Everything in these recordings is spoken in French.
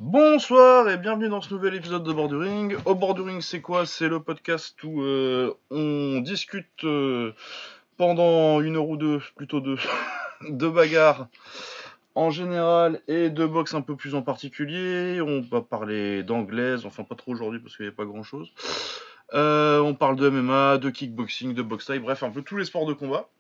Bonsoir et bienvenue dans ce nouvel épisode de Bord du Ring. Au Bord du Ring, c'est quoi? C'est le podcast où on discute pendant une heure ou deux, plutôt deux, de bagarres en général et de boxe un peu plus en particulier. On va parler d'anglaise, enfin pas trop aujourd'hui parce qu'il n'y a pas grand chose. On parle de MMA, de kickboxing, de boxe thaï, bref, un peu tous les sports de combat.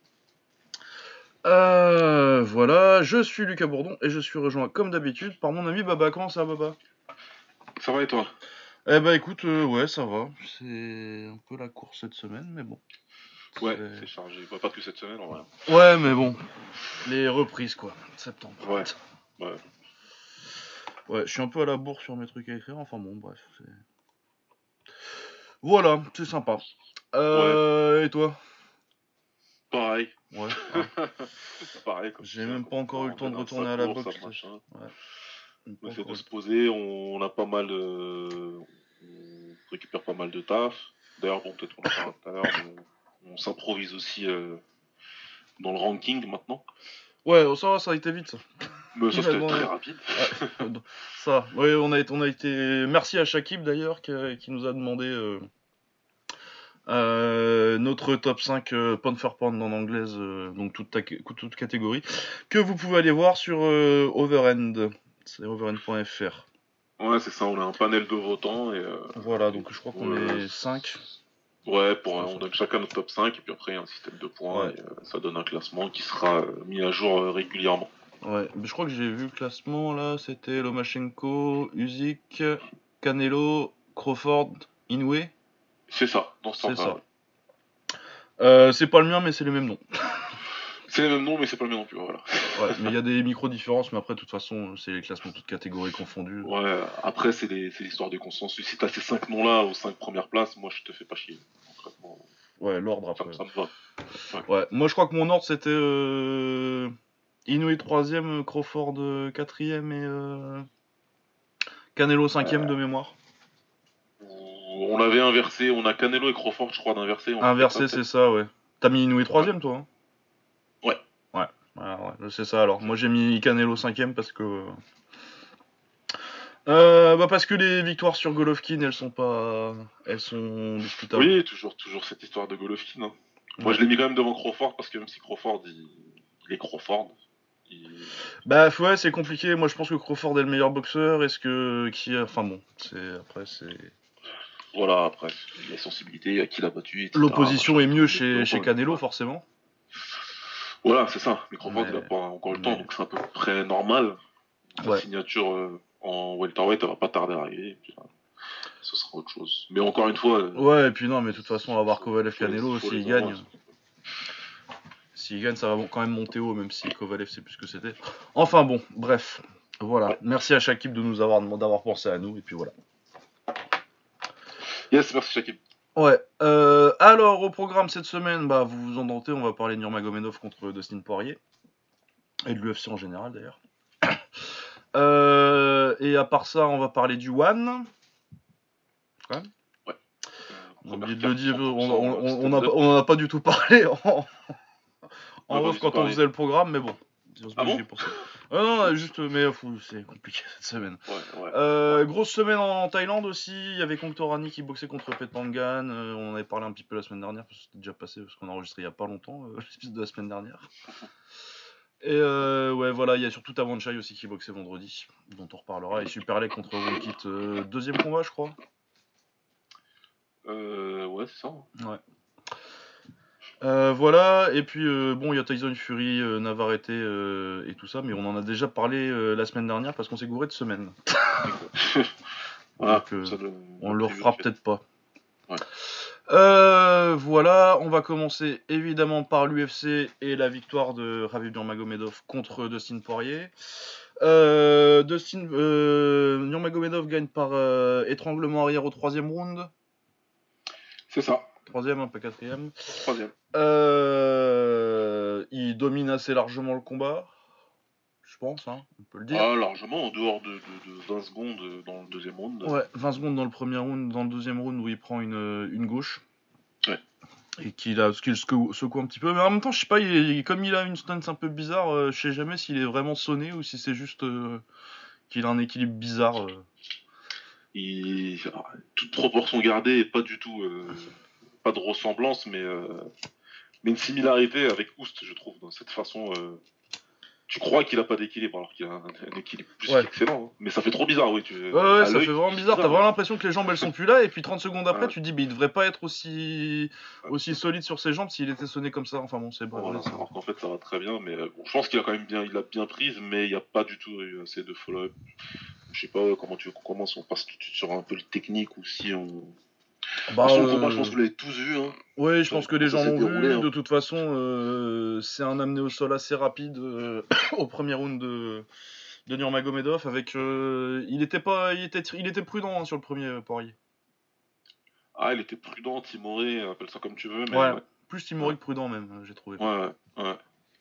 Voilà, je suis Lucas Bourdon et je suis rejoint comme d'habitude par mon ami Baba. Comment ça va, Baba? Ça va et toi? Eh bah écoute, ouais, ça va. C'est un peu la course cette semaine, mais bon. Ouais, c'est chargé. Bah, pas que cette semaine en vrai. Ouais, mais bon. Les reprises, quoi. Septembre. Ouais. Ouais. Ouais, je suis un peu à la bourre sur mes trucs à écrire. Enfin bon, bref. Voilà, c'est sympa. Et toi? Pareil. Ouais. Pareil. Comme J'ai même pas encore eu le temps de retourner à la boxe. Ouais. On essaie de se poser, on a pas mal. On récupère pas mal de taf. D'ailleurs, bon, peut-être qu'on en parlera tout à l'heure, mais on s'improvise aussi dans le ranking maintenant. Ouais, ça va, ça a été vite ça. Mais ça c'était très rapide. Ça, ouais, on a été. Merci à Shakib d'ailleurs qui nous a demandé notre top 5 pound for pound en anglaise, donc toute catégorie, que vous pouvez aller voir sur Overend. C'est overend.fr. Ouais, c'est ça, on a un panel de votants et. Voilà, donc je crois qu'on est 5. Ouais, on donne chacun notre top 5 et puis après il y a un système de points Ouais. et ça donne un classement qui sera mis à jour régulièrement. Ouais, mais je crois que j'ai vu le classement là, c'était Lomachenko, Usyk, Canelo, Crawford, Inoue. C'est ça, dans ce C'est ordre. ça. C'est pas le mien, mais c'est les mêmes noms. C'est les mêmes noms, mais c'est pas le mien non plus, voilà. Ouais, mais il y a des micro-différences, mais après, de toute façon, c'est les classements toutes catégories confondues. Ouais, après, c'est l'histoire du consensus. Si t'as ces 5 noms-là aux 5 premières places, moi je te fais pas chier. Concrètement. Ouais, l'ordre après. Ça me va. Ouais, moi je crois que mon ordre c'était Inoue 3ème, Crawford 4ème et Canelo 5ème de mémoire. On l'avait inversé, on a Canelo et Crawford, je crois, d'inverser. Inversé, c'est ça, ouais. T'as mis Inoue 3ème, toi, hein? Ouais. Ouais, c'est ça alors. Moi j'ai mis Canelo 5ème parce que. Parce que les victoires sur Golovkin, elles sont discutables. Oui, toujours cette histoire de Golovkin. Hein. Ouais. Moi je l'ai mis quand même devant Crawford parce que même si Crawford, il est Crawford. Bah ouais, c'est compliqué. Moi je pense que Crawford est le meilleur boxeur. Enfin bon, après c'est. Voilà, après, il y a sensibilité, à qui l'a battu, etc. L'opposition est mieux chez Canelo, forcément. Voilà, c'est ça. Mais Crawford, il n'a pas encore le temps, donc c'est à peu près normal. Sa signature en welterweight, elle va pas tarder à arriver. Et puis, ce sera autre chose. Mais encore une fois. Ouais, et puis non, mais de toute façon, on va voir Kovalev Canelo s'il gagne. S'il gagne, ça va quand même monter haut, même si Kovalev c'est plus ce que c'était. Enfin bon, bref. Voilà. Ouais. Merci à Shakib de nous d'avoir pensé à nous, et puis voilà. Yes, merci Shakib. Ouais. Alors, au programme cette semaine, vous vous en doutez, on va parler de Nurmagomedov contre Dustin Poirier. Et de l'UFC en général, d'ailleurs. Et à part ça, on va parler du One. Quand même. Ouais. On a oublié de le dire, on n'en a pas du tout parlé en off quand on faisait le programme, mais bon. Ah bon pour ça. Non, juste, mais c'est compliqué cette semaine. Ouais. Grosse semaine en Thaïlande aussi. Il y avait Kongtorani qui boxait contre Petmangan. On en avait parlé un petit peu la semaine dernière, parce que c'était déjà passé, parce qu'on a enregistré il n'y a pas longtemps, l'épisode de la semaine dernière. Et ouais, voilà, il y a surtout Tawanchai aussi qui boxait vendredi, dont on reparlera. Et Superleg contre Wonkit, deuxième combat, je crois. Ouais, c'est ça. Ouais. Voilà, et puis bon, il y a Tyson Fury, Navarrete et tout ça, mais on en a déjà parlé la semaine dernière parce qu'on s'est gouré de semaine. Voilà, donc on le refera peut-être pas. Ouais. Voilà, on va commencer évidemment par l'UFC et la victoire de Khabib Nurmagomedov contre Dustin Poirier. Nurmagomedov gagne par étranglement arrière au 3e round. C'est ça. 3e, pas 4e. 3e. Il domine assez largement le combat, je pense, hein, on peut le dire. Ah, largement, en dehors de 20 secondes dans le 2e round. Ouais, 20 secondes dans le 1er round, dans le 2e round où il prend une gauche. Ouais. Et qu'il secoue un petit peu, mais en même temps, je sais pas, comme il a une stance un peu bizarre, je sais jamais s'il est vraiment sonné ou si c'est juste qu'il a un équilibre bizarre. Toute proportion gardée, et pas du tout, pas de ressemblance, mais une similarité avec Oust, je trouve, dans cette façon. Tu crois qu'il a pas d'équilibre alors qu'il a un équilibre plus qu'excellent. Hein. Mais ça fait trop bizarre, oui. Ouais, ça fait vraiment bizarre. T'as vraiment l'impression que les jambes elles sont plus là, et puis 30 secondes après, tu te dis, il devrait pas être aussi solide sur ses jambes s'il était sonné comme ça. Enfin bon, c'est bon. Voilà, alors qu'en fait, ça va très bien, mais je pense qu'il a quand même bien prise, mais il n'y a pas du tout eu assez de follow-up. Je sais pas comment tu veux qu'on commence, on passe tout de suite sur un peu le technique ou si on. Sur le combat, je pense que vous l'avez tous vu. Hein. Oui, je pense que les gens l'ont vu. Hein. De toute façon, c'est un amené au sol assez rapide au premier round de Nurmagomedov. Avec, il était prudent sur le premier Poirier. Ah, il était prudent, timoré, appelle ça comme tu veux. Mais ouais. Plus timoré que prudent même, j'ai trouvé. Ouais.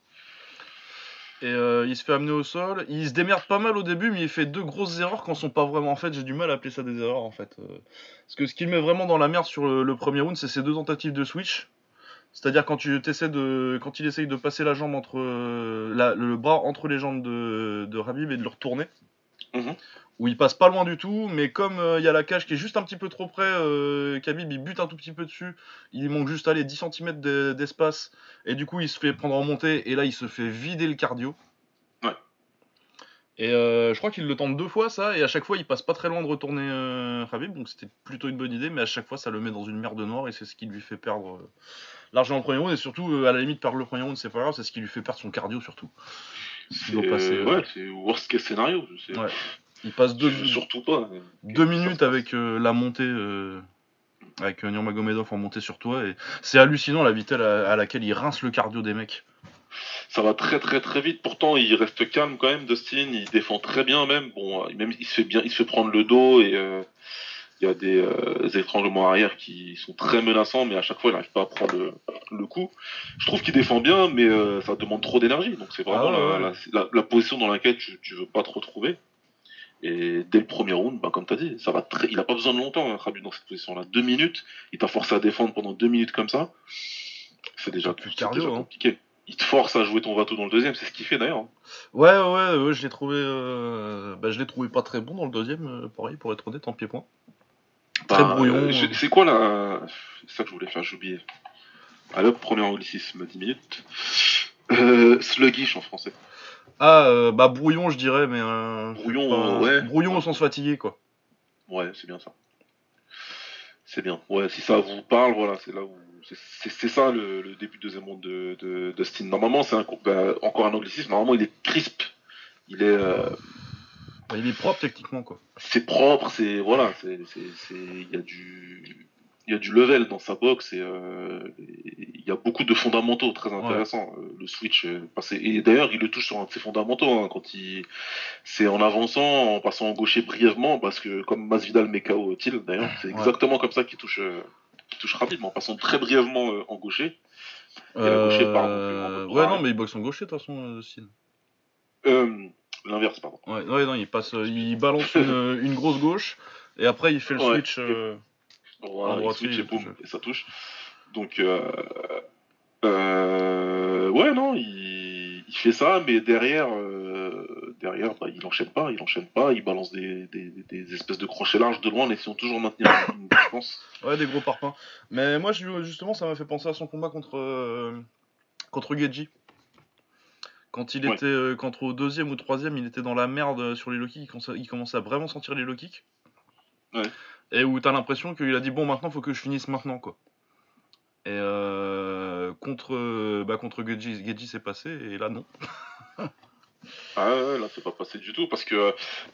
Et il se fait amener au sol. Il se démerde pas mal au début, mais il fait 2 grosses erreurs quand sont pas vraiment. En fait, j'ai du mal à appeler ça des erreurs en fait. Parce que ce qui le met vraiment dans la merde sur le premier round, c'est ses 2 tentatives de switch. C'est-à-dire quand il essaye de passer la jambe entre le bras entre les jambes de Khabib et de le retourner. Où il passe pas loin du tout, mais comme il y a la cage qui est juste un petit peu trop près, Khabib il bute un tout petit peu dessus, il manque juste 10 cm d'espace, et du coup il se fait prendre en montée, et là il se fait vider le cardio. Ouais. Et je crois qu'il le tente 2 fois ça, et à chaque fois il passe pas très loin de retourner Khabib, donc c'était plutôt une bonne idée, mais à chaque fois ça le met dans une merde noire, et c'est ce qui lui fait perdre l'argent au premier round, et surtout à la limite perdre le premier round c'est pas grave, c'est ce qui lui fait perdre son cardio surtout. C'est worst case scénario. Ouais. Il passe surtout pas. 2 minutes avec la montée, avec Nurmagomedov en montée sur toi, et c'est hallucinant la vitesse à laquelle il rince le cardio des mecs. Ça va très très très vite. Pourtant, il reste calme quand même, Dustin. Il défend très bien même. Bon, même il se fait prendre le dos et il y a des étranglements arrière qui sont très menaçants, mais à chaque fois, il n'arrive pas à prendre le coup. Je trouve qu'il défend bien, mais ça demande trop d'énergie. Donc c'est vraiment la position dans laquelle tu veux pas te retrouver. Et dès le premier round, comme tu as dit, il n'a pas besoin de longtemps, hein, Khabib, dans cette position-là. 2 minutes, il t'a forcé à défendre pendant 2 minutes comme ça. C'est déjà compliqué. Hein. Il te force à jouer ton bateau dans le deuxième, c'est ce qu'il fait d'ailleurs. Ouais, je l'ai trouvé pas très bon dans le deuxième, pareil, pour être honnête, en pied-point. Très brouillon. C'est quoi là C'est ça que je voulais faire, j'ai oublié. Alors, premier anglicisme, 10 minutes. Sluggish en français. Brouillon, je dirais, mais. Brouillon, ouais. Brouillon au sens fatigué, quoi. Ouais, c'est bien ça. C'est bien. Ouais, si ça vous parle, voilà, c'est là où. C'est ça le début de deuxième round de Dustin. Normalement, c'est encore un anglicisme. Normalement, il est crisp. Il est. Il est propre techniquement, quoi. C'est propre, c'est. Voilà, il y a du level dans sa boxe et il y a beaucoup de fondamentaux très intéressants. Ouais. Le switch passé. Et d'ailleurs, il le touche sur un de ses fondamentaux hein, quand c'est en avançant, en passant en gaucher brièvement, parce que comme Masvidal met KO Till, d'ailleurs, c'est exactement comme ça qu'il touche rapidement, en passant très brièvement en gaucher. Et la gaucher part non plus. Non, mais il boxe en gaucher de toute façon, Style. L'inverse, pardon. Ouais, non, il balance une grosse gauche, et après il fait le switch. Voilà, il switch et boum, et ça touche. Donc, ouais, non, il fait ça, mais derrière, il enchaîne pas, il balance des espèces de crochets larges de loin, en essayant toujours de maintenir la ligne, je pense. Ouais, des gros parpaings. Mais moi, justement, ça m'a fait penser à son combat contre Gaethje. Quand il était contre au 2e ou 3e, il était dans la merde sur les low kicks, il commençait à vraiment sentir les low kicks. Ouais. Et où t'as l'impression qu'il a dit bon, maintenant faut que je finisse maintenant, quoi. Et contre Gaethje c'est passé, et là non. Ah ouais, là c'est pas passé du tout parce que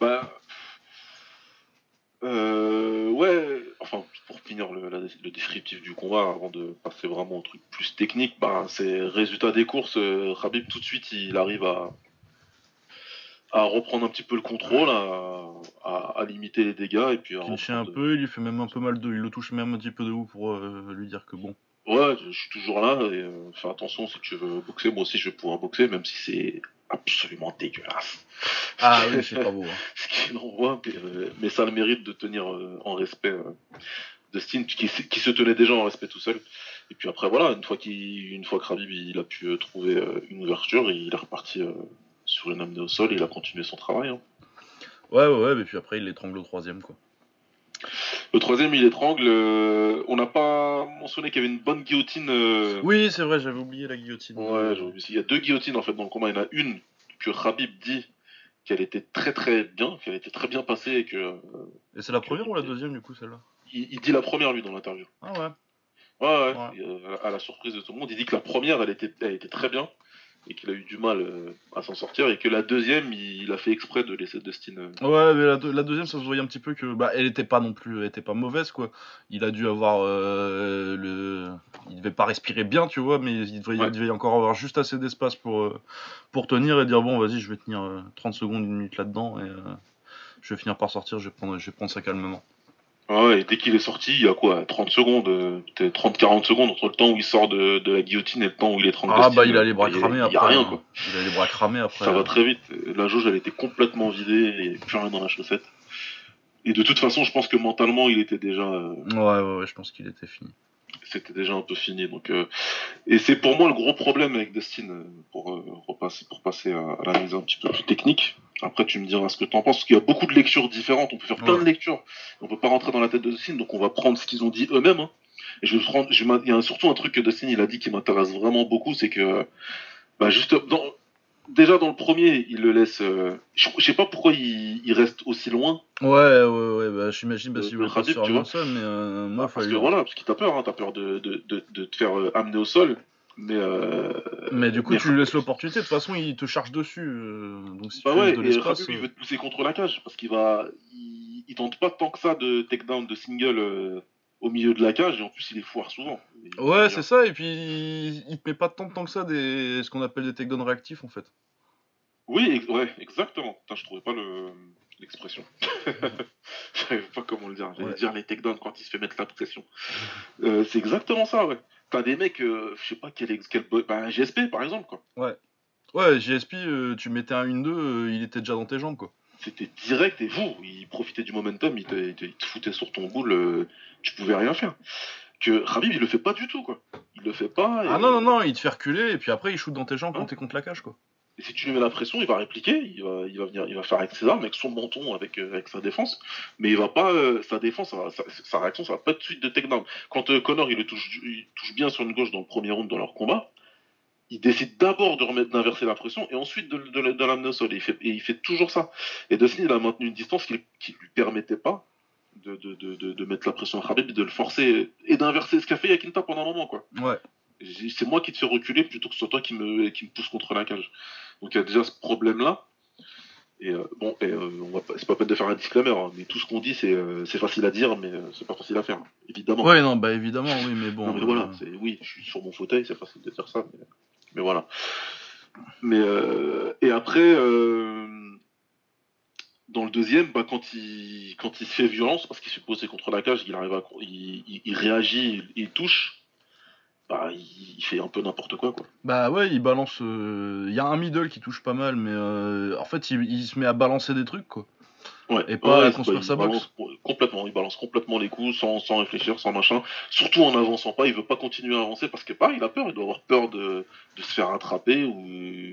ouais, enfin pour finir le descriptif du combat avant de passer vraiment au truc plus technique, c'est résultat des courses, Khabib tout de suite il arrive à reprendre un petit peu le contrôle, à limiter les dégâts et puis à un peu, il lui fait même un peu mal il le touche même un petit peu de haut pour lui dire que bon. Ouais, je suis toujours là et fais attention si tu veux boxer, moi aussi je vais pouvoir boxer même si c'est absolument dégueulasse. Ah oui, c'est pas beau. Hein. Ce qu'il envoie, mais ça a le mérite de tenir en respect Dustin qui se tenait déjà en respect tout seul. Et puis après voilà, une fois que Khabib il a pu trouver une ouverture, il est reparti sur une amenée au sol et il a continué son travail. Hein. Ouais, mais puis après, il l'étrangle au troisième, quoi. Le troisième, il étrangle. On n'a pas mentionné qu'il y avait une bonne guillotine. Oui, c'est vrai, j'avais oublié la guillotine. Ouais, il y a 2 guillotines en fait dans le combat. Il y en a une que Khabib dit qu'elle était très très bien, qu'elle était très bien passée et que. Et c'est la première ou la deuxième, du coup, celle-là? Il dit la première lui dans l'interview. Ah ouais. Ouais. À la surprise de tout le monde, il dit que la première, elle était très bien et qu'il a eu du mal à s'en sortir et que la deuxième, il a fait exprès de laisser Dustin. Ouais, mais la deuxième, ça se voyait un petit peu que, bah, elle était pas non plus, elle était pas mauvaise, quoi. Il a dû avoir il devait pas respirer bien, tu vois, mais il devait encore avoir juste assez d'espace pour tenir et dire bon, vas-y, je vais tenir 30 secondes, une minute là-dedans et je vais finir par sortir, je vais prendre ça calmement. Ouais, et dès qu'il est sorti, il y a quoi 30 secondes, peut-être 30-40 secondes entre le temps où il sort de la guillotine et le temps où il étrangle Ah Dustin. bah il a les bras cramés Il y a après. rien Hein. quoi. Il a les bras cramés après. Ça va très vite. La jauge, elle était complètement vidée et plus rien dans la chaussette. Et de toute façon, je pense que mentalement, il était déjà. Ouais, je pense qu'il était fini. C'était déjà un peu fini. Donc, et c'est pour moi le gros problème avec Dustin, pour passer à l'analyse un petit peu plus technique. Après, tu me diras ce que tu en penses, parce qu'il y a beaucoup de lectures différentes. On peut faire plein de lectures. On peut pas rentrer dans la tête de Dustin, donc on va prendre ce qu'ils ont dit eux-mêmes. Hein. Et il y a surtout un truc que Dustin il a dit qui m'intéresse vraiment beaucoup, c'est que, bah juste déjà dans le premier, il le laisse. Je sais pas pourquoi il reste aussi loin. Ouais, bah j'imagine parce qu'il De voulait pas se Khabib, faire tu amener au vois. sol, mais moi, Parce fallait. que voilà, parce qu'il t'a peur, hein, t'as peur de te faire amener au sol. Mais, Mais du coup, mais tu lui laisses l'opportunité. De toute façon, il te charge dessus. Donc si bah tu laisses ouais, de et Khabib l'espace. il veut te pousser contre la cage parce il tente pas tant que ça de takedown, de single au milieu de la cage et en plus il est foire souvent. Ouais, c'est ça. Et puis il te met pas tant de temps que ça ce qu'on appelle des takedowns réactifs en fait. Oui, ouais, exactement. Putain, je trouvais pas l'expression. Je savais pas comment le dire. J'allais dire les takedowns quand il se fait mettre la pression. C'est exactement ça, ouais. T'as des mecs, je sais pas bah, GSP par exemple, quoi. Ouais, JSP, tu mettais un 1-2, il était déjà dans tes jambes quoi. C'était direct et vous, il profitait du momentum, il te foutait sur ton boule, tu pouvais rien faire. Que Khabib, il le fait pas du tout, quoi. Il le fait pas Ah non, il te fait reculer et puis après il shoot dans tes jambes quand hein. t'es contre la cage quoi. Et si tu lui mets la pression, il va répliquer, il va faire avec ses armes, avec son menton, avec sa défense, mais il va pas, sa défense, sa réaction, ça va pas être de suite de takedown. Quand Connor, il touche bien sur une gauche dans le premier round dans leur combat, il décide d'abord d'inverser la pression et ensuite de l'amener au sol. Et il fait toujours ça. Et Dustin, il a maintenu une distance qui lui permettait pas de mettre la pression à Khabib, de le forcer et d'inverser ce qu'a fait Yakinta pendant un moment, quoi. Ouais. C'est moi qui te fais reculer plutôt que ce soit toi qui me pousse contre la cage. Donc il y a déjà ce problème-là. Et c'est pas peine de faire un disclaimer, hein, mais tout ce qu'on dit, c'est facile à dire, mais c'est pas facile à faire, évidemment. Ouais, non, bah évidemment, oui, mais bon. Non, mais voilà, oui, je suis sur mon fauteuil, c'est facile de dire ça, mais voilà. Mais et après, dans le deuxième, bah, quand il se fait violence, parce qu'il se fait poser contre la cage, il réagit, il touche, bah, il fait un peu n'importe quoi. Bah ouais, il balance. Il y a un middle qui touche pas mal, mais en fait, il se met à balancer des trucs, quoi. Ouais, Et pas à ouais, construire sa boxe. Il balance complètement les coups, sans réfléchir, sans machin. Surtout en avançant pas, il veut pas continuer à avancer parce que il a peur, il doit avoir peur de se faire attraper ou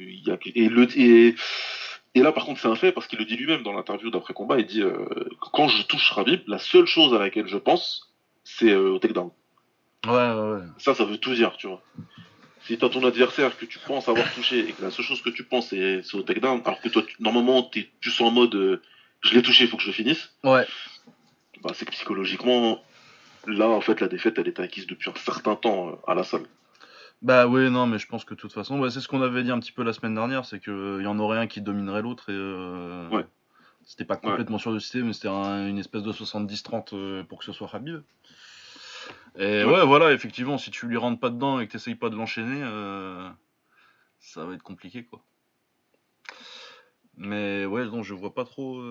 et là par contre c'est un fait parce qu'il le dit lui-même dans l'interview d'après combat, il dit quand je touche Khabib, la seule chose à laquelle je pense, c'est au takedown. Ouais. Ça veut tout dire, tu vois. Si t'as ton adversaire que tu penses avoir touché et que la seule chose que tu penses c'est au takedown, alors que toi normalement t'es plus en mode je l'ai touché, il faut que je le finisse. Ouais. Bah, c'est que psychologiquement, là, en fait, la défaite, elle est acquise depuis un certain temps à la salle. Bah oui, non, mais je pense que de toute façon, bah, c'est ce qu'on avait dit un petit peu la semaine dernière, c'est qu'il y en aurait un qui dominerait l'autre et Ouais. c'était pas complètement sûr du système, mais c'était une espèce de 70-30 pour que ce soit Khabib. Et ouais, voilà, effectivement, si tu lui rentres pas dedans et que t'essayes pas de l'enchaîner, ça va être compliqué, quoi. Mais ouais, non, je vois pas trop.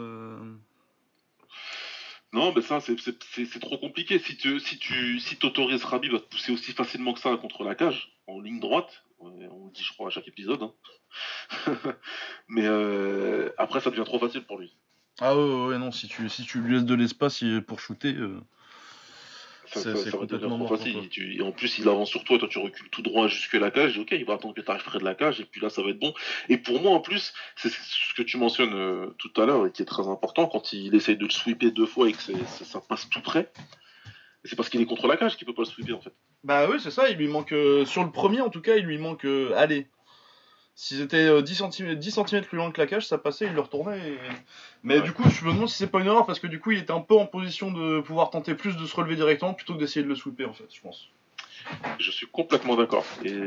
Non, mais ça, c'est trop compliqué. Si t'autorises Khabib à te pousser aussi facilement que ça contre la cage, en ligne droite, on le dit, je crois, à chaque épisode, hein. Mais après, ça devient trop facile pour lui. Ah ouais, non, si tu lui laisses de l'espace pour shooter. C'est va devenir complètement trop mort pour facile. toi. Et en plus, il avance sur toi, et toi tu recules tout droit jusque la cage. Ok, il va attendre que tu arrives près de la cage, et puis là, ça va être bon. Et pour moi, en plus, c'est ce que tu mentionnes tout à l'heure, et qui est très important, quand il essaye de le sweeper 2 fois et que ça passe tout près, c'est parce qu'il est contre la cage qu'il peut pas le sweeper, en fait. Bah oui, c'est ça, il lui manque. Sur le premier, en tout cas, il lui manque. Allez. S'ils étaient 10 cm plus loin que la cage, ça passait, il le retournait. Mais du coup, je me demande si c'est pas une erreur, parce que du coup, il était un peu en position de pouvoir tenter plus de se relever directement plutôt que d'essayer de le sweeper, en fait, je pense. Je suis complètement d'accord.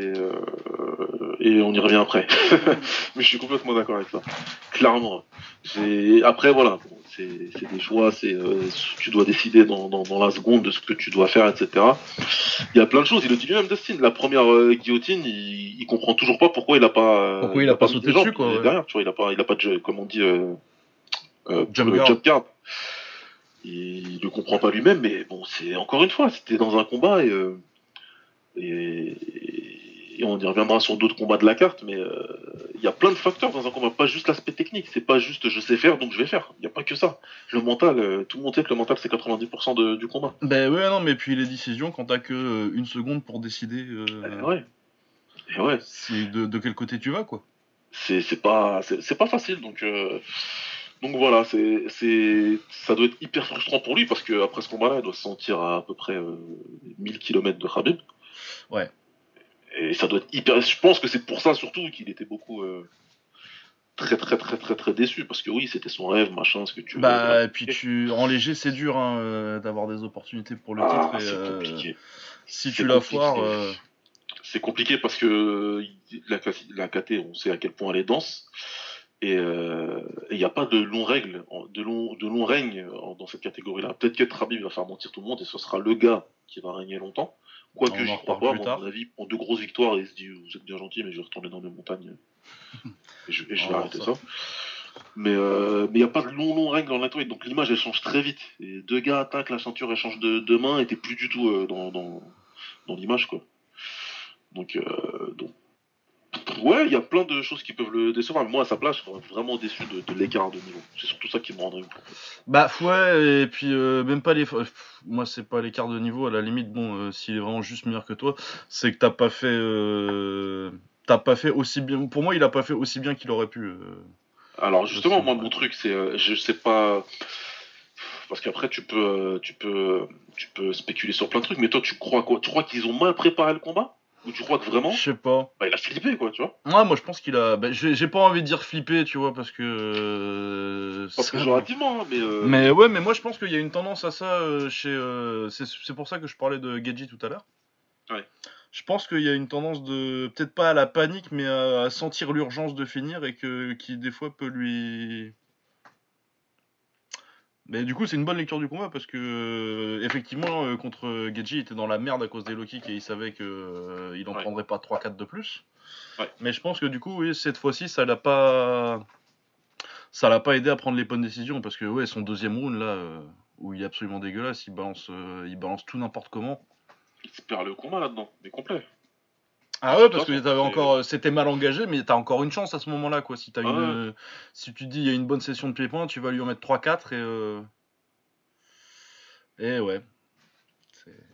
Et on y revient après. Mais je suis complètement d'accord avec ça. Clairement. Après, voilà. Bon, c'est des choix. Tu dois décider dans la seconde de ce que tu dois faire, etc. Il y a plein de choses. Il le dit lui-même, Dustin. La première guillotine, il comprend toujours pas pourquoi Pourquoi il a pas mis sauté les jambes dessus, quoi, ouais. derrière. Tu vois, il a pas de, comme on dit, Jump guard. jump guard. Il le comprend pas lui-même, mais bon, c'est encore une fois, c'était dans un combat et, et on y reviendra sur d'autres combats de la carte, mais il y a plein de facteurs dans un combat, pas juste l'aspect technique, c'est pas juste je sais faire donc je vais faire, il n'y a pas que ça. Le mental, tout le monde sait que le mental c'est 90% du combat. Ben ouais, non, mais puis les décisions, quand t'as que une seconde pour décider Ouais. Et ouais. de quel côté tu vas, quoi. C'est pas facile, donc voilà, ça doit être hyper frustrant pour lui parce que après ce combat-là, il doit se sentir à peu près 1000 km de Khabib. Ouais. Et ça doit être hyper. Je pense que c'est pour ça surtout qu'il était beaucoup très très très très très déçu parce que oui, c'était son rêve, machin, ce que tu veux. Voilà. Bah, et puis en léger, c'est dur hein, d'avoir des opportunités pour le titre. Ah, Et, c'est compliqué. si C'est tu la compliqué. foires. C'est compliqué parce que la KT, on sait à quel point elle est dense. Et il n'y a pas de long règle, de long règne dans cette catégorie-là. Peut-être que Khabib va faire mentir tout le monde et ce sera le gars qui va régner longtemps. Quoique On en j'y crois reparle pas, plus moi, à tard. mon avis, en 2 grosses victoires, il se dit vous êtes bien gentil, mais je vais retourner dans mes montagnes et je On vais va voir arrêter ça. ça. Mais il n'y a pas de long règne dans l'intouille, donc l'image elle change très vite. Et 2 gars attaquent, la ceinture elle change de main et t'es plus du tout dans l'image quoi. Donc ouais, il y a plein de choses qui peuvent le décevoir. Mais moi à sa place, je serais vraiment déçu de l'écart de niveau. C'est surtout ça qui me rendrait ouf. Bah, ouais, et puis même pas les. Moi, c'est pas l'écart de niveau, à la limite, bon, s'il est vraiment juste meilleur que toi, c'est que t'as pas fait. T'as pas fait aussi bien. Pour moi, il a pas fait aussi bien qu'il aurait pu. Alors Aussi, justement, moi ouais. mon truc c'est, je sais pas, parce qu'après tu peux spéculer sur plein de trucs. Mais toi tu crois quoi? Tu crois qu'ils ont mal préparé le combat? Ou tu crois que Je vraiment, sais pas. bah il a flippé quoi, tu vois? Ouais, moi, je pense qu'il a. Bah, j'ai pas envie de dire flipper, tu vois, parce que. Pas Ça. péjorativement, hein, mais Mais ouais, mais moi, je pense qu'il y a une tendance à ça chez. C'est pour ça que je parlais de Gadji tout à l'heure. ouais. Je pense qu'il y a une tendance de, peut-être pas à la panique, mais à sentir l'urgence de finir et qui des fois peut lui. Mais du coup, c'est une bonne lecture du combat parce que effectivement, contre Geji, il était dans la merde à cause des low kicks et il savait que il en Ouais. prendrait pas 3-4 de plus. Ouais. Mais je pense que du coup, oui, cette fois-ci, ça l'a pas aidé à prendre les bonnes décisions parce que ouais, son deuxième round là, où il est absolument dégueulasse, il balance tout n'importe comment. Il se perd le combat là-dedans, mais complet. Ah De ouais, toute parce que façon, t'avais encore, c'était mal engagé, mais t'as encore une chance à ce moment-là, quoi. Si ah ouais. si tu te dis il y a une bonne session de pied-point, tu vas lui en mettre 3-4 et ouais. C'est-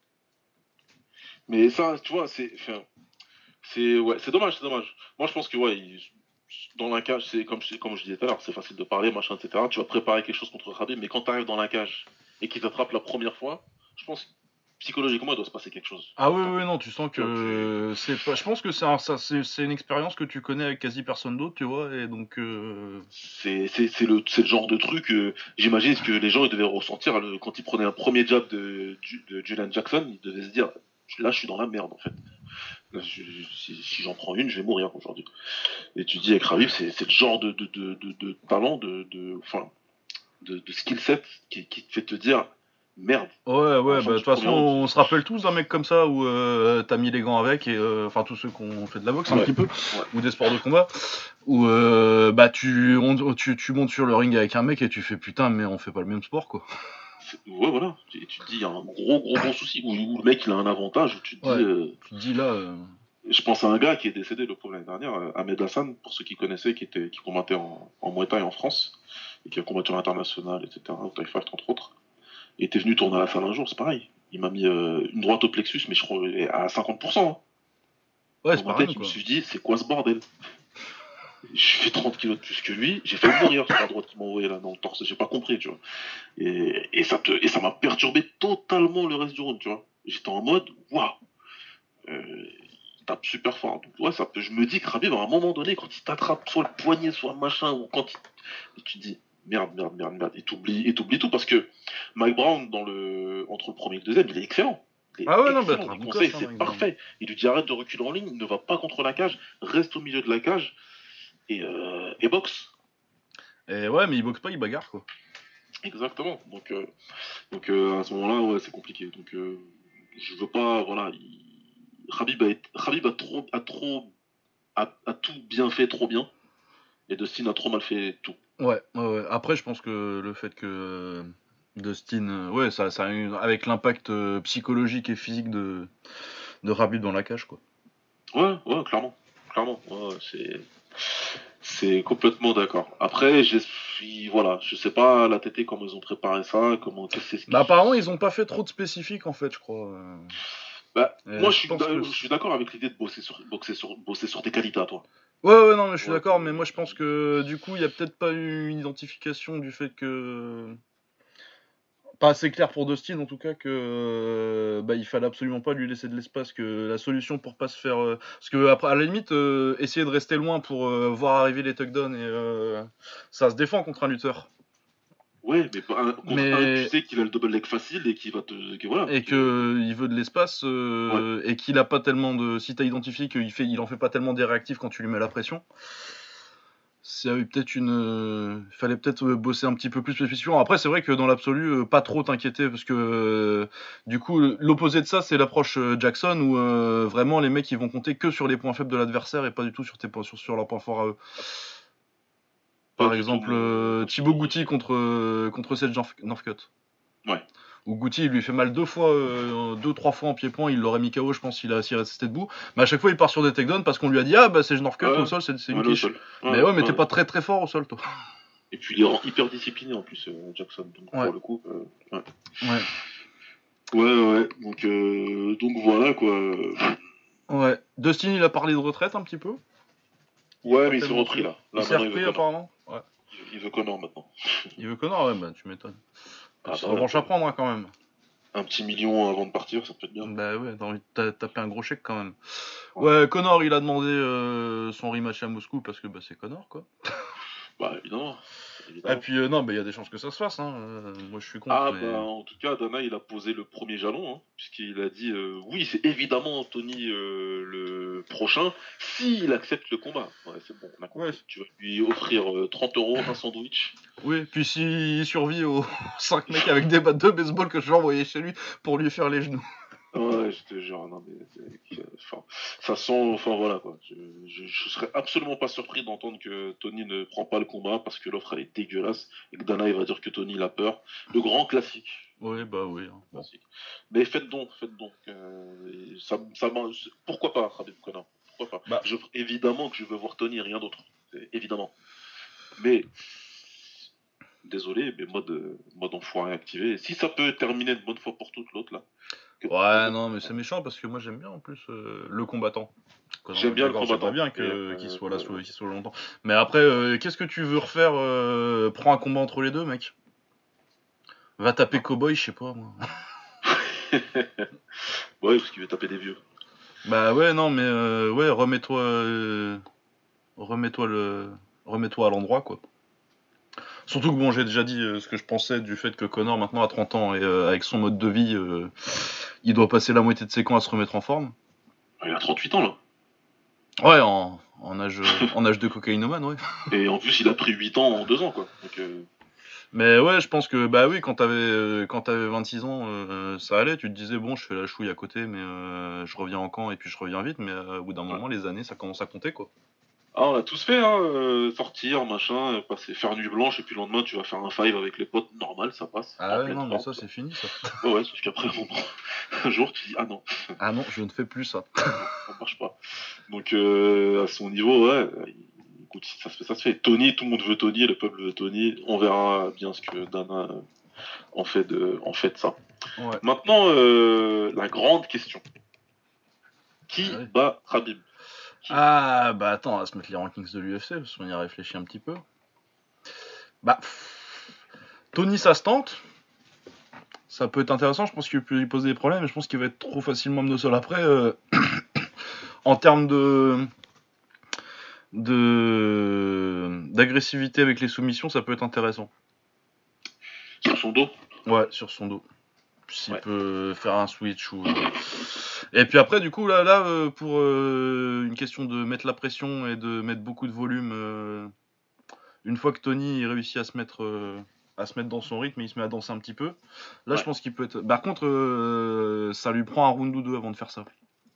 Mais ça, tu vois, ouais, c'est dommage, c'est dommage. Moi, je pense que ouais, dans la cage, c'est comme je disais tout à l'heure, c'est facile de parler, machin, etc. Tu vas préparer quelque chose contre Khabib, mais quand tu arrives dans la cage et qu'il t'attrape la première fois, je pense que psychologiquement, il doit se passer quelque chose. Ah oui, oui, non, tu sens Tu vois, que c'est pas. Je pense que c'est une expérience que tu connais avec quasi personne d'autre, tu vois, et donc. c'est le genre de truc, j'imagine que les gens ils devaient ressentir quand ils prenaient un premier jab de Julian Jackson, ils devaient se dire, là, je suis dans la merde, en fait. Là, si j'en prends une, je vais mourir aujourd'hui. Et tu dis avec Khabib, c'est le genre de talent, enfin, de skill set qui te fait te dire merde, Ouais, à la ouais, fin bah de du toute façon, premier round. on se rappelle tous d'un mec comme ça où t'as mis les gants avec, et enfin tous ceux qui ont fait de la boxe un Ouais, petit peu, ouais. ou des sports de combat, où bah tu montes sur le ring avec un mec et tu fais putain, mais on fait pas le même sport, quoi. Ouais, voilà. Et tu te dis, il y a un gros souci où le mec il a un avantage, où tu te dis. Ouais, tu te dis là. Je pense à un gars qui est décédé le l'année dernière, Ahmed Hassan, pour ceux qui connaissaient, qui combattait en Muay Thai en France, et qui a combattu à l'international, etc., au Thai Fight entre autres. Il était venu tourner à la salle un jour, c'est pareil. Il m'a mis une droite au plexus, mais je crois à 50%. Hein. Ouais, dans ma tête, je me suis dit, c'est quoi ce bordel? Je fais 30 kilos de plus que lui, j'ai failli mourir sur la droite qui m'a envoyé là dans le torse, j'ai pas compris, tu vois. Et ça m'a perturbé totalement le reste du round, tu vois. J'étais en mode, waouh, il tape super fort. Donc, ouais, je me dis que Khabib, à un moment donné, quand il t'attrape soit le poignet, soit le machin, ou quand il. Tu te dis, merde, merde, merde, merde, et t'oublies tout, parce que Mike Brown, entre le premier et le deuxième, il est excellent. Il est Ah ouais, non, bah, excellent, très les bon conseils, coach, hein, c'est Mike Brown. parfait. Il lui dit arrête de reculer en ligne, ne va pas contre la cage, reste au milieu de la cage, et boxe. Et ouais, mais il boxe pas, il bagarre, quoi. Exactement. Donc à ce moment-là, ouais, c'est compliqué. Donc je veux pas, voilà. Khabib a tout bien fait, trop bien. Et Dustin a trop mal fait tout. Ouais, ouais, ouais. Après, je pense que le fait que Dustin, ouais, ça a eu, avec l'impact psychologique et physique de Khabib dans la cage, quoi. Ouais, ouais, clairement. Clairement. Ouais, ouais, c'est complètement d'accord. Après, voilà, je sais pas la TT comment ils ont préparé ça, qu'est-ce Bah, apparemment, ils qui. ont pas fait trop de spécifiques, en fait, je crois. Bah, Et moi, je pense que. je suis d'accord avec l'idée de bosser sur tes qualités à toi. Ouais, ouais, non, mais je suis Ouais, d'accord, mais moi, je pense que du coup, il y a peut-être pas eu une identification du fait que. Pas assez clair pour Dustin, en tout cas, que bah, il fallait absolument pas lui laisser de l'espace, que la solution pour pas se faire. Parce que, après, à la limite, essayer de rester loin pour voir arriver les takedowns, et ça se défend contre un lutteur. ouais, mais contre un, tu Mais sais qu'il a le double leg facile et voilà. et que il veut de l'espace Ouais. et qu'il a pas tellement de. Si t'as identifié il en fait pas tellement des réactifs quand tu lui mets la pression. Ça a eu peut-être il fallait peut-être bosser un petit peu plus spécifiquement. Après, c'est vrai que dans l'absolu, pas trop t'inquiéter parce que du coup, l'opposé de ça, c'est l'approche Jackson où vraiment les mecs ils vont compter que sur les points faibles de l'adversaire et pas du tout sur sur leurs points forts à eux. Pas Par du tout exemple, mon Thibaut style. Gouti contre Seth Northcutt. Ouais. Où Gouti il lui fait mal deux, trois fois en pied-point, il l'aurait mis KO, je pense, s'il restait debout. Mais à chaque fois, il part sur des takedowns parce qu'on lui a dit ah bah c'est Northcutt au Ouais, sol, c'est une ouais, le quiche. sol. Mais Ouais, ouais, mais t'es ouais. pas très très fort au sol, toi. Et puis il est hyper discipliné en plus, Jackson. Donc Ouais, pour le coup, ouais. ouais. Ouais, ouais. Donc voilà quoi. Ouais. Dustin, il a parlé de retraite un petit peu. Il est Ouais, pas mais il s'est tellement repris sûr. là. Il Là s'est maintenant il veut repris Connor. apparemment. Ouais. Il veut Connor maintenant. Il veut Connor, ouais, bah tu m'étonnes. Ah Petite bah ouais, revanche à prendre hein, quand même. un petit million avant de partir, ça peut être bien. Bah ouais, t'as envie de taper un gros chèque quand même. Ouais. Ouais, Connor, il a demandé son rematch à Moscou parce que bah c'est Connor quoi. Bah évidemment. Et Évidemment. puis non, bah il y a des chances que ça se fasse. Hein. Moi je suis contre, Ah bah mais. en tout cas Dana il a posé le premier jalon hein, puisqu'il a dit oui c'est évidemment Anthony le prochain s'il accepte le combat. Ouais c'est bon on a Ouais. compris. Tu vas lui offrir 30 euros un sandwich. Oui, puis s'il survit aux 5 mecs avec des battes de baseball que j'ai envoyés chez lui pour lui faire les genoux. Ouais je te jure non mais enfin, ça sent enfin voilà quoi. Je serais absolument pas surpris d'entendre que Tony ne prend pas le combat parce que l'offre elle est dégueulasse et que Dana il va dire que Tony il a peur. Le grand classique. Oui, bah oui. Hein. Bon. Classique. Mais faites donc, faites donc. Pourquoi pas, Khabib Connor? Pourquoi pas? Bah, Évidemment que je veux voir Tony, rien d'autre. Évidemment. Mais, désolé, mais mode enfoiré activé. Si ça peut terminer de bonne fois pour toutes l'autre, là. ouais, non, mais c'est méchant parce que moi j'aime bien en plus le combattant. Conor J'aime bien le McGregor, j'aimerais combattant. bien Mais, qu'il soit là, qu'il soit longtemps. Mais après, qu'est-ce que tu veux refaire Prends un combat entre les deux, mec. Va taper non. Cowboy, je sais pas moi. Ouais, parce qu'il veut taper des vieux. Bah ouais, non, mais ouais, remets-toi à l'endroit quoi. Surtout que bon, j'ai déjà dit ce que je pensais du fait que Connor maintenant a 30 ans et avec son mode de vie, il doit passer la moitié de ses camps à se remettre en forme. Il a 38 ans, là. Ouais, en âge de cocaïnomane, ouais. Et en plus, il a pris 8 ans en 2 ans, quoi. Donc, Mais ouais, je pense que bah oui, quand t'avais 26 ans, ça allait. Tu te disais bon, je fais la chouille à côté, mais je reviens en camp et puis je reviens vite. Mais au bout d'un ouais. moment, les années, ça commence à compter quoi. Ah, on a tous fait, hein, sortir, machin, faire nuit blanche, et puis le lendemain, tu vas faire un five avec les potes, normal, ça passe, en Ah ouais, pleine non, mais forme. ça c'est fini ça. Ouais, ouais, sauf qu'après, un moment, un jour, tu dis, ah non, Ah non, je ne fais plus ça. ça marche pas. Donc, à son niveau, ouais, écoute, si ça se fait, ça se fait. Tony, tout le monde veut Tony, le peuple veut Tony, on verra bien ce que Dana en fait de ça. Ouais. Maintenant, la grande question. Qui bat Khabib? Ah, bah attends, on va se mettre les rankings de l'UFC, parce qu'on y a réfléchi un petit peu. Bah, Tony, ça se tente. Ça peut être intéressant, je pense qu'il peut lui poser des problèmes, mais je pense qu'il va être trop facilement mené au sol après. En termes d'agressivité avec les soumissions, ça peut être intéressant. Sur son dos? Ouais, sur son dos. S'il peut faire un switch ou. Et puis après, du coup, là pour une question de mettre la pression et de mettre beaucoup de volume, une fois que Tony réussit à se mettre dans son rythme, il se met à danser un petit peu. Là, je pense qu'il peut être. Par contre, ça lui prend un round ou deux avant de faire ça.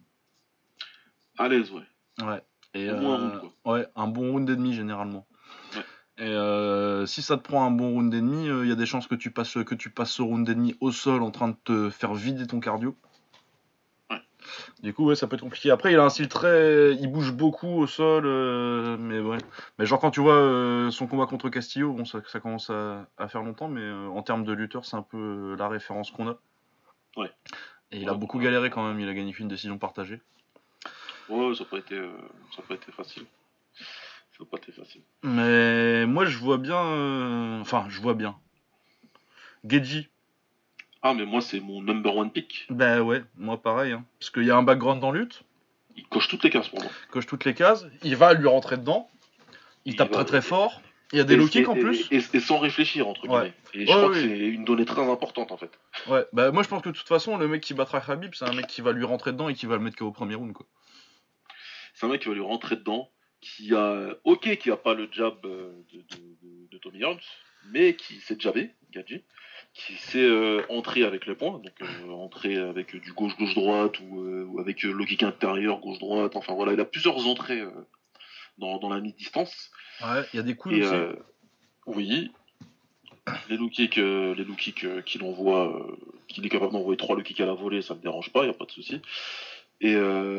À l'aise, ouais. Ouais. Et au moins un round, quoi. Ouais, un bon round et demi généralement. Ouais. Et si ça te prend un bon round et demi, il y a des chances que tu passes ce round et demi au sol en train de te faire vider ton cardio. Ouais. Du coup, ouais, ça peut être compliqué. Après, il a un style il bouge beaucoup au sol, mais ouais. Mais genre quand tu vois son combat contre Castillo, bon, ça commence à faire longtemps, mais en termes de lutteur, c'est un peu la référence qu'on a. Ouais. Et il a beaucoup galéré quand même. Il a gagné qu'une décision partagée. Ouais, ça n'a pas été facile. Ça n'a pas été facile. Mais moi, je vois bien. Enfin, je vois bien. Geji. Ah, mais moi, c'est mon number one pick. Bah ouais, moi pareil. Hein. Parce qu'il y a un background dans lutte. Il coche toutes les cases pour moi. Coche toutes les cases. Il va lui rentrer dedans. Il tape très très fort. Il y a des low kicks en plus. Et sans réfléchir, entre guillemets. Et je crois que c'est une donnée très importante en fait. Ouais, bah moi je pense que de toute façon, le mec qui battra Khabib, c'est un mec qui va lui rentrer dedans et qui va le mettre qu'au premier round, quoi. C'est un mec qui va lui rentrer dedans, qui a pas le jab de Tommy Hearns, mais qui s'est jabé, Gadji, qui s'est entré avec les points, donc entré avec du gauche-gauche-droite ou avec low kick intérieur, gauche-droite, enfin voilà, il a plusieurs entrées dans la mi-distance. Ouais, il y a des coups aussi. Oui, les low kicks qu'il envoie, qu'il est capable d'envoyer 3 low kicks à la volée, ça me dérange pas, y a pas de souci. Et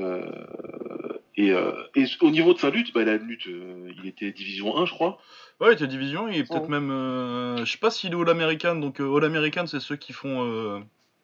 au niveau de sa lutte, il a une lutte, il était division 1, je crois. Ouais, il était division, il est peut-être même. Je sais pas s'il est All-American, donc All-American, c'est ceux qui font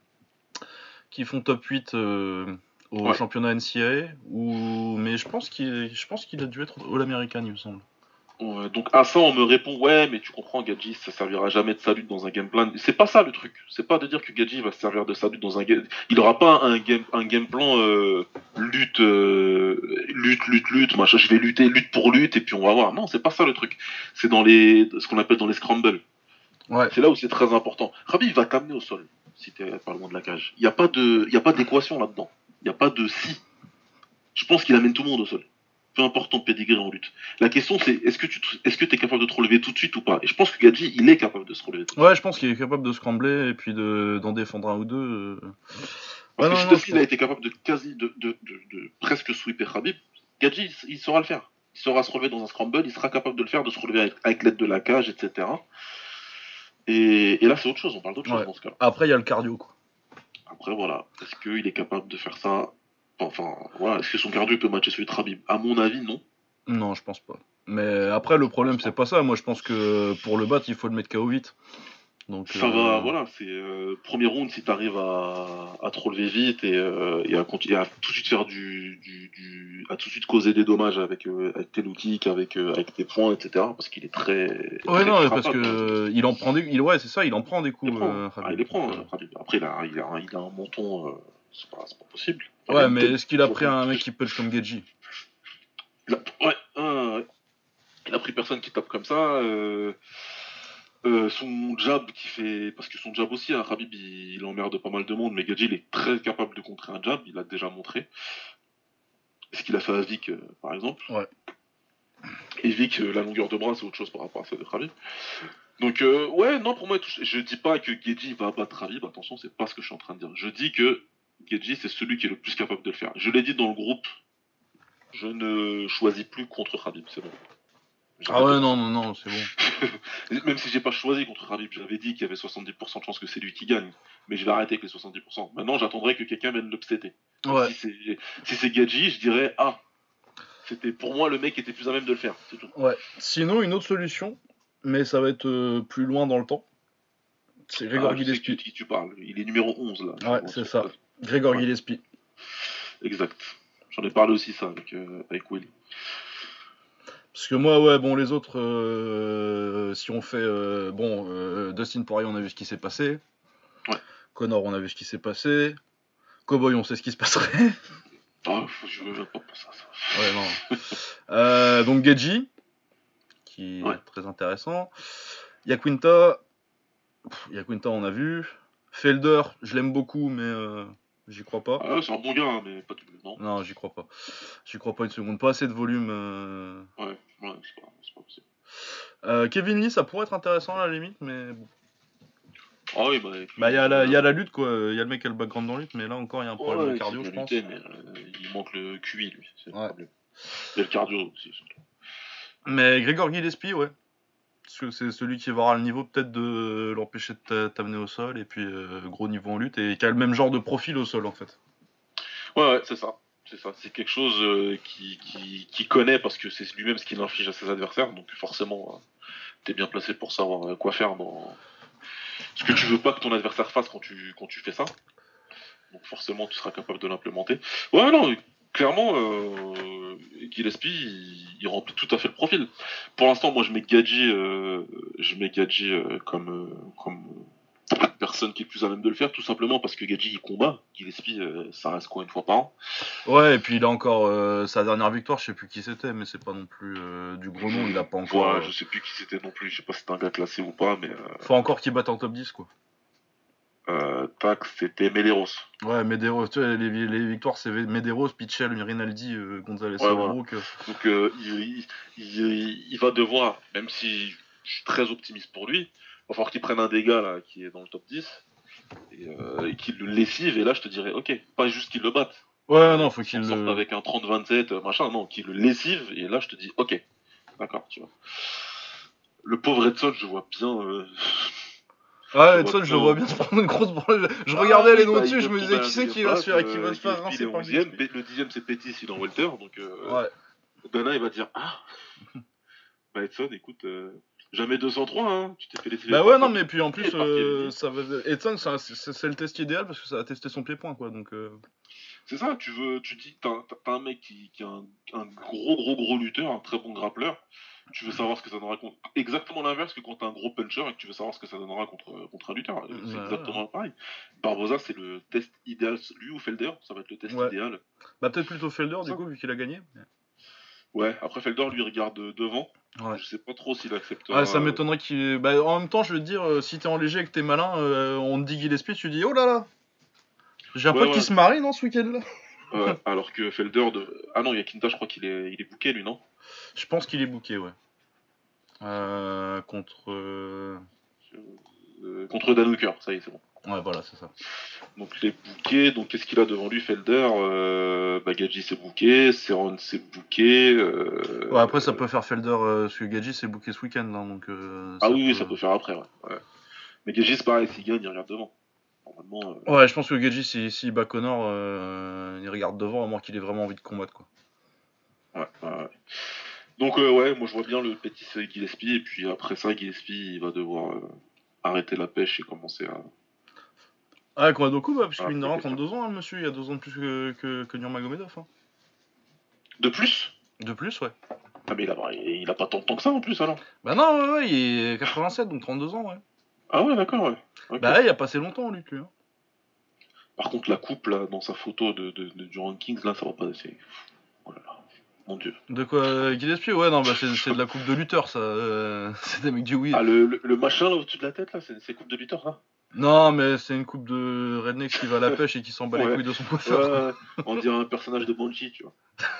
top 8 au championnat NCAA. Mais je pense qu'il a dû être All-American, il me semble. Donc à ça on me répond ouais mais tu comprends Gadji ça servira jamais de sa lutte dans un game plan. C'est pas ça le truc. C'est pas de dire que Gadji va se servir de sa lutte dans un game. Il aura pas un game plan lutte machin. Je vais lutter lutte pour lutte et puis on va voir. Non c'est pas ça le truc. C'est dans ce qu'on appelle dans les scrambles. Ouais. C'est là où c'est très important. Khabib va t'amener au sol si t'es pas loin de la cage. Il y a pas d'équation là-dedans. Il y a pas de si. Je pense qu'il amène tout le monde au sol. Peu importe ton pédigré en lutte. La question c'est est-ce que tu es capable de te relever tout de suite ou pas? Et je pense que Gadji, il est capable de se relever tout de suite. Ouais, je pense qu'il est capable de scrambler et puis d'en défendre un ou deux. Parce que si il a été capable de presque sweeper Khabib, Gadji, il saura le faire. Il saura se relever dans un scramble, il sera capable de le faire, de se relever avec l'aide de la cage, etc. Et là, c'est autre chose, on parle d'autre chose dans ce cas. Après, il y a le cardio, quoi. Après, voilà. Est-ce qu'il est capable de faire ça? Enfin, voilà. Est-ce que son cardio peut matcher celui de Khabib? À mon avis, non. Non, je pense pas. Mais après, le problème, c'est pas ça. Moi, je pense que pour le battre, il faut le mettre KO vite. Donc, ça va, voilà, c'est premier round si t'arrives à te relever vite et à tout de suite faire à tout de suite causer des dommages avec tes low kicks, avec tes points, etc. Parce qu'il est très. Ouais, très non, parce que il en prend ouais, c'est ça, il en prend des coups. Il les prend. Après, il a un menton, c'est pas possible. Enfin, ouais, mais est-ce qu'il a pris un mec qui punch comme Geji? Ouais, il a pris personne qui tape comme ça. Son jab qui fait. Parce que son jab aussi, hein, Khabib il emmerde pas mal de monde, mais Gadji il est très capable de contrer un jab, il l'a déjà montré. Ce qu'il a fait à Vic, par exemple. Ouais. Et Vic, la longueur de bras, c'est autre chose par rapport à celle de Khabib. Donc, ouais, non, pour moi, je dis pas que Gadji va battre Khabib, attention, c'est pas ce que je suis en train de dire. Je dis que Gadji, c'est celui qui est le plus capable de le faire. Je l'ai dit dans le groupe, je ne choisis plus contre Khabib, c'est bon. Ah ouais, non, c'est bon. Même si j'ai pas choisi contre Khabib, j'avais dit qu'il y avait 70% de chance que c'est lui qui gagne. Mais je vais arrêter avec les 70%. Maintenant, j'attendrai que quelqu'un vienne l'upsetter. Ouais. Si c'est Gadji, je dirais c'était pour moi le mec qui était plus à même de le faire, c'est tout. Ouais. Sinon, une autre solution, mais ça va être plus loin dans le temps. C'est Grégor Je sais Gillespie. de qui tu parles. Il est numéro 11 là. Ouais, c'est ça. Grégor Gillespie. Exact. J'en ai parlé aussi ça avec Will. Parce que moi, ouais, bon, les autres, si on fait, Dustin Poirier, on a vu ce qui s'est passé. Ouais. Connor, on a vu ce qui s'est passé. Cowboy, on sait ce qui se passerait. Je reviens pas pour ça. Ouais, non. Donc Geji, qui est très intéressant. Yaquinta, on a vu. Felder, je l'aime beaucoup, mais j'y crois pas. C'est un bon gars, hein, mais pas tout le monde. Non, j'y crois pas. J'y crois pas une seconde. Pas assez de volume. Ouais, c'est pas possible. Kevin Lee, ça pourrait être intéressant à la limite, mais bon. Ah oui, il y a la lutte, quoi. Il y a le mec qui a le background dans la lutte, mais là encore, il y a un problème de cardio, je pense. Mais, il manque le QI, lui. C'est le problème. Il y a le cardio aussi, surtout. Mais Grégor Gillespie, ouais. Parce que c'est celui qui va avoir le niveau peut-être de l'empêcher de t'amener au sol, et puis gros niveau en lutte, et qui a le même genre de profil au sol, en fait. Ouais, c'est ça. C'est quelque chose qui connaît, parce que c'est lui-même ce qu'il inflige à ses adversaires, donc forcément, t'es bien placé pour savoir quoi faire dans... Ce que tu veux pas que ton adversaire fasse quand tu fais ça. Donc forcément, tu seras capable de l'implémenter. Ouais, non, clairement, Gillespie, il remplit tout à fait le profil. Pour l'instant, moi, je mets Gadji comme personne qui est plus à même de le faire, tout simplement parce que Gadji, il combat. Gillespie, ça reste quoi, une fois par an. Ouais, et puis il a encore sa dernière victoire, je sais plus qui c'était, mais c'est pas non plus du gros nom, il a pas encore... Ouais, je sais plus qui c'était non plus, je sais pas si c'était un gars classé ou pas, mais... Faut encore qu'il batte en top 10, quoi. C'était Medeiros. Ouais, Medeiros, tu vois, les victoires, c'est Medeiros, Pichel, Rinaldi, Gonzalez, Holbrook. Voilà. Donc il va devoir, même si je suis très optimiste pour lui, il va falloir qu'il prenne un des gars là, qui est dans le top 10 et qu'il le lessive, et là je te dirais, ok, pas juste qu'il le batte. Ouais, non, faut qu'il sorte avec un 30-27, machin, non, qu'il le lessive, et là je te dis, ok, d'accord, tu vois. Le pauvre Edson, je vois bien... Edson, je le vois bien se prendre une grosse branle. Je regardais les noms dessus, je me disais, qui c'est qui va se faire rincer par Gillespie. Le 10ème, c'est Pettis, il est en welter, donc Dana, il va dire, bah Edson, écoute, jamais 203, hein, tu t'es fait laisser... Bah ouais, non, mais puis en plus, Edson, c'est le test idéal, parce que ça va tester son pied-point, quoi, donc... C'est ça, tu dis que t'as un mec qui est un gros lutteur, un très bon grappleur. Tu veux savoir ce que ça donnera contre... Exactement l'inverse que quand t'as un gros puncher et que tu veux savoir ce que ça donnera contre un lutteur. C'est exactement pareil. Barbosa, c'est le test idéal. Lui ou Felder, ça va être le test idéal. Bah peut-être plutôt Felder, du coup, vu qu'il a gagné. Ouais, après Felder, lui, regarde devant. Ouais. Je sais pas trop s'il accepte... ça m'étonnerait qu'il... Bah en même temps, je veux te dire, si t'es en léger et que t'es malin, on te dit Gillespie, tu dis, oh là là, j'ai un pote qui se marie, non, ce week-end-là. Alors que Felder... Ah non, Yaquinta, je crois qu'il est booké, lui, non? Je pense qu'il est booké, ouais. Contre Dan Hooker, ça y est, c'est bon. Ouais, voilà, c'est ça. Donc les bookés, donc qu'est-ce qu'il a devant lui, Felder? Gadji c'est booké, Cerrone c'est booké. Ouais, après ça peut faire Felder, parce que Gadji c'est booké ce week-end, hein, donc... oui, ça peut faire après, ouais. Mais Gadji c'est pareil, s'il gagne, il regarde devant. Normalement... Ouais, je pense que Gadji, s'il bat Connor, il regarde devant, à moins qu'il ait vraiment envie de combattre, quoi. Ouais. Donc ouais, moi je vois bien le petit Gillespie, et puis après ça, Gillespie, il va devoir arrêter la pêche et commencer à... Ah, Konradoku, parce qu'il mine de rien, 32 ans, hein, le monsieur, il a 2 ans de plus que Nurmagomedov. Hein. De plus? De plus, ouais. Ah mais il a pas tant de temps que ça en plus, alors? Bah non, ouais, il est 87, donc 32 ans, ouais. Ah ouais, d'accord, ouais. Okay. Bah ouais, il a passé longtemps, lui. Hein. Par contre, la coupe, là, dans sa photo du Rankings, là, ça va pas... Oh là là. Mon dieu. De quoi, Gillespie? Ouais, non, bah c'est de la coupe de lutteur, ça. C'est des mecs du Wii. Ah, le machin là au-dessus de la tête, là, c'est coupe de lutteur, ça? Non, mais c'est une coupe de redneck qui va à la pêche et qui s'en bat les couilles de son coiffeur. On dirait un personnage de Banshee, tu vois.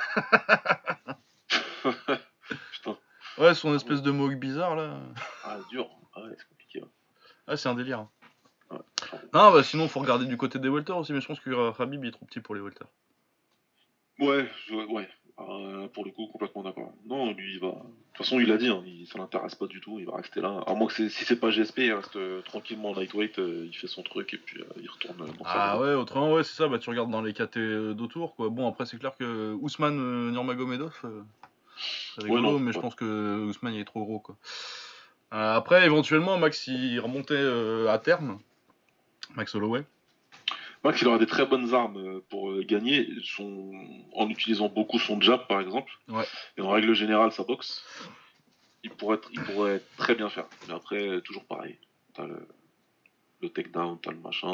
Putain. Ouais, son espèce de mohawk bizarre, là. Ah, dur. Ah ouais, c'est compliqué. Ouais. Ah, c'est un délire. Ouais. Non, bah sinon, faut regarder du côté des welters aussi, mais je pense que Khabib il est trop petit pour les welters. Ouais. Pour le coup, complètement d'accord. Non, lui, il va... De toute façon, il a dit, hein, ça l'intéresse pas du tout, il va rester là. À moins que si c'est pas GSP, il reste tranquillement en lightweight, il fait son truc et puis il retourne dans sa ouais, autrement, ouais, c'est ça, bah tu regardes dans les KT d'autour, quoi. Bon, après, c'est clair que Ousmane Nurmagomedov, c'est rigolo, mais je pense que Ousmane il est trop gros, quoi. Après, éventuellement, Max, il remontait à terme. Max Holloway. Max, il aura des très bonnes armes pour gagner, en utilisant beaucoup son jab, par exemple. Ouais. Et en règle générale, sa boxe. Il pourrait très bien faire. Mais après, toujours pareil. T'as le takedown, t'as le machin.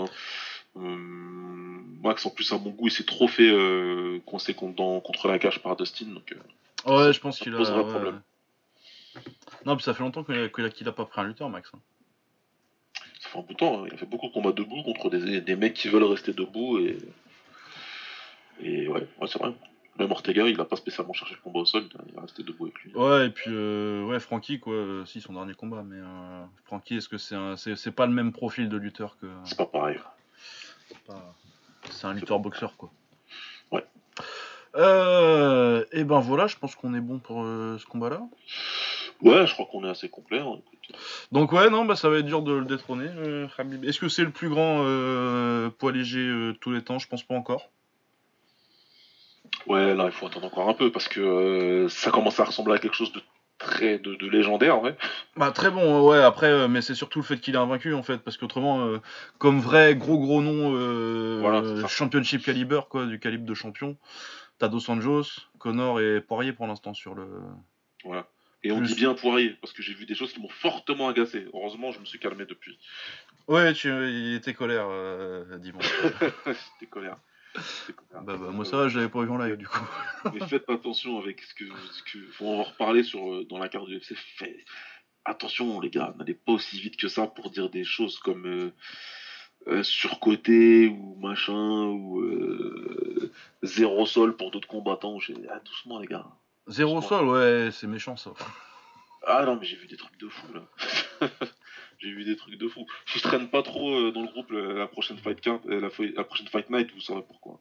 Max, en plus, à mon goût, il s'est trop fait coincer contre la cage par Dustin. Donc, ouais, je pense qu'il a. posera Ouais. problème. Non, puis ça fait longtemps qu'il a pas pris un lutteur, Max. Ça fait un bout de temps. Hein. Il a fait beaucoup de combats debout contre des mecs qui veulent rester debout. Et ouais, c'est vrai. Même Ortega, il a pas spécialement cherché le combat au sol. Il est resté debout avec lui. Ouais, et puis ouais, Frankie, quoi. Si, son dernier combat. Mais Frankie, est-ce que c'est pas le même profil de lutteur que. C'est pas pareil. C'est un lutteur boxeur, quoi. Ouais. Et ben voilà, je pense qu'on est bon pour ce combat-là. Ouais, je crois qu'on est assez complet. Hein, donc ouais, non, bah ça va être dur de le détrôner, Khabib. Est-ce que c'est le plus grand poids léger de tous les temps? Je pense pas encore. Ouais, là, il faut attendre encore un peu parce que ça commence à ressembler à quelque chose de très de légendaire, ouais. Bah très bon, ouais, après, mais c'est surtout le fait qu'il est invaincu, en fait, parce qu'autrement, comme vrai gros nom Voilà, championship caliber, quoi, du calibre de champion, t'as Dos Anjos, Connor et Poirier pour l'instant sur le... Voilà. Et on dit bien Poirier, parce que j'ai vu des choses qui m'ont fortement agacé. Heureusement, je me suis calmé depuis. Ouais, il était colère dimanche. J'étais colère. Bah, moi ça va, je l'avais pas vu en live du coup. Mais faites attention avec ce que on va en reparler dans la carte du UFC. Attention les gars, n'allez pas aussi vite que ça pour dire des choses comme surcoté ou machin ou zéro sol pour d'autres combattants. Doucement les gars. Zéro sol, ouais, c'est méchant ça. Ah non mais j'ai vu des trucs de fou là. J'ai vu des trucs de fou. Si je traîne pas trop dans le groupe la prochaine la prochaine fight night, vous saurez pourquoi.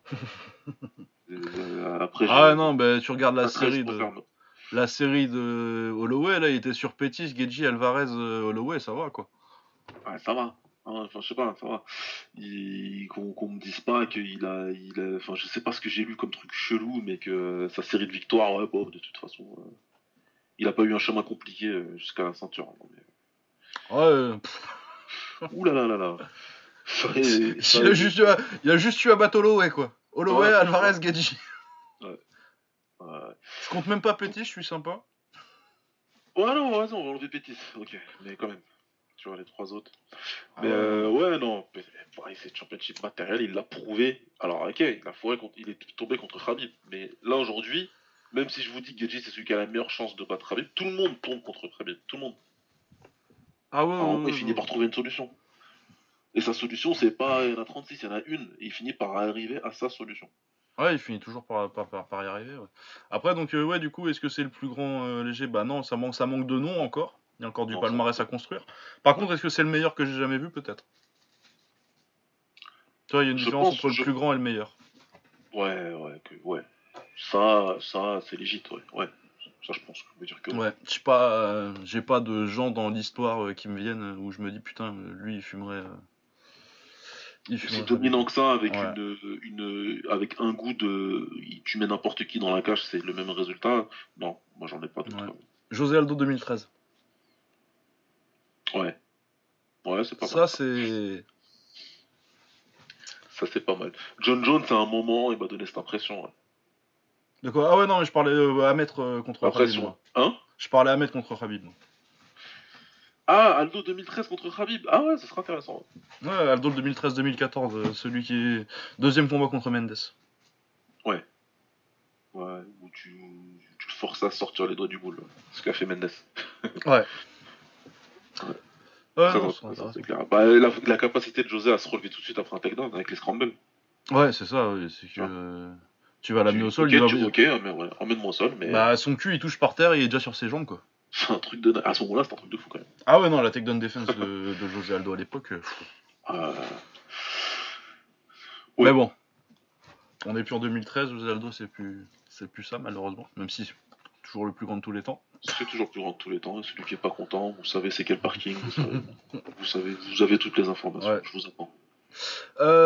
Après, non, bah tu regardes la série de Holloway, là, il était sur Pettis, Gedji, Alvarez, Holloway, ça va quoi. Ouais, ça va. Enfin, je sais pas, ça va. Qu'on me dise pas enfin, je sais pas ce que j'ai lu comme truc chelou, mais que sa série de victoires, ouais, bon, de toute façon, il a pas eu un chemin compliqué jusqu'à la ceinture. Non, mais... Ouais. Ouh là là là là. Il a juste eu à battre Holloway, quoi. Holloway, Alvarez, Gedji. Ouais. Je compte même pas Pettis, je suis sympa. Ouais, non, raison, on va enlever Pettis, ok, mais quand même. Tu vois, les trois autres. Mais ouais, non, c'est championship matériel, il l'a prouvé. Alors, ok, il est tombé contre Khabib. Mais là, aujourd'hui, même si je vous dis que Gaethje, c'est celui qui a la meilleure chance de battre Khabib, tout le monde tombe contre Khabib. Tout le monde. Ah ouais, il finit par trouver une solution. Et sa solution, c'est pas il y en a 36, il y en a une. Et il finit par arriver à sa solution. Ouais, il finit toujours par y arriver. Ouais. Après, donc, ouais, du coup, est-ce que c'est le plus grand léger? Bah non, ça manque de nom encore. Il y a encore du palmarès à construire. Par contre, est-ce que c'est le meilleur que j'ai jamais vu? Peut-être. Tu vois, il y a une différence entre le plus grand et le meilleur. Ouais. Ça, c'est légit, ouais. Ça, je pense que je veux dire que. Ouais, je sais pas, j'ai pas de gens dans l'histoire qui me viennent où je me dis putain, lui il fumerait. C'est dominant que ça, avec avec un goût de. Tu mets n'importe qui dans la cage, c'est le même résultat. Non, moi j'en ai pas d'autres. Ouais. José Aldo 2013. Ouais, c'est pas mal. Ça, c'est pas mal. John Jones, à un moment, il m'a donné cette impression. Ouais. De quoi? Ah ouais, non, mais je parlais Ahmed contre Khabib. Hein? Je parlais Ahmed contre Khabib. Ah, Aldo 2013 contre Khabib. Ah ouais, ça sera intéressant. Ouais, Aldo 2013-2014, celui qui est deuxième combat contre Mendes. Ouais. Ouais, où tu le forces à sortir les doigts du boule. Ce qu'a fait Mendes. Ouais. C'est clair. Bah, la capacité de José à se relever tout de suite après un takedown avec les scrambles. Ouais, c'est ça, oui. C'est que tu vas l'amener au sol. Emmène-moi au sol, mais. Bah, son cul il touche par terre et il est déjà sur ses jambes, quoi. C'est un truc de. À ce moment-là, c'est un truc de fou quand même. Ah ouais, non, la takedown defense de José Aldo à l'époque. Ouais. Mais bon, on est plus en 2013, José Aldo c'est plus ça malheureusement, même si c'est toujours le plus grand de tous les temps. C'est toujours le plus grand de tous les temps, et celui qui est pas content, vous savez c'est quel parking, vous avez toutes les informations, ouais. Je vous attends.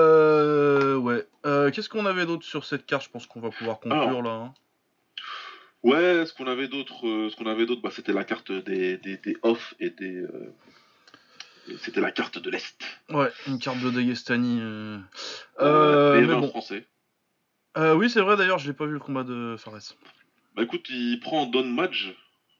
Ouais. Qu'est-ce qu'on avait d'autre sur cette carte? Je pense qu'on va pouvoir conclure là. Hein. Ouais, ce qu'on avait d'autre, bah, c'était la carte des off et c'était la carte de l'Est. Ouais, une carte de Dagestani. Ouais, Mais PM1 bon. français. Oui, c'est vrai d'ailleurs, je l'ai pas vu le combat de Fares. Bah écoute, il prend Don Madge,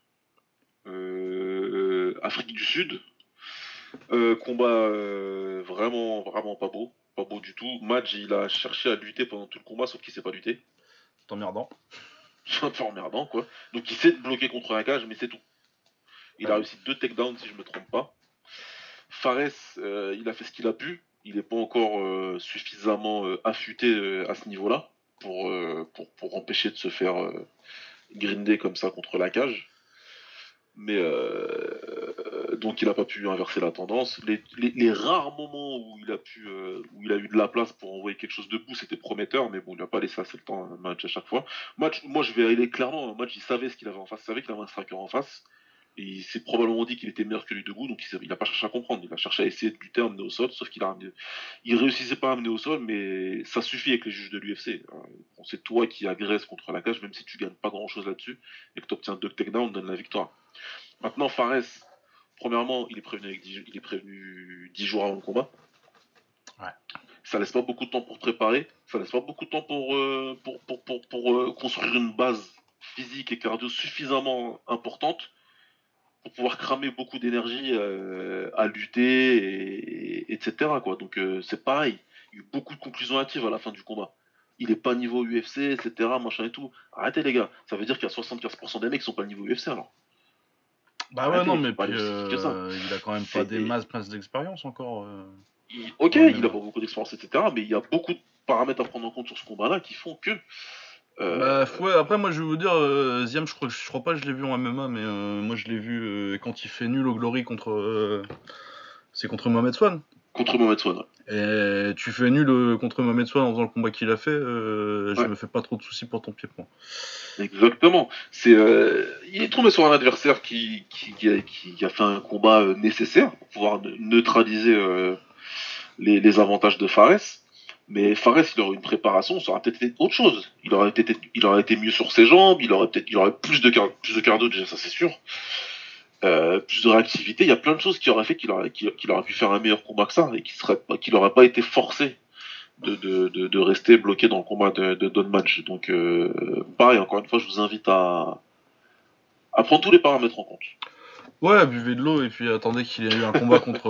Afrique du Sud. Combat vraiment, vraiment pas beau. Pas beau du tout. Madge, il a cherché à lutter pendant tout le combat, sauf qu'il sait pas lutter. C'est emmerdant. C'est un peu emmerdant, quoi. Donc il sait te bloquer contre la cage, mais c'est tout. Il a Ouais. réussi 2 takedowns, si je me trompe pas. Fares, il a fait ce qu'il a pu. Il n'est pas encore suffisamment affûté à ce niveau-là pour empêcher de se faire grinder comme ça contre la cage. Mais donc il n'a pas pu inverser la tendance. Les rares moments où il a eu de la place pour envoyer quelque chose debout, c'était prometteur, mais bon, il n'a pas laissé assez le temps à un match à chaque fois. Match, moi je vais aller clairement, un match, il savait ce qu'il avait en face, il savait qu'il avait un striker en face. Et il s'est probablement dit qu'il était meilleur que lui debout, donc il n'a pas cherché à comprendre. Il a cherché à essayer de lutter, à amener au sol, sauf il réussissait pas à amener au sol, mais ça suffit avec les juges de l'UFC. Bon, c'est toi qui agresse contre la cage, même si tu gagnes pas grand chose là-dessus, et que tu obtiens 2 takedowns, donne la victoire. Maintenant, Fares, premièrement, il est prévenu 10 jours avant le combat. Ouais. Ça laisse pas beaucoup de temps pour préparer. Ça laisse pas beaucoup de temps pour construire une base physique et cardio suffisamment importante pour pouvoir cramer beaucoup d'énergie à lutter, etc. Quoi. Donc c'est pareil. Il y a eu beaucoup de conclusions hâtives à la fin du combat. Il est pas niveau UFC, etc. Machin et tout. Arrêtez les gars. Ça veut dire qu'il y a 75% des mecs qui sont pas niveau UFC alors. Bah ouais, non, Arrêtez, mais faut pas puis aller aussi vite que ça. il a quand même pas C'est, des masses d'expérience encore ok, en il a MMA. pas beaucoup d'expérience, etc. Mais il y a beaucoup de paramètres à prendre en compte sur ce combat-là qui font que. euh, Bah ouais, après moi je vais vous dire, Ziam, je crois pas que je l'ai vu en MMA, mais moi je l'ai vu quand il fait nul au Glory contre. C'est contre Mohamed Swan. Contre Mohamed Swan. Et tu fais nul contre Mohamed Swan en faisant le combat qu'il a fait, je Ouais, me fais pas trop de soucis pour ton pied-point. exactement. Il est tombé sur un adversaire qui a fait un combat nécessaire pour pouvoir neutraliser les avantages de Fares. Mais Fares, il aurait une préparation, ça aurait peut-être été autre chose. Il aurait été mieux sur ses jambes, il aurait plus de cardio déjà, ça c'est sûr. Plus de réactivité, il y a plein de choses qui auraient fait qu'il aurait pu faire un meilleur combat que ça et qu'il n'aurait pas été forcé de rester bloqué dans le combat de Don Match. Donc pareil, encore une fois, je vous invite à prendre tous les paramètres en compte. Ouais, buvez de l'eau et puis attendez qu'il ait eu un combat contre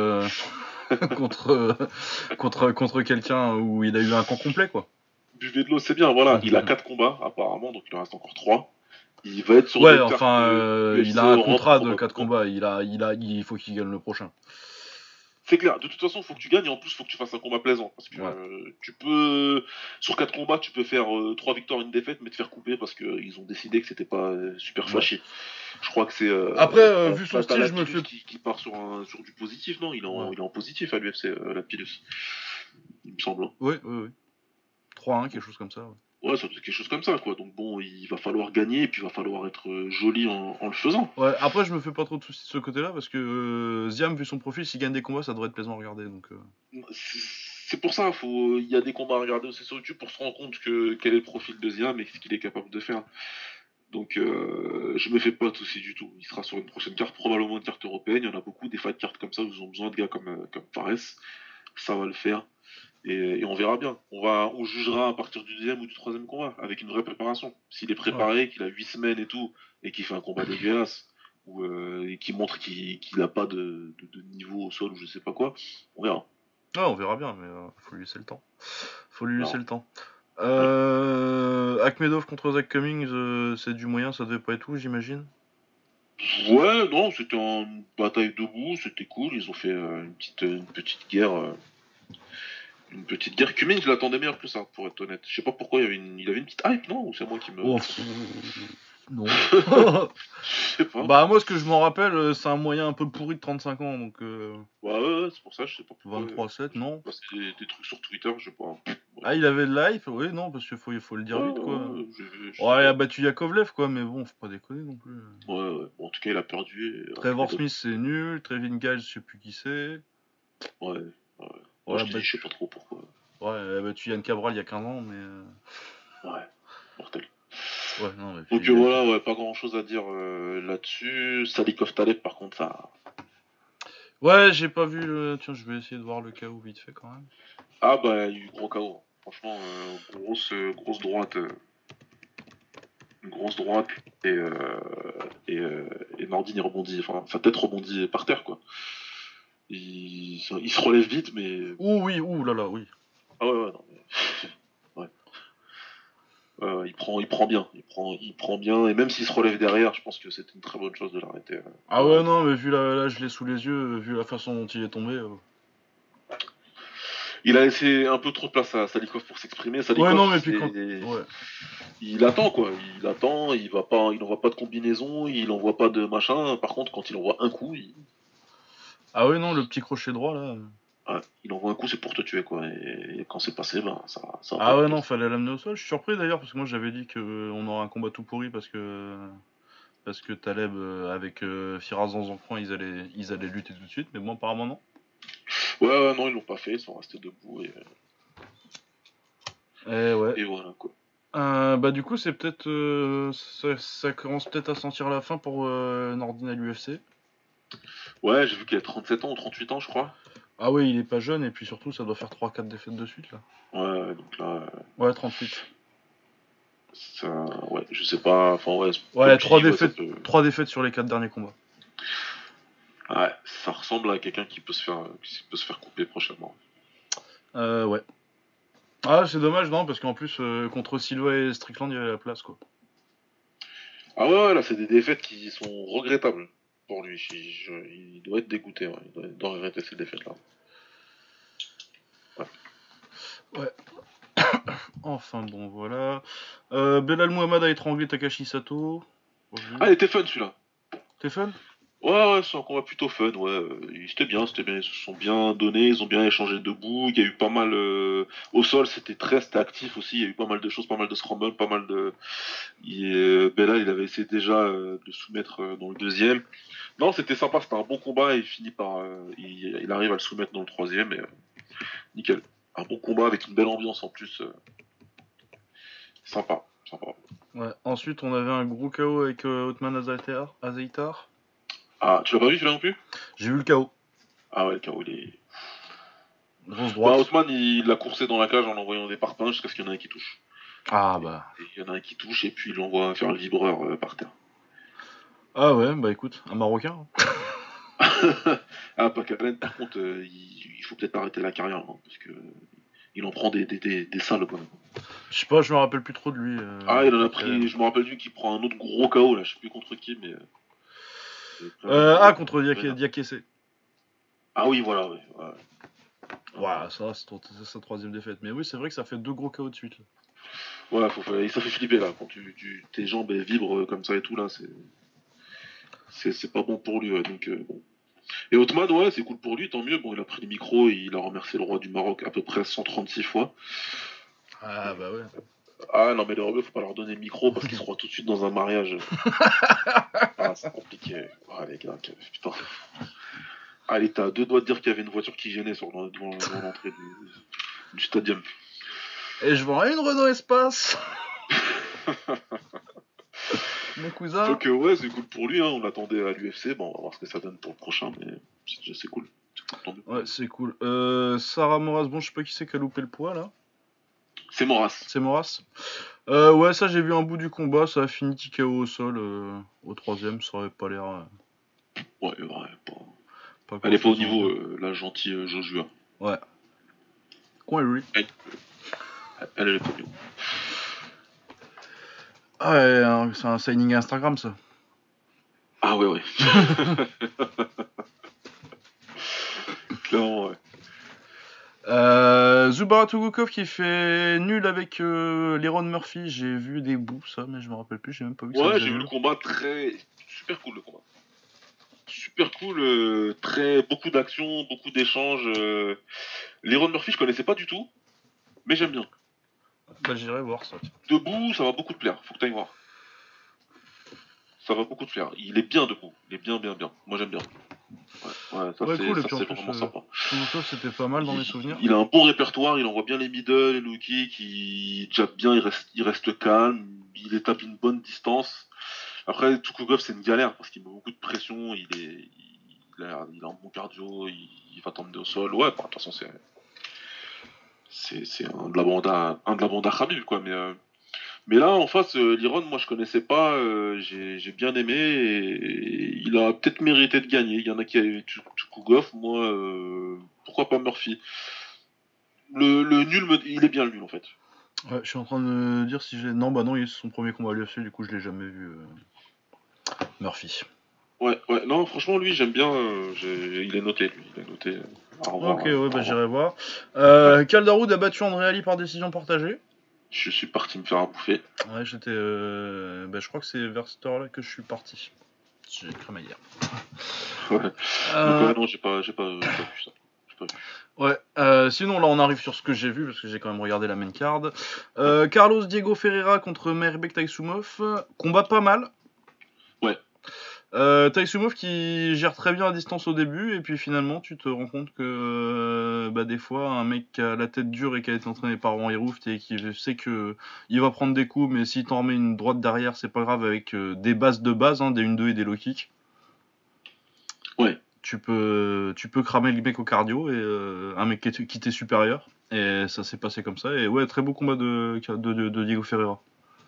contre contre quelqu'un où il a eu un camp complet quoi. Buvez de l'eau, c'est bien, voilà. Il a 4 combats apparemment, donc il en reste encore 3. Il va être sur Ouais, des cartes enfin, il UFC a un Europe contrat de 4 probablement. combats. Il faut qu'il gagne le prochain. C'est clair, de toute façon, il faut que tu gagnes et en plus, il faut que tu fasses un combat plaisant. Parce que Ouais. tu peux, sur 4 combats, tu peux faire 3 victoires, une défaite, mais te faire couper parce qu'ils ont décidé que c'était pas super Ouais. flashy. Je crois que c'est. Après, vu son T'as style, je me Lapillus fais. qui part sur du positif, non Ouais. il est en positif à l'UFC, Lapillus. Il me semble. Hein. Oui, oui, oui. 3-1, quelque chose comme ça. Ouais. Ouais, ça doit être quelque chose comme ça, quoi. Donc bon, il va falloir gagner et puis il va falloir être joli en le faisant. Ouais, après, je me fais pas trop de soucis de ce côté-là parce que Ziam, vu son profil, s'il gagne des combats, ça devrait être plaisant à regarder. Donc, C'est pour ça, il y a des combats à regarder aussi sur YouTube pour se rendre compte quel est le profil de Ziam et ce qu'il est capable de faire. Donc je me fais pas de soucis du tout. Il sera sur une prochaine carte, probablement une carte européenne. Il y en a beaucoup, des fight cartes comme ça, où ils ont besoin de gars comme Fares. Ça va le faire. Et on verra bien. On jugera à partir du deuxième ou du troisième combat, avec une vraie préparation. S'il est ouais. préparé, qu'il a 8 semaines et tout, et qu'il fait un combat dégueulasse, et qu'il montre qu'il n'a pas de niveau au sol ou je sais pas quoi, on verra. Ouais, on verra bien, mais faut lui laisser le temps. Faut lui On laisser verra. le temps. Ouais. Akhmedov contre Zach Cummings, c'est du moyen, ça devait pas être tout, j'imagine. Ouais, non, c'était une bataille debout, c'était cool. Ils ont fait une petite guerre. Une petite guerre. Cummings, je l'attendais meilleur que ça, pour être honnête. Je sais pas pourquoi il avait une petite hype, non? Ou c'est moi qui me. Oh, non. Je sais pas. Bah, moi, ce que je m'en rappelle, c'est un moyen un peu pourri de 35 ans, donc Ouais, c'est pour ça, je sais pas pourquoi. 23-7, Je non. passais des trucs sur Twitter, je sais pas. Ouais, Ah, il avait de la hype? Oui, non, parce qu'il faut le dire vite, quoi. je sais Ouais, il a pas. battu Yakovlev, quoi, mais bon, faut pas déconner non plus. Ouais. Bon, en tout cas, il a perdu. Trevor Smith, c'est nul. Trevin Giles, je sais plus qui c'est. Ouais, ouais. Moi, Ouais, je te dis, je sais pas trop pourquoi. ouais, il a battu Yann Cabral il y a 15 ans, mais. Ouais, mortel. Ouais, non, mais Donc puis, voilà, ouais, pas grand chose à dire là-dessus. Salikov Taleb, par contre, ça. Ouais, j'ai pas vu le. Tiens, je vais essayer de voir le KO vite fait quand même. Ah bah, il y a eu gros KO. Franchement, grosse droite. Une grosse droite et Nordine il rebondit, enfin sa tête rebondit par terre quoi. Il se relève vite mais. Ouh oui, ouh là là, oui. Ah ouais non mais. Ouais. Il prend bien, il prend bien et même s'il se relève derrière, je pense que c'était une très bonne chose de l'arrêter. Ah ouais, non, mais vu là, je l'ai sous les yeux, vu la façon dont il est tombé. Il a laissé un peu trop de place à Salikov pour s'exprimer. Ouais, Salikov, non, mais puis quand. Ouais. il attend quoi. Il attend, il n'envoie pas de combinaison, il envoie pas de machin. Par contre, quand il envoie un coup, Ah ouais, non, le petit crochet droit là. ouais, il envoie un coup, c'est pour te tuer quoi. Et quand c'est passé, ben ça a pas Ah ouais, coupé. non, fallait l'amener au sol. Je suis surpris d'ailleurs, parce que moi j'avais dit qu'on aurait un combat tout pourri parce que Taleb avec Firas dans un coin, ils allaient lutter tout de suite, mais bon, apparemment non. Ouais, non, ils l'ont pas fait, ils sont restés debout Ouais. et voilà quoi. Bah du coup, c'est peut-être ça commence peut-être à sentir la fin pour Nordine à l'UFC. Ouais, j'ai vu qu'il a 37 ans ou 38 ans, je crois. Ah ouais, il est pas jeune et puis surtout ça doit faire 3-4 défaites de suite là. Ouais, donc là, Ouais, 38. ça, ouais, je sais pas, enfin ouais, Ouais, comme tu 3 dis, ouais, ça défaites, peut. 3 défaites sur les 4 derniers combats. Ouais, ça ressemble à quelqu'un qui peut se faire couper prochainement. Ouais. Ah, c'est dommage, non, parce qu'en plus, contre Silva et Strickland, il y avait la place, quoi. Ah ouais, là, c'est des défaites qui sont regrettables pour lui. Il doit être dégoûté, ouais. Il doit regretter ces défaites-là. Ouais. Ouais. Enfin, bon, voilà. Belal Muhammad a étranglé Takashi Sato. Ah, il était fun celui-là. T'es fan? Ouais, c'est un combat plutôt fun, ouais. C'était bien, ils se sont bien donnés, ils ont bien échangé debout, il y a eu pas mal... Au sol, c'était actif aussi, il y a eu pas mal de choses, pas mal de scramble, pas mal de... Belal, il avait essayé déjà de le soumettre dans le deuxième. Non, c'était sympa, c'était un bon combat, et il finit par... il arrive à le soumettre dans le troisième, et nickel. Un bon combat avec une belle ambiance en plus. Sympa, sympa. Ouais. Ensuite, on avait un gros KO avec Othman Azaitar. Ah, tu l'as pas vu celui-là non plus? J'ai vu le KO. Ah ouais, le KO, il est... Grosse Bah, droite. Othman, il l'a coursé dans la cage en envoyant des parpaings jusqu'à ce qu'il y en ait un qui touche. Ah bah. Et il y en a un qui touche et puis il l'envoie faire le vibreur par terre. Ah ouais, bah écoute, un Marocain. Ah, Pacalen, par contre, il faut peut-être arrêter la carrière, hein, parce que il en prend des salles, quoi. Je sais pas, je me rappelle plus trop de lui. Ah, il en a Pacalen. pris, je me rappelle lui qui prend un autre gros KO, là, je sais plus contre qui, mais... il a Contre vénère. Diakese. Ah oui, voilà, ouais. Ouais, ça, c'est sa troisième défaite. Mais oui, c'est vrai que ça fait 2 gros KO de suite. Là. Ouais, ça fait flipper, là, quand tes jambes elles vibrent comme ça et tout, là, c'est pas bon pour lui, ouais, donc bon. Et Othman, ouais, c'est cool pour lui, tant mieux. Bon, il a pris le micro et il a remercié le roi du Maroc à peu près 136 fois. Ah bah ouais. Ah non, mais les rebeux, faut pas leur donner le micro parce qu'ils se croient tout de suite dans un mariage. Ah, c'est compliqué. Ah, les gars, putain. Allez, t'as 2 doigts de dire qu'il y avait une voiture qui gênait devant l'entrée du stadium. Et je vends une Renault Espace. Mon cousin. Donc, ouais, c'est cool pour lui, hein. On l'attendait à l'UFC. Bon, on va voir ce que ça donne pour le prochain, mais c'est cool. Tant mieux. Ouais, c'est cool. Sarah Moras, bon, je sais pas qui c'est qui a loupé le poids là. C'est Moras. C'est Moras. Ouais, ça, j'ai vu un bout du combat. Ça a fini TKO au sol au troisième. Ça aurait pas l'air. Ouais, Pas elle est pas au grand-chose à en niveau, dire. la gentille Joshua. Ouais. Coin lui. Elle est pas au niveau. Ah ouais, hein, c'est un signing Instagram ça. Ah ouais. Clairement, ouais. Zubaira Tugukov qui fait nul avec Leron Murphy. J'ai vu des bouts, ça, mais je me rappelle plus. J'ai même pas vu que ça Ouais, faisait j'ai vu le nul. combat super cool le combat. Super cool, beaucoup d'action, beaucoup d'échanges. Leron Murphy, je connaissais pas du tout, mais j'aime bien. Bah, j'irai voir ça. Debout, ça va beaucoup te plaire, faut que t'ailles voir. Ça va beaucoup te plaire. Il est bien debout, il est bien. Moi j'aime bien. Ouais, Ouais, cool. Et puis en c'est plus, vraiment sympa. Tugukov c'était pas mal dans mes souvenirs. Il a un bon répertoire, il envoie bien les middle, les low kicks, il jappe bien, il reste calme. il établit une bonne distance. Après, Tukugov, c'est une galère parce qu'il met beaucoup de pression, il a un bon cardio, il va t'emmener au sol. Ouais, bah, de toute façon, c'est un de la bande à Khabib, quoi. Mais là, en face, Liron, moi, je connaissais pas, j'ai bien aimé et il a peut-être mérité de gagner. Il y en a qui avaient Tukugov, moi, pourquoi pas Murphy. Le nul, il est bien le nul, en fait. Ouais, je suis en train de me dire si j'ai. Non, bah non, il est son premier combat à l'UFC, du coup, je l'ai jamais vu. Murphy. Ouais, non, franchement, lui, j'aime bien. Il est noté, lui. Il est noté. Au revoir. Ok, ouais, bah j'irai voir. Ouais. Caldaroud a battu André Ali par décision partagée. Je suis parti me faire à bouffer. Ouais, j'étais. Bah, je crois que c'est vers cette heure-là que je suis parti. J'ai cramé hier. Ouais. Donc, non, j'ai pas vu ça. J'ai pas vu. Ouais, sinon là on arrive sur ce que j'ai vu parce que j'ai quand même regardé la main card. Carlos Diego Ferreira contre Mairbek Taisumov, combat pas mal. Ouais. Taisumov qui gère très bien la distance au début et puis finalement tu te rends compte que bah, des fois un mec qui a la tête dure et qui a été entraîné par Henri Rouft et qui sait que il va prendre des coups mais s'il t'en remet une droite derrière c'est pas grave avec des bases de base, hein, des 1-2 et des low kicks. Ouais. Tu peux cramer le mec au cardio et un mec qui t'est supérieur. Et ça s'est passé comme ça. Et ouais, très beau combat de Diego Ferreira.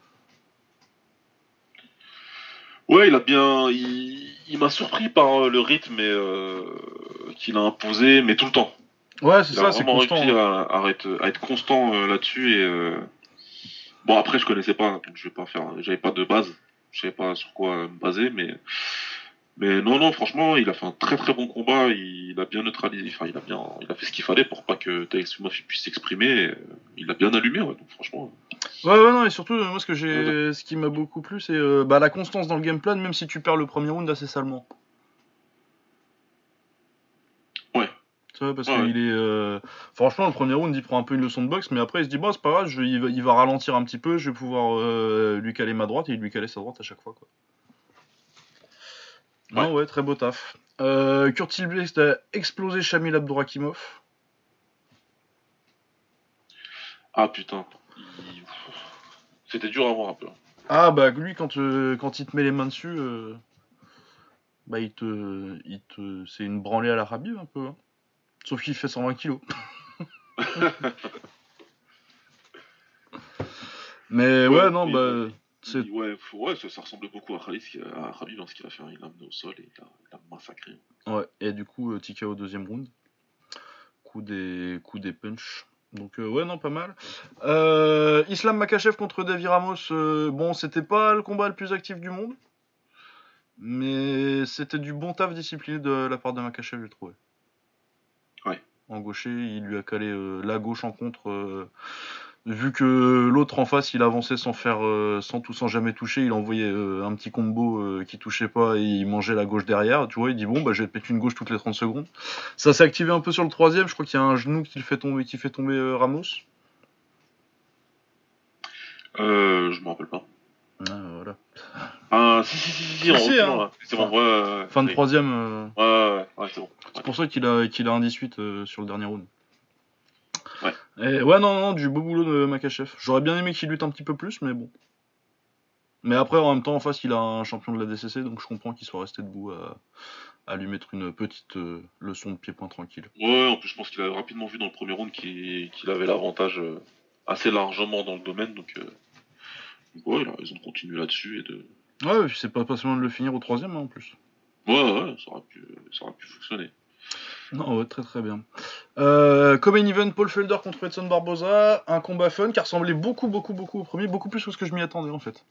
Ouais, il m'a surpris par le rythme qu'il a imposé, mais tout le temps. Ouais, c'est Il a ça, c'est vraiment constant. réussi Hein. à être constant là-dessus bon, après, je connaissais pas, donc j'avais pas de base. Je savais pas sur quoi me baser, mais non, franchement, il a fait un très très bon combat. Il a bien neutralisé, enfin, il a fait ce qu'il fallait pour pas que Taïsumov puisse s'exprimer. Il a bien allumé, ouais, donc franchement. Ouais, non, et surtout, moi, ce qui m'a beaucoup plu, c'est la constance dans le game plan, même si tu perds le premier round assez salement. Ouais. Tu vois, parce qu'il est. Franchement, le premier round, il prend un peu une leçon de boxe, mais après, il se dit, bon, c'est pas grave, il va ralentir un petit peu, je vais pouvoir lui caler ma droite, et il lui calait sa droite à chaque fois, quoi. Non, ouais, très beau taf. Curtis Blades a explosé Shamil Abdourakimov. Ah putain. C'était dur à voir un peu. Ah bah lui quand il te met les mains dessus, bah c'est une branlée à la Khabib un peu. Hein. Sauf qu'il fait 120 kilos. Mais ouais, non bah c'est. Ouais, ça ressemblait beaucoup à Khabib, ce qu'il a fait. Il l'a amené au sol et il l'a massacré. Ouais, et du coup TKO au deuxième round. Coup des punch. Donc ouais non pas mal. Islam Makhachev contre Davy Ramos, bon c'était pas le combat le plus actif du monde. Mais c'était du bon taf discipliné de la part de Makhachev, j'ai trouvé. Ouais. En gaucher, il lui a calé la gauche en contre. Vu que l'autre en face, il avançait sans jamais toucher, il envoyait un petit combo qui touchait pas et il mangeait la gauche derrière. Tu vois, il dit bon, bah je vais te mettre une gauche toutes les 30 secondes. Ça s'est activé un peu sur le troisième. Je crois qu'il y a un genou qui fait tomber Ramos. Je me rappelle pas. Ah, voilà. Ah, si, en reculant, hein. là. C'est bon, ouais. Fin de troisième. Ouais, c'est bon. C'est pour ça qu'il a un 18 sur le dernier round. Ouais. Et ouais, non, du beau boulot de Makhachev. J'aurais bien aimé qu'il lutte un petit peu plus, mais bon. Mais après, en même temps, en face, il a un champion de la DCC, donc je comprends qu'il soit resté debout à lui mettre une petite leçon de pied-point tranquille. Ouais, en plus, je pense qu'il a rapidement vu dans le premier round qu'il avait l'avantage assez largement dans le domaine, donc ouais, il a raison de continuer là-dessus et de. Ouais, et puis c'est pas seulement de le finir au troisième, hein, en plus. Ouais, ça aurait pu fonctionner. Non, ouais, très très bien. Comme event, Paul Felder contre Edson Barboza, un combat fun qui ressemblait beaucoup au premier, beaucoup plus que ce que je m'y attendais en fait.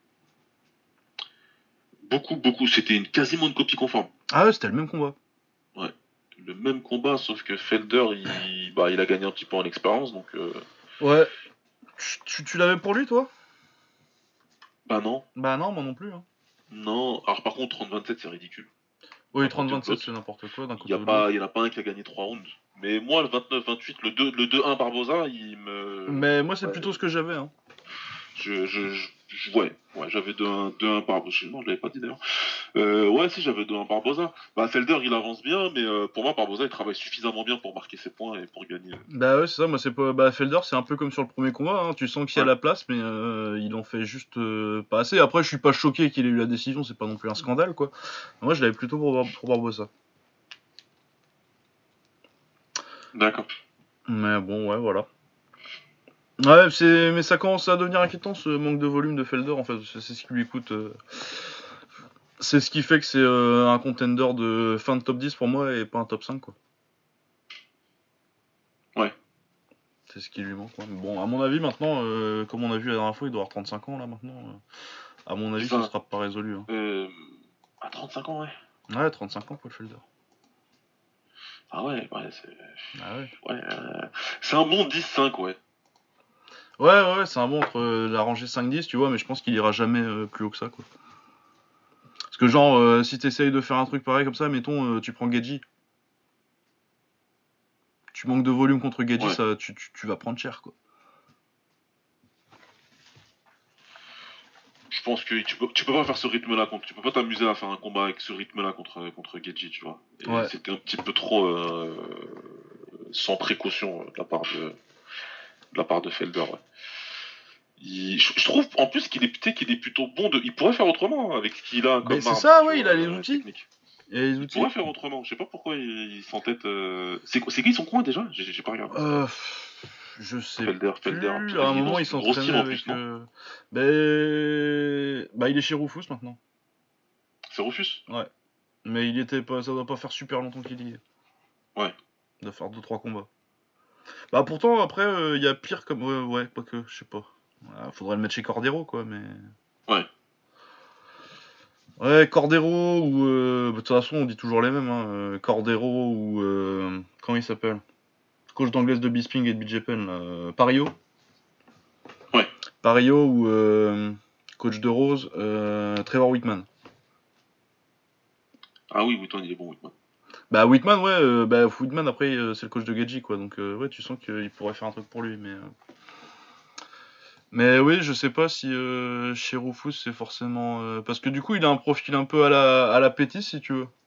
Beaucoup, c'était quasiment une copie conforme. Ah ouais, c'était le même combat. Ouais, le même combat, sauf que Felder, il a gagné un petit peu en expérience, donc. Ouais. Tu l'avais pour lui, toi? Bah non. Bah non, moi non plus. Hein. Non, alors par contre, 30-27, c'est ridicule. Oui, 30-27, c'est n'importe quoi d'un Il côté ou de n'y l'autre. en a pas un qui a gagné 3 rounds. Mais moi, le 29-28, le 2-1 Barboza, il me. Mais moi, c'est Ouais. plutôt ce que j'avais. Hein. Ouais, j'avais 2-1 par Barbosa. Non, je l'avais pas dit d'ailleurs. Ouais, si, j'avais 2-1 par Barbosa. Bah, Felder, il avance bien, mais pour moi, Barbosa, il travaille suffisamment bien pour marquer ses points et pour gagner. Bah ouais, c'est ça, moi c'est pas. Bah Felder, c'est un peu comme sur le premier combat, hein. Tu sens qu'il y a Ouais. la place, mais il en fait juste pas assez. Après, je suis pas choqué qu'il ait eu la décision, c'est pas non plus un scandale, quoi. Moi, je l'avais plutôt pour Barbosa. D'accord. Mais bon, ouais, voilà. Ouais, mais ça commence à devenir inquiétant ce manque de volume de Felder, en fait. C'est ce qui lui coûte. C'est ce qui fait que c'est un contender de fin de top 10 pour moi et pas un top 5, quoi. Ouais. C'est ce qui lui manque, quoi. Mais bon, à mon avis, maintenant, comme on a vu la dernière fois, il doit avoir 35 ans, là, maintenant. À mon avis, ça sera pas résolu. Hein. À 35 ans, ouais. Ouais, 35 ans, Paul Felder. Ah ouais, c'est. Ah ouais. Ouais, c'est un bon 10-5, ouais. Ouais, c'est un bon entre la rangée 5-10, tu vois, mais je pense qu'il ira jamais plus haut que ça, quoi. Parce que, genre, si t'essayes de faire un truc pareil comme ça, mettons, tu prends Geji. Tu manques de volume contre Geji, Ouais. ça, tu vas prendre cher, quoi. Je pense que tu peux pas faire ce rythme-là tu peux pas t'amuser à faire un combat avec ce rythme-là contre Geji, tu vois. Et Ouais. c'était un petit peu trop sans précaution de la part de Felder. Ouais. Je trouve en plus qu'il est plutôt bon il pourrait faire autrement avec ce qu'il a comme C'est arme ça, ouais, il a les outils. technique. Il a les Il outils. pourrait faire autrement. Je sais pas pourquoi il s'entête. C'est qui son coin déjà J'ai pas regardé. Je sais Felder. plus. Putain, À un il est moment, dans il une grosse s'entraînait team en plus, avec. non Bah, il est chez Rufus maintenant. C'est Rufus. Ouais. Mais il était pas. Ça doit pas faire super longtemps qu'il y est. Ouais. Il doit faire 2-3 combats. Bah, pourtant, après, il y a pire comme. Ouais, pas que, je sais pas. Faudrait le mettre chez Cordero, quoi, mais. Ouais. Ouais, Cordero ou. De toute façon, on dit toujours les mêmes, hein. Cordero ou. Comment il s'appelle Coach d'anglaise de Bisping et de BJPen, là. Parillo. Ouais. Parillo ou. Coach de Rose, Trevor Whitman. Ah oui, Whitman, il est bon, Whitman. Bah Whitman, ouais, Whitman après c'est le coach de Geji, quoi, donc ouais, tu sens qu'il pourrait faire un truc pour lui, mais oui, je sais pas si chez Rufus c'est forcément parce que du coup il a un profil un peu à la Pétis, si tu veux,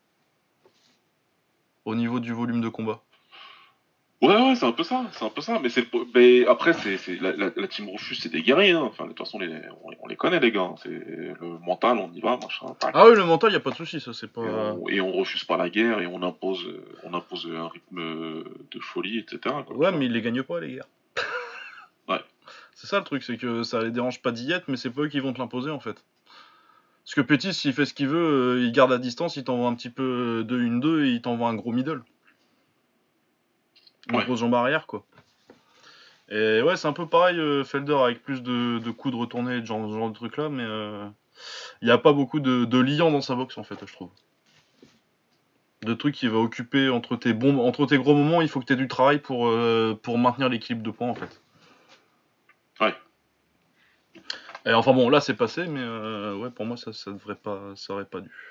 au niveau du volume de combat. Ouais, c'est un peu ça, mais après c'est la team Rufus, c'est des guerriers, hein. Enfin, de toute façon, on les connaît, les gars, hein. C'est le mental, on y va, machin, tac. Ah oui, le mental, y a pas de souci, ça c'est pas. Et on refuse pas la guerre et on impose un rythme de folie, etc., quoi, Ouais, mais ils les gagnent pas, les gars. Ouais. C'est ça le truc, c'est que ça les dérange pas d'y être, mais c'est pas eux qui vont te l'imposer en fait. Parce que Pétis, s'il fait ce qu'il veut, il garde la distance, il t'envoie un petit peu de 1-2 et il t'envoie un gros middle. Une grosse jambe arrière, quoi. Et ouais, c'est un peu pareil, Felder, avec plus de coups de retournée, ce genre de truc là, mais il n'y a pas beaucoup de liant dans sa boxe en fait, je trouve. De trucs qui va occuper entre tes gros moments, il faut que tu aies du travail pour maintenir l'équilibre de points en fait. Ouais. Et enfin bon, là c'est passé, mais ouais, pour moi ça aurait pas dû.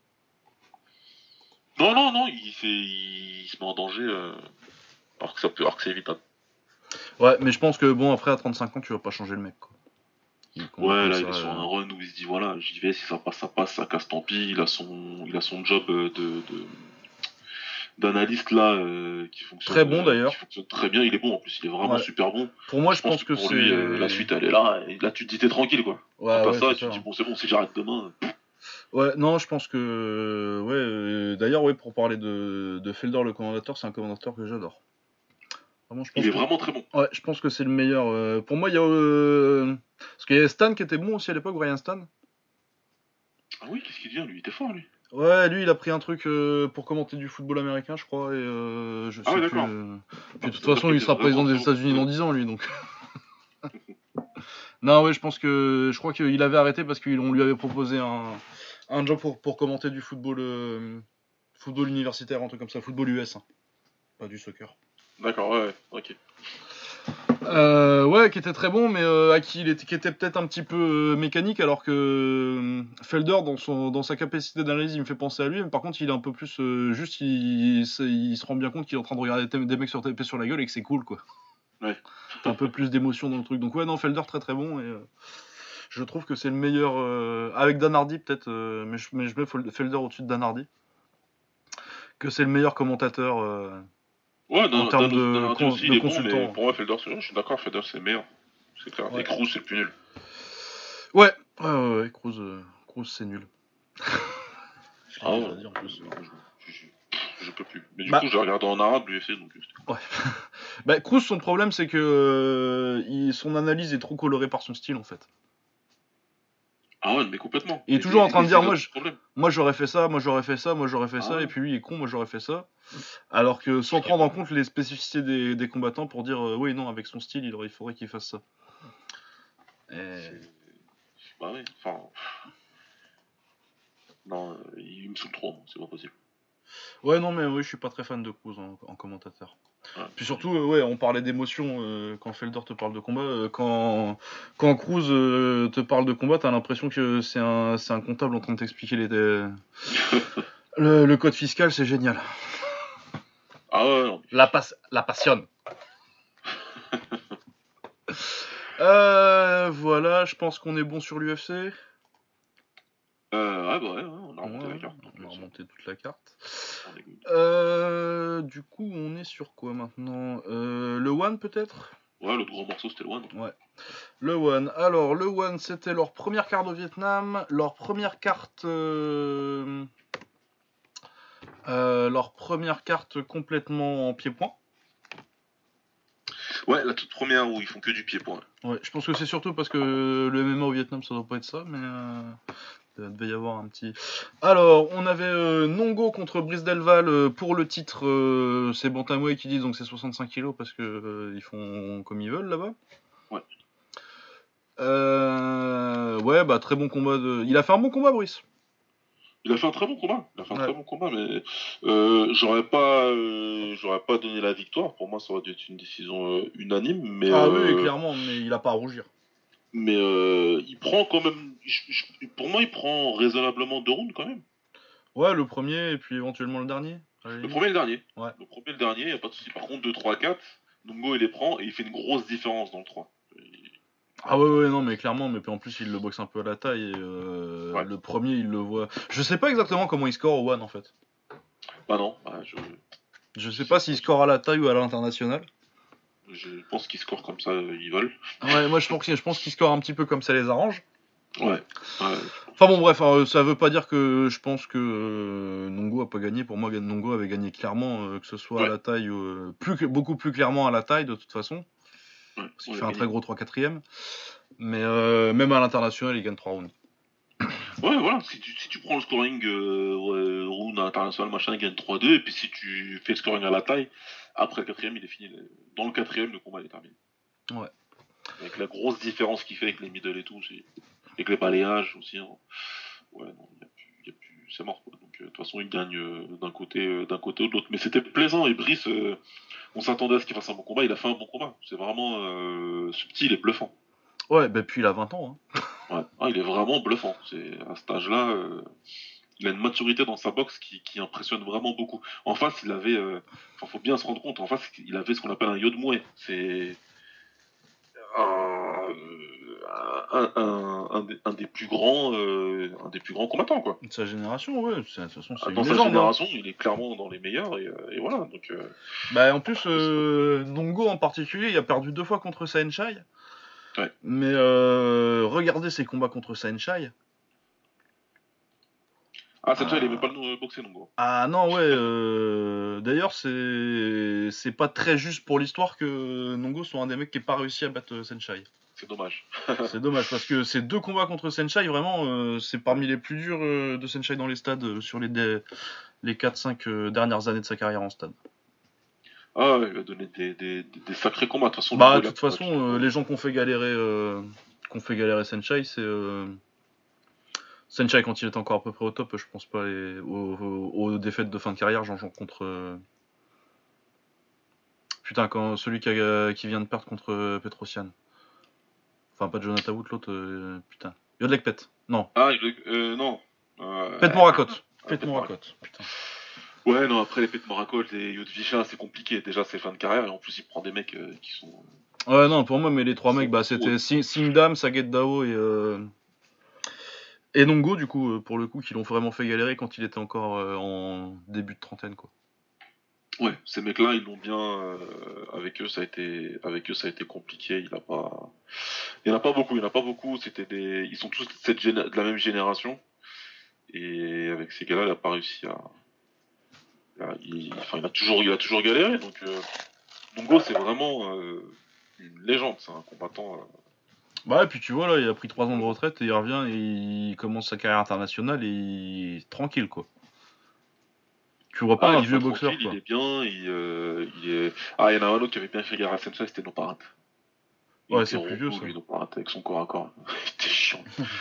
Non, il se met en danger alors que c'est évitable. Ouais, mais je pense que bon, après à 35 ans, tu vas pas changer le mec, quoi. Ouais, là, il est sur un run où il se dit voilà, j'y vais, si ça passe, ça casse, tant pis. Il a son job d'analyste là qui fonctionne très bon d'ailleurs. Qui fonctionne très bien. Il est bon en plus, il est vraiment super bon. Pour moi, je pense que pour lui, la suite elle est là. Et là, tu te dis t'es tranquille, quoi. Ouais, Quand ouais, t'as ça, tu te dis bon, c'est bon, si j'arrête demain. Ouais, non, je pense que. Ouais, d'ailleurs, ouais, pour parler de Felder, le commandateur, c'est un commandateur que j'adore. Vraiment, Il est vraiment très bon. Ouais, je pense que c'est le meilleur. Pour moi, il y a. Parce qu'il y a Stan qui était bon aussi à l'époque, Brian Stan. Ah oui, qu'est-ce qu'il devient lui? Il était fort, lui. Ouais, lui, il a pris un truc pour commenter du football américain, je crois, et je sais ouais, plus. d'accord. Puis de toute façon, il sera président des États-Unis dans 10 ans, lui, donc. Non, ouais, je crois qu'il avait arrêté parce qu'on lui avait proposé un job pour commenter du football, football universitaire, un truc comme ça, football US, hein, pas du soccer. D'accord, ouais, ok. Ouais, qui était très bon, mais qui était peut-être un petit peu mécanique, alors que Felder, dans sa capacité d'analyse, il me fait penser à lui, mais par contre, il est un peu plus juste, il se rend bien compte qu'il est en train de regarder des mecs se taper sur la gueule et que c'est cool, quoi. Ouais. T'as un peu plus d'émotion dans le truc. Donc ouais, non, Felder très très bon et je trouve que c'est le meilleur avec Dan Hardy peut-être, mais je mets Felder au-dessus de Dan Hardy. Que c'est le meilleur commentateur en termes de consultant. Mais pour moi, Felder, je suis d'accord, Felder c'est le meilleur. C'est clair. Ouais. Et Cruz, c'est le plus nul. Ouais, Cruz, c'est nul. Je peux plus. Mais du coup, j'ai regardé en arabe l'UFC, donc. Ouais. Cruz, son problème, c'est que son analyse est trop colorée par son style, en fait. Ah ouais, mais complètement. Il est toujours en train de dire, moi j'aurais fait ça, et puis lui il est con, moi j'aurais fait ça. Alors que sans prendre en compte les spécificités des combattants pour dire, oui, non, avec son style, il faudrait qu'il fasse ça. Bah oui, enfin. Non, il me saoule trop, c'est pas possible. Ouais, non, mais oui, je suis pas très fan de Cruz en commentateur. Ouais. Puis surtout, on parlait d'émotion quand Felder te parle de combat. Quand Cruz te parle de combat, t'as l'impression que c'est un comptable en train de t'expliquer le code fiscal, c'est génial. Ah ouais, non. La passionne. Voilà, je pense qu'on est bon sur l'UFC. Ouais, on a remonté la carte. On a remonté toute la carte. Du coup, on est sur quoi maintenant le One peut-être. Ouais, l'autre gros morceau c'était le One. Ouais. Le One. Alors, le One, c'était leur première carte au Vietnam. Leur première carte. Leur première carte complètement en pied-point. Ouais, la toute première où ils font que du pied-point. Ouais, je pense que c'est surtout parce que le MMA au Vietnam, ça doit pas être ça, mais. Il devait y avoir un petit. Alors, on avait Nongo contre Brice Delval pour le titre. C'est Bantamweight qui dit donc c'est 65 kilos parce que ils font comme ils veulent là-bas. Ouais. Ouais, très bon combat. Il a fait un bon combat, Brice. Il a fait un très bon combat. Mais j'aurais pas donné la victoire. Pour moi, ça aurait dû être une décision unanime. Mais, oui, clairement, mais il a pas à rougir. Mais il prend quand même. Pour moi, il prend raisonnablement 2 rounds quand même. Ouais, le premier et puis éventuellement le dernier. Le premier et le dernier. Ouais. Le premier et le dernier, il n'y a pas de souci. Par contre, 2, 3, 4, Nongo il les prend et il fait une grosse différence dans le 3. Ah ouais, non, mais clairement, mais puis en plus, il le boxe un peu à la taille et le premier, il le voit. Je sais pas exactement comment il score au One en fait. Bah non, je sais pas s'il score à la taille ou à l'international. Je pense qu'ils scorent comme ça, ils veulent. Ouais, moi je pense qu'ils scorent un petit peu comme ça les arrange. Ouais. Enfin bon, bref, ça veut pas dire que je pense que Nongo a pas gagné. Pour moi, Nongo avait gagné clairement, que ce soit à la taille, beaucoup plus clairement à la taille de toute façon. Parce qu'il fait un très gros 3/4ème. Mais même à l'international, il gagne 3 rounds. Ouais, voilà, si tu prends le scoring round international, machin, il gagne 3-2, et puis si tu fais le scoring à la taille, après le 4ème, il est fini. Dans le 4ème, le combat est terminé. Ouais. Avec la grosse différence qu'il fait avec les middle et tout, avec les balayages aussi. Hein. Ouais, non, il y a plus, c'est mort, quoi. Donc, de toute façon, il gagne d'un côté ou de l'autre. Mais c'était plaisant, et Brice, on s'attendait à ce qu'il fasse un bon combat, il a fait un bon combat. C'est vraiment subtil et bluffant. Ouais, puis il a 20 ans. Hein. Ouais, il est vraiment bluffant. À cet âge-là, il a une maturité dans sa boxe qui impressionne vraiment beaucoup. En face, il avait, faut bien se rendre compte, en face, il avait ce qu'on appelle un Yod Moué. C'est un des plus grands combattants, quoi. De sa génération, ouais. De toute façon, c'est dans sa génération, il est clairement dans les meilleurs et voilà. Donc. En plus, Nongo en particulier, il a perdu 2 fois contre Saenchai. Ouais. Mais regardez ses combats contre Saenchai. Ah, cette fois, il aimait pas le boxer, Nongo. Ah non, ouais. D'ailleurs, c'est pas très juste pour l'histoire que Nongo soit un des mecs qui n'ait pas réussi à battre Saenchai. C'est dommage. C'est dommage parce que ces 2 combats contre Saenchai, vraiment, c'est parmi les plus durs de Saenchai dans les stades sur les 4-5 dernières années de sa carrière en stade. Ah, il a donné des sacrés combats. De toute façon, les gens qu'on fait galérer Saenchai, c'est Saenchai quand il était encore à peu près au top. Je pense pas aux défaites de fin de carrière, genre contre quand celui qui vient de perdre contre Petrosian. Enfin, pas Jonathan Wood, l'autre, putain. Yodlek Pet, non. Ah, non. Pet Morakot. Pet Morakot, putain. Ouais, non, après les Pet Morakot et Yodvicha, c'est compliqué. Déjà, c'est fin de carrière et en plus, il prend des mecs qui sont. Ouais, non, pour moi, mais les 3 mecs, bah, c'était Singdam, Saget Dao et Nongo, du coup, pour le coup, qui l'ont vraiment fait galérer quand il était encore en début de trentaine, quoi. Ouais, ces mecs-là, ils l'ont bien. Avec eux, ça a été compliqué. Il y en a pas beaucoup. Il y en a pas beaucoup. Ils sont tous de la même génération. Et avec ces gars-là, il a pas réussi à. Il a toujours galéré. Donc, Nongo, c'est vraiment une légende. C'est un combattant. Bah, et puis tu vois, là, il a pris 3 ans de retraite et il revient et il commence sa carrière internationale et il est tranquille, quoi. Tu vois pas un vieux boxeur, quoi. Il est bien. Il est. Ah, il y en a un autre qui avait bien fait Gara Sensei, c'était Noparat. Il Ouais, était c'est plus vieux, relou, ça. lui, Noparat, avec son corps à corps. Il était chiant.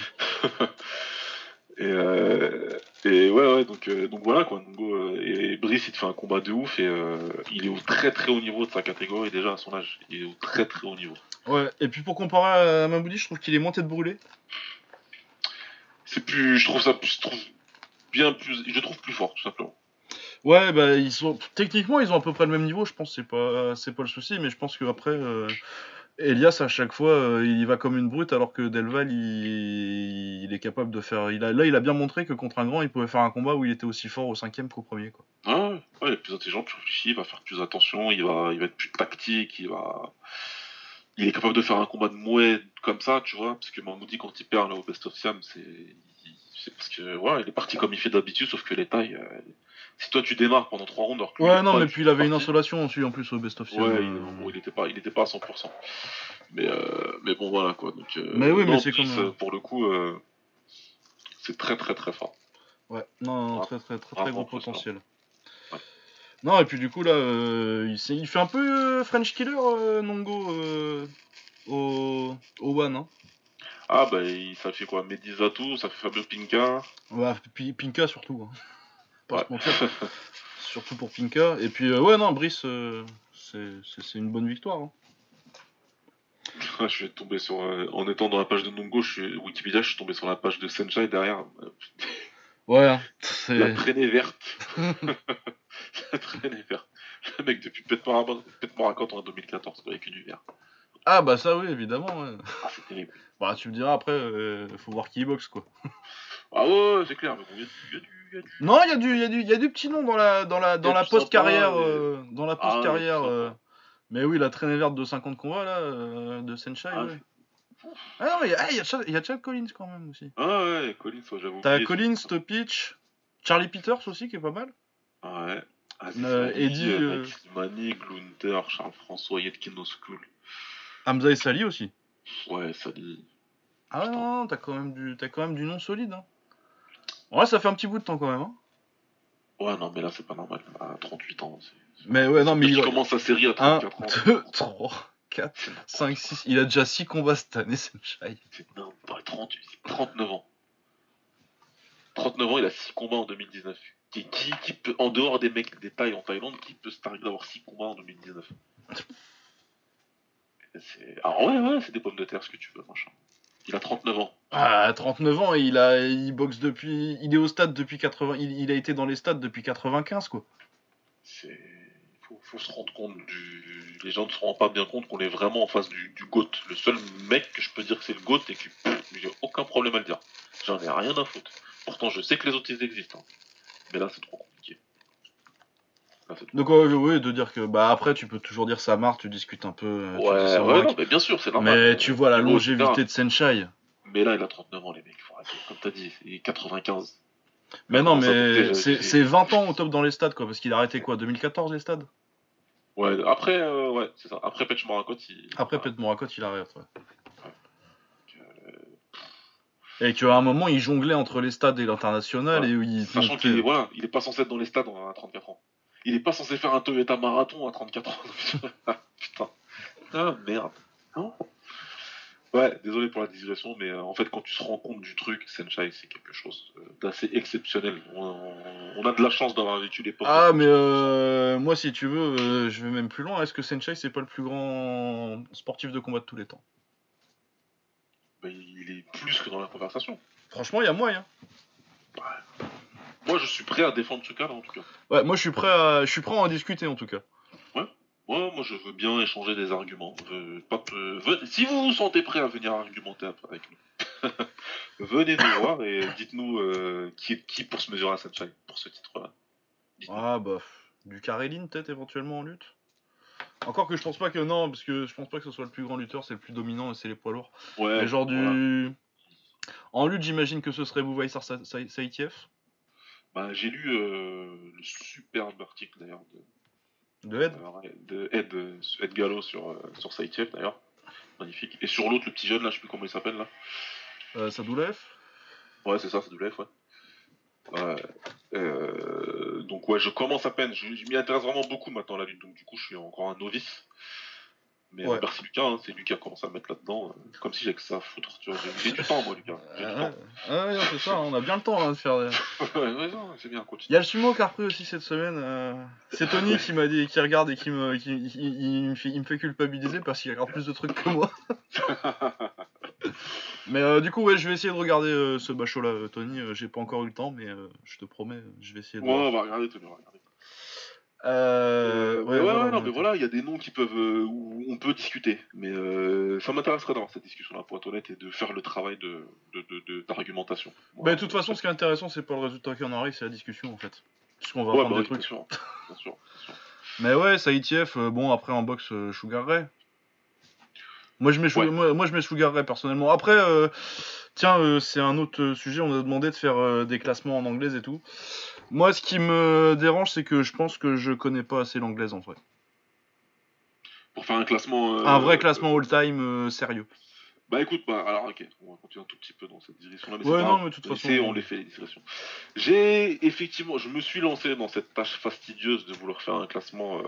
Donc voilà quoi. Et Brice il te fait un combat de ouf et il est au très très haut niveau de sa catégorie déjà à son âge. Il est au très très haut niveau. Ouais, et puis pour comparer à Mamoudi, je trouve qu'il est moins tête brûlée. C'est plus, je trouve plus fort tout simplement. Ouais, bah techniquement ils ont à peu près le même niveau, je pense que c'est pas le souci, mais je pense qu'après Elias à chaque fois il y va comme une brute alors que Delval il est capable de faire il a bien montré que contre un grand il pouvait faire un combat où il était aussi fort au 5ème qu'au premier, quoi. Ah ouais, il est plus intelligent, plus réfléchi, il va faire plus attention, il va être plus tactique, il est capable de faire un combat de mouet comme ça, tu vois, parce que Mahmoudi quand il perd là au Best of Siam, c'est parce que voilà, il est parti comme il fait d'habitude, sauf que les tailles, si toi tu démarres pendant 3 rounds alors que lui, Ouais, il est non, pas mais du puis tout il avait une parti. insolation aussi en plus au Best of Siam. Ouais, bon, il était pas à 100%. Mais bon voilà quoi. Donc Mais oui, mais non, c'est Brice, comme pour le coup, c'est très très très fort. ouais, non, Vraiment, très très très très vraiment gros impressionnant. potentiel. Ouais. Non, et puis du coup là il fait un peu French Killer Nongo au One, hein. Ah bah ça fait quoi? Medizato, ça fait Fabio Pinca. Ouais, Pinka surtout, hein. Pas Ouais. se mentir. Surtout pour Pinka. Et puis, ouais, non, Brice, c'est une bonne victoire, hein. Je suis tombé sur. En étant dans la page de Nongo, Wikipédia, je suis tombé sur la page de Senshai derrière. Ouais, hein, La c'est. traînée verte. La traînée verte. Le mec, depuis Pète-moi raconte en 2014, avec une lumière. Ah, bah ça, oui, évidemment, ouais. Ah, c'est terrible. Bah, tu me diras après, faut voir qui boxe, quoi. Ah ouais, c'est clair, mais bon, il y a du. Non, il y a du petit nom dans Il y a la du sympa. post-carrière. Dans la Ah, il y a du post-carrière. sympa. Mais oui, la traînée verte de 50 combats, là, de Senshai, Ah, ouais. Ah non, il y a Chad Collins quand même aussi. ah ouais, Collins, ouais, j'avais T'as oublié. Collins, Topic, Charlie Peters aussi, qui est pas mal. Ah ouais. Aziz Eddie, Mani, Nadim Mani, Glunter, Charles-François, Yetkin School. Hamza et Sali aussi. Ouais, ça dit. Ah Putain. non, t'as quand même du nom solide, hein. Ouais, ça fait un petit bout de temps quand même, hein. Ouais, non, mais là, c'est pas normal. À 38 ans. Mais ouais, non, mais il commence sa série à 1, 34 ans. 2, 3, 4, 5, 6. Il a déjà 6 combats cette année, Senshai. C'est dingue. 39 ans. 39 ans, il a 6 combats en 2019. Qui peut, en dehors des mecs des tailles en Thaïlande, qui peut se targuer d'avoir 6 combats en 2019? Alors ouais, c'est des pommes de terre ce que tu veux, machin. Il a 39 ans. Ah, 39 ans, il boxe depuis. Il est au stade depuis 80. Il a été dans les stades depuis 95, quoi. Faut se rendre compte les gens ne se rendent pas bien compte qu'on est vraiment en face du GOAT. Le seul mec que je peux dire que c'est le GOAT et que j'ai aucun problème à le dire. J'en ai rien à foutre. Pourtant, je sais que les autres ils existent. Hein. Mais là, c'est trop compliqué. Donc, oui, de dire que. Bah, après, tu peux toujours dire Samar, tu discutes un peu. Ouais, non, mais bien sûr, c'est normal. Mais tu vois la longévité de Senshai. Mais là, il a 39 ans, les mecs. Faut arrêter. Comme t'as dit, il est 95. Mais non, mais c'est 20 ans au top dans les stades, quoi. Parce qu'il a arrêté quoi, 2014 les stades? Ouais, après, ouais, c'est ça. Après Petch Morakot, Après Pet Morakot, il arrête, ouais. Et qu'à un moment, il jonglait entre les stades et l'international. Ouais. Et où il Sachant qu'il est pas censé être dans les stades à 34 ans. Il est pas censé faire un Toyota Marathon à 34 ans. Putain. Ah, merde. Non. Ouais, désolé pour la digression, mais en fait, quand tu te rends compte du truc, Senshai, c'est quelque chose d'assez exceptionnel. On a de la chance d'avoir vécu l'époque. Ah, mais moi, si tu veux, je vais même plus loin. Est-ce que Senshai, c'est pas le plus grand sportif de combat de tous les temps? Bah, il est plus que dans la conversation. Franchement, il y a moyen. Ouais. Moi, je suis prêt à défendre ce cas-là, en tout cas. Ouais, moi, je suis prêt à en discuter, en tout cas. Ouais. Ouais, moi je veux bien échanger des arguments. Si vous vous sentez prêt à venir argumenter après avec nous, venez nous voir et dites-nous qui est qui pour se mesurer à Sunshine pour ce titre-là. Dites-nous. Ah bah, du Karelin peut-être éventuellement en lutte. Encore que je pense pas que non, parce que je pense pas que ce soit le plus grand lutteur, c'est le plus dominant et c'est les poids lourds. Mais Ouais, genre voilà. En lutte, j'imagine que ce serait Buvaisar Saitiev. Bah, j'ai lu le superbe article d'ailleurs De Ed. Ed Gallo sur Saitiev d'ailleurs. Magnifique. Et sur l'autre, le petit jeune là, je sais plus comment il s'appelle là. Sadoulev. Ouais, c'est ça, c'est WF, ouais. Ouais. Donc ouais, je commence à peine. Je m'y intéresse vraiment beaucoup maintenant à la lutte. Donc du coup, je suis encore un novice. Mais Ouais. merci Lucas, hein, c'est lui qui a commencé à me mettre là-dedans. Comme si j'ai que ça à foutre. Tu vois, j'ai du temps moi, Lucas. J'ai du temps. Ouais, c'est ça, on a bien le temps là, de faire. Ouais, non, c'est bien, Il continue. y a le sumo qui a repris aussi cette semaine. C'est Tony qui m'a dit, qui regarde et qui il me fait culpabiliser parce qu'il regarde plus de trucs que moi. Mais du coup, ouais, je vais essayer de regarder ce bachot là, Tony. J'ai pas encore eu le temps, mais je te promets, je vais essayer de Ouais, voir. on va regarder, Tony, on va regarder. Ouais, voilà, Non, on mais était. voilà, il y a des noms qui peuvent, où on peut discuter. Mais ça m'intéresserait d'avoir cette discussion-là, pour être honnête, et de faire le travail d'argumentation. Bah, de Moi, toute façon, ce qui est intéressant, c'est pas le résultat qui en arrive, c'est la discussion en fait. Puisqu'on va ouais, apprendre bah des oui, bien trucs. sûr. Bien sûr, bien sûr. Mais ouais, Saitiev, bon, après en boxe, Sugar Ray. Moi, Ouais, moi, je mets Sugar Ray personnellement. Après, tiens, c'est un autre sujet, on a demandé de faire des classements en anglaise et tout. Moi, ce qui me dérange, c'est que je pense que je connais pas assez l'anglaise en vrai. pour faire un classement. Un vrai classement all-time sérieux. Bah écoute, bah alors ok, on va continuer un tout petit peu dans cette direction-là, mais c'est Ouais, pas non, grave. mais de toute On façon. les fait les digressions. Je me suis lancé dans cette tâche fastidieuse de vouloir faire un classement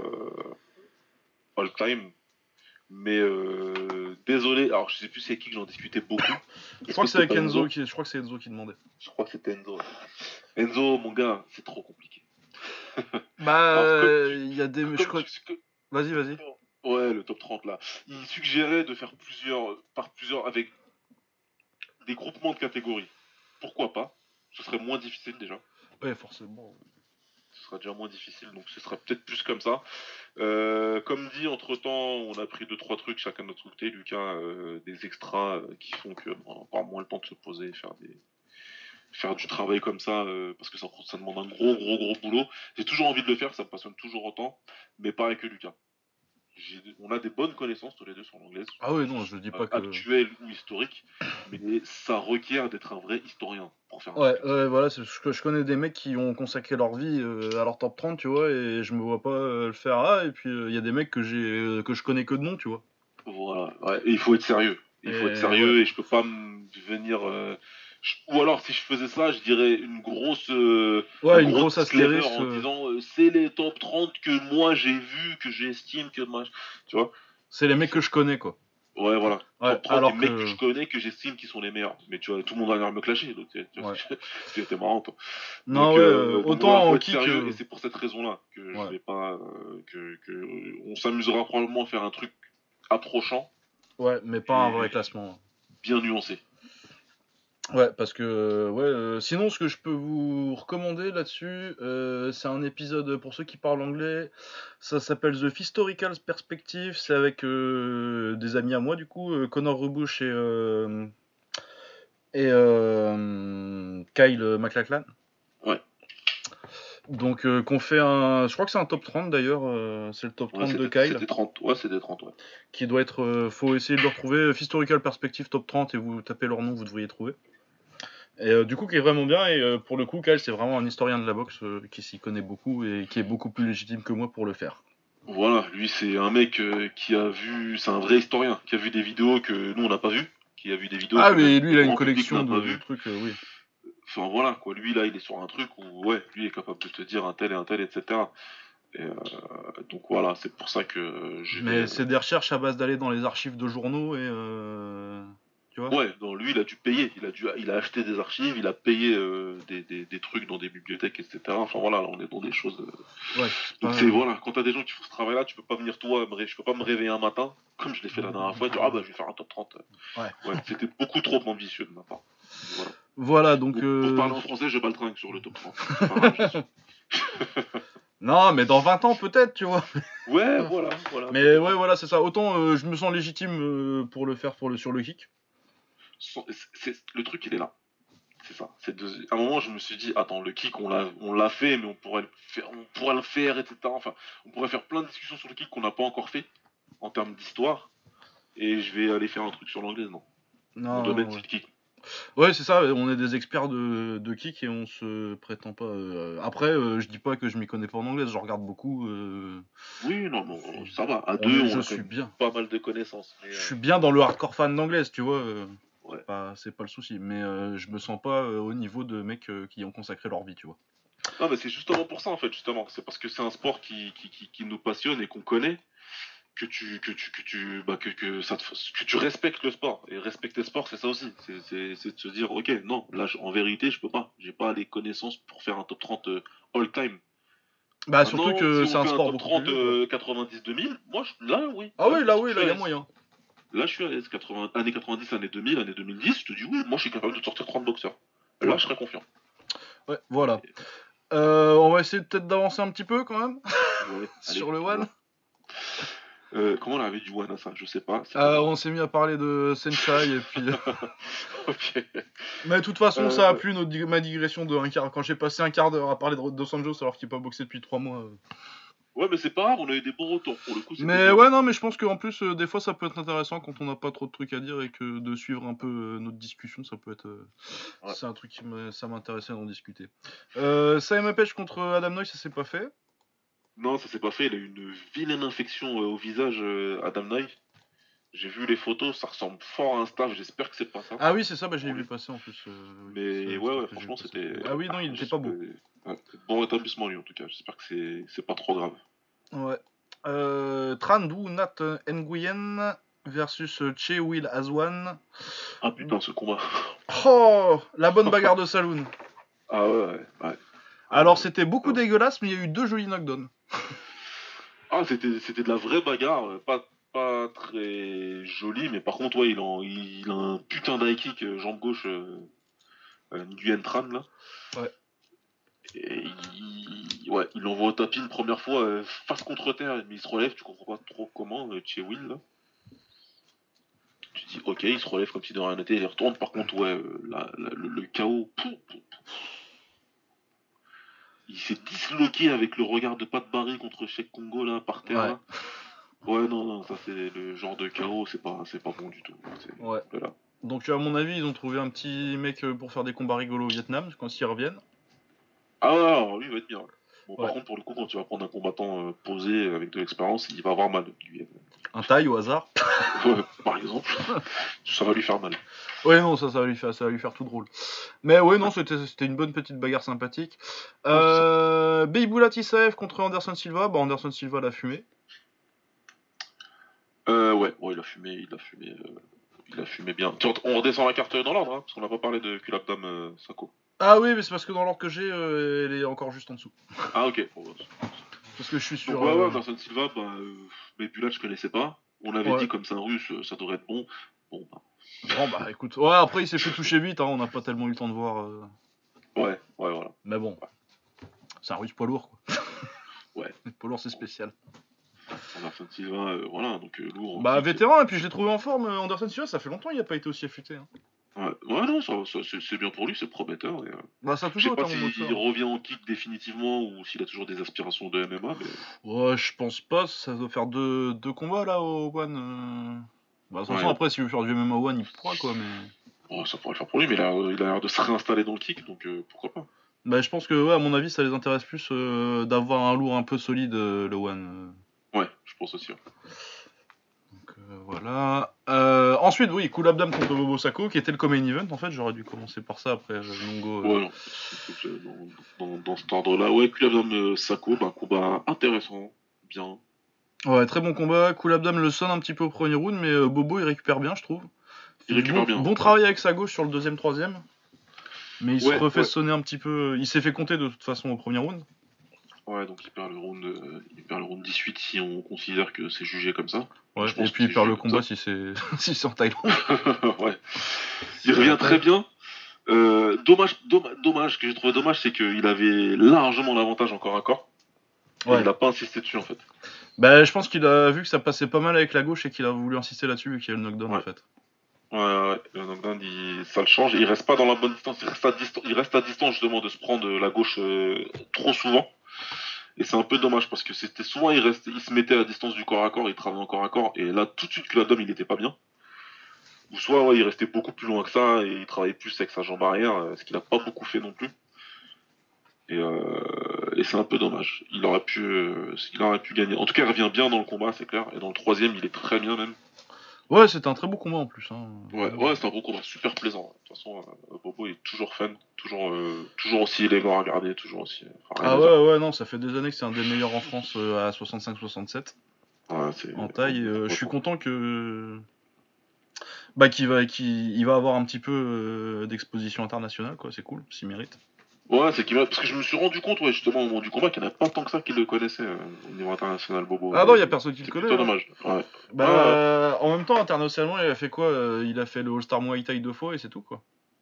all-time, mais désolé, alors je sais plus c'est qui que j'en discutais beaucoup. Je Est-ce crois que que c'est c'était avec pas Enzo Enzo? qui. Je crois que c'est Enzo qui demandait. Je crois que c'était Enzo. Enzo, mon gars, c'est trop compliqué. Bah, Alors, il y a des. Je comme crois. tu, Vas-y, vas-y. ouais, le top 30 là. Il suggérait de faire plusieurs, avec des groupements de catégories. Pourquoi pas? Ce serait moins difficile déjà. Ouais, forcément. Ce sera déjà moins difficile, donc ce sera peut-être plus comme ça. Comme dit, entre-temps, on a pris 2-3 trucs chacun de notre côté, Lucas, des extras qui font que on a encore moins le temps de se poser et faire du travail comme ça, parce que ça demande un gros boulot. J'ai toujours envie de le faire, ça me passionne toujours autant, mais pareil que Lucas. On a des bonnes connaissances tous les deux sur l'anglaise, Ah ouais, non, je dis pas que. actuelle ou historique, mais ça requiert d'être un vrai historien pour faire un truc Ouais, comme ça. ouais, voilà, je connais des mecs qui ont consacré leur vie à leur top 30, tu vois, et je me vois pas le faire. Ah, et puis il y a des mecs que je connais que de nom, tu vois. Voilà, ouais, et il faut être sérieux. Il faut être Et ouais. sérieux et je peux pas venir. Ou alors si je faisais ça, je dirais un Ouais, une gros grosse disclaimer astérisque. en disant c'est les top 30 que moi j'ai vu, que j'estime que moi. Tu vois. C'est les mecs que C'est- je connais, quoi. Ouais, voilà. Ouais, Top 30 des alors mecs que que. je connais, que j'estime qui sont les meilleurs. Mais tu vois, tout le monde va venir me clasher. Donc, tu vois, Ouais. c'était marrant, toi. Non, ouais, Donc voilà, autant faut en être kick. sérieux et c'est pour cette raison-là que je Ouais. vais pas. On s'amusera probablement à faire un truc approchant Ouais, mais pas un et vrai classement. bien nuancé. Ouais, parce que sinon ce que je peux vous recommander là-dessus, c'est un épisode pour ceux qui parlent anglais. Ça s'appelle The Historical Perspective. C'est avec des amis à moi du coup, Connor Rubush et Kyle MacLachlan. Ouais. Donc qu'on fait je crois que c'est un top 30 d'ailleurs. C'est le top Ouais, 30 de Kyle c'était 30. Ouais, c'était 30, ouais. qui doit être. Faut essayer de le retrouver. Historical Perspective top 30 et vous tapez leur nom, vous devriez trouver. Et du coup, qui est vraiment bien. Et pour le coup, Kyle, c'est vraiment un historien de la boxe qui s'y connaît beaucoup et qui est beaucoup plus légitime que moi pour le faire. Voilà, lui, c'est un mec qui a vu. C'est un vrai historien, qui a vu des vidéos que nous, on n'a pas vues. Qui a vu des vidéos Ah, que mais même lui, le il a une grand public collection n'a pas de vues. trucs, oui. Enfin, voilà, quoi. Lui, là, il est sur un truc où, ouais, lui est capable de te dire un tel et un tel, etc. Et donc, voilà, c'est pour ça que je vais. Mais c'est des recherches à base d'aller dans les archives de journaux et. Tu vois. Ouais, non, lui, il a dû payer. Il a acheté des archives, il a payé des trucs dans des bibliothèques, etc. Enfin, voilà, là, on est dans des choses. Ouais. Donc c'est voilà, quand t'as des gens qui font ce travail-là, tu peux pas venir toi, je peux pas me réveiller un matin, comme je l'ai fait la dernière fois, et dire ah bah je vais faire un top 30. Ouais. Ouais, c'était beaucoup trop ambitieux de ma part. Voilà. Voilà, donc. Pour parler en français, je baltringue sur le top 30. C'est pas grave, j'y suis. Non, mais dans 20 ans peut-être, tu vois. Ouais, voilà. Mais ouais, voilà, c'est ça. Autant je me sens légitime pour le faire sur le kick. Le truc, il est là. C'est ça. À un moment, je me suis dit, attends, le kick, on l'a fait, mais on pourrait le faire, etc. Enfin, on pourrait faire plein de discussions sur le kick qu'on n'a pas encore fait en termes d'histoire. Et je vais aller faire un truc sur l'anglaise, non. Mon domaine, c'est le kick. Ouais, c'est ça, on est des experts de kick et on se prétend pas. Après, je dis pas que je m'y connais pas en anglaise, je regarde beaucoup. Oui, non, ça va. À deux, on a suis bien. Pas mal de connaissances. Mais, je suis bien dans le hardcore fan d'anglaise, tu vois. Ouais. C'est pas le souci, mais je me sens pas au niveau de mecs qui ont consacré leur vie, tu vois. Non, mais c'est justement pour ça, en fait, justement. C'est parce que c'est un sport qui nous passionne et qu'on connaît que tu respectes le sport. Et respecter le sport, c'est ça aussi. C'est de se dire, ok, non, là, en vérité, je peux pas. J'ai pas les connaissances pour faire un top 30 all time. Bah, surtout que si c'est un sport top 30 90-2000, moi, là, oui. Ah oui, là, il y a moyen. Là, je suis à l'aise. Années 90, années 2000, années 2010, je te dis oui, moi, je suis capable de sortir 30 boxeurs. Là, je serais confiant. Ouais, voilà. On va essayer peut-être d'avancer un petit peu quand même sur le One. Comment on avait du One à ça? Je sais pas. On s'est mis à parler de Senchai et puis. Ok. Mais de toute façon, ça a plu ma digression de un quart. Quand j'ai passé un quart d'heure à parler de Dos Anjos alors qu'il n'a pas boxé depuis 3 mois. Ouais, mais c'est pas grave, on a eu des bons retours pour le coup. Mais ouais, non, mais je pense qu'en plus, des fois, ça peut être intéressant quand on n'a pas trop de trucs à dire et que de suivre un peu notre discussion, ça peut être. Ouais. C'est un truc ça m'intéressait d'en discuter. Simon Page contre Adam Noy, ça s'est pas fait. Non, ça s'est pas fait. Il a eu une vilaine infection au visage, Adam Noy. J'ai vu les photos, ça ressemble fort à un staff, j'espère que c'est pas ça. Ah oui, c'est ça, j'ai vu passer en plus. Mais ouais, franchement, c'était. Ah oui, non, il était pas beau. Bon rétablissement, lui, en tout cas. J'espère que c'est pas trop grave. Ouais. Trandu Nat Nguyen versus Che Will Aswan. Ah putain, ce combat. Oh, la bonne bagarre de Saloon. Ah ouais. Alors, c'était beaucoup dégueulasse, mais il y a eu 2 jolis knockdowns. Ah, c'était de la vraie bagarre, pas très jolie, mais par contre, ouais, il a un putain d'high kick, jambe gauche, Nguyen Tran, là. Ouais. Et il l'envoie au tapis une première fois, face contre terre, mais il se relève, tu comprends pas trop comment, Che Will, là. Tu dis, ok, il se relève comme si de rien n'était, il retourne, par contre, ouais, le KO, il s'est disloqué avec le regard de Pat Barry contre Cheikh Congo, là, par terre, là. Ouais, non, ça c'est le genre de KO, c'est pas bon du tout. Ouais. Voilà. Donc, à mon avis, ils ont trouvé un petit mec pour faire des combats rigolos au Vietnam, quand ils reviennent. Ah, alors, lui, il va être bien. Bon, par contre, pour le coup, quand tu vas prendre un combattant posé avec de l'expérience, il va avoir mal. Un taille au hasard. Ouais, par exemple. Ça va lui faire mal. Ouais, non, ça va lui faire tout drôle. Mais ouais, non, c'était une bonne petite bagarre sympathique. Beiboula Tissaev contre Anderson Silva. Bah, Anderson Silva l'a fumé. Ouais, il a fumé. Il a fumé bien. On redescend la carte dans l'ordre, hein, parce qu'on n'a pas parlé de Kulabdam Sako. Ah oui, mais c'est parce que dans l'ordre que j'ai, elle est encore juste en dessous. Ah ok. Bon, parce que je suis sur. Donc, ouais, Anderson Silva, Beiboula, je connaissais pas. On avait dit comme c'est un russe, ça devrait être bon. Bon, bah écoute. Ouais, après il s'est fait toucher vite, hein, on n'a pas tellement eu le temps de voir. Ouais, voilà. Mais bon. C'est un russe poids lourd, quoi. Ouais. Poids lourd, c'est spécial. Anderson Silva, voilà, donc lourd. Bah, vétéran, et puis je l'ai trouvé en forme. Anderson Silva, ça fait longtemps qu'il n'a pas été aussi affûté. Hein. Ouais, non, ça c'est bien pour lui, c'est prometteur. Et, bah, ça a toujours je sais pas s'il revient en kick définitivement ou s'il a toujours des aspirations de MMA. Mais... Ouais, je pense pas, ça doit faire deux combats là au One. Bah, de toute façon, après, s'il veut faire du MMA One, il pourra quoi, mais. Ouais, ça pourrait le faire pour lui, mais il a l'air de se réinstaller dans le kick, donc pourquoi pas. Bah, je pense que, ouais, à mon avis, ça les intéresse plus d'avoir un lourd un peu solide, le One. Ouais, je pense aussi. Ouais. Donc, voilà. Ensuite, oui, Kulabdam contre Bobo Sako, qui était le main event, en fait. J'aurais dû commencer par ça après Longo. Ouais, non. Dans cet ordre-là, ouais, Kulabdam Sako, combat intéressant, bien. Ouais, très bon combat. Kulabdam le sonne un petit peu au premier round, mais Bobo il récupère bien, je trouve. Il récupère bien. Bon travail avec sa gauche sur le deuxième, troisième. Mais il se refait sonner un petit peu. Il s'est fait compter de toute façon au premier round. Ouais, donc il perd le round 18 si on considère que c'est jugé comme ça. Ouais, et puis il perd le combat si c'est en Thaïlande. Ouais. Il revient très bien. Dommage que j'ai trouvé dommage, c'est qu'il avait largement l'avantage en corps à corps. Et il a pas insisté dessus en fait. Bah, je pense qu'il a vu que ça passait pas mal avec la gauche et qu'il a voulu insister là-dessus vu qu'il y a le knockdown en fait. Ouais, le knockdown, ça le change. Il reste pas dans la bonne distance. Il reste à distance justement de se prendre la gauche trop souvent. Et c'est un peu dommage parce que c'était souvent il se mettait à distance du corps à corps, il travaillait en corps à corps. Et là, tout de suite que l'abdomen il était pas bien. Ou soit il restait beaucoup plus loin que ça et il travaillait plus avec sa jambe arrière, ce qu'il a pas beaucoup fait non plus. Et c'est un peu dommage. Il aurait pu gagner. En tout cas, il revient bien dans le combat, c'est clair. Et dans le troisième, il est très bien même. Ouais, c'était un très beau combat en plus. Hein. Ouais, c'est un beau combat, super plaisant. De toute façon, Bobo est toujours fun, toujours aussi élégant à regarder, toujours aussi. Ouais, non, ça fait des années que c'est un des meilleurs en France à 65-67. Ouais, en taille. Je suis content que. Bah, qu'il va avoir un petit peu d'exposition internationale, quoi. C'est cool, s'il mérite. Ouais, parce que je me suis rendu compte, justement, au moment du combat, qu'il n'y en a pas tant que ça qui le connaissaient au niveau international, Bobo. Ah non, il n'y a personne qui le connaît. C'est plutôt dommage. Ouais. Bah, en même temps, internationalement, il a fait quoi Il a fait le All-Star Muay Thai 2 fois et c'est tout, quoi.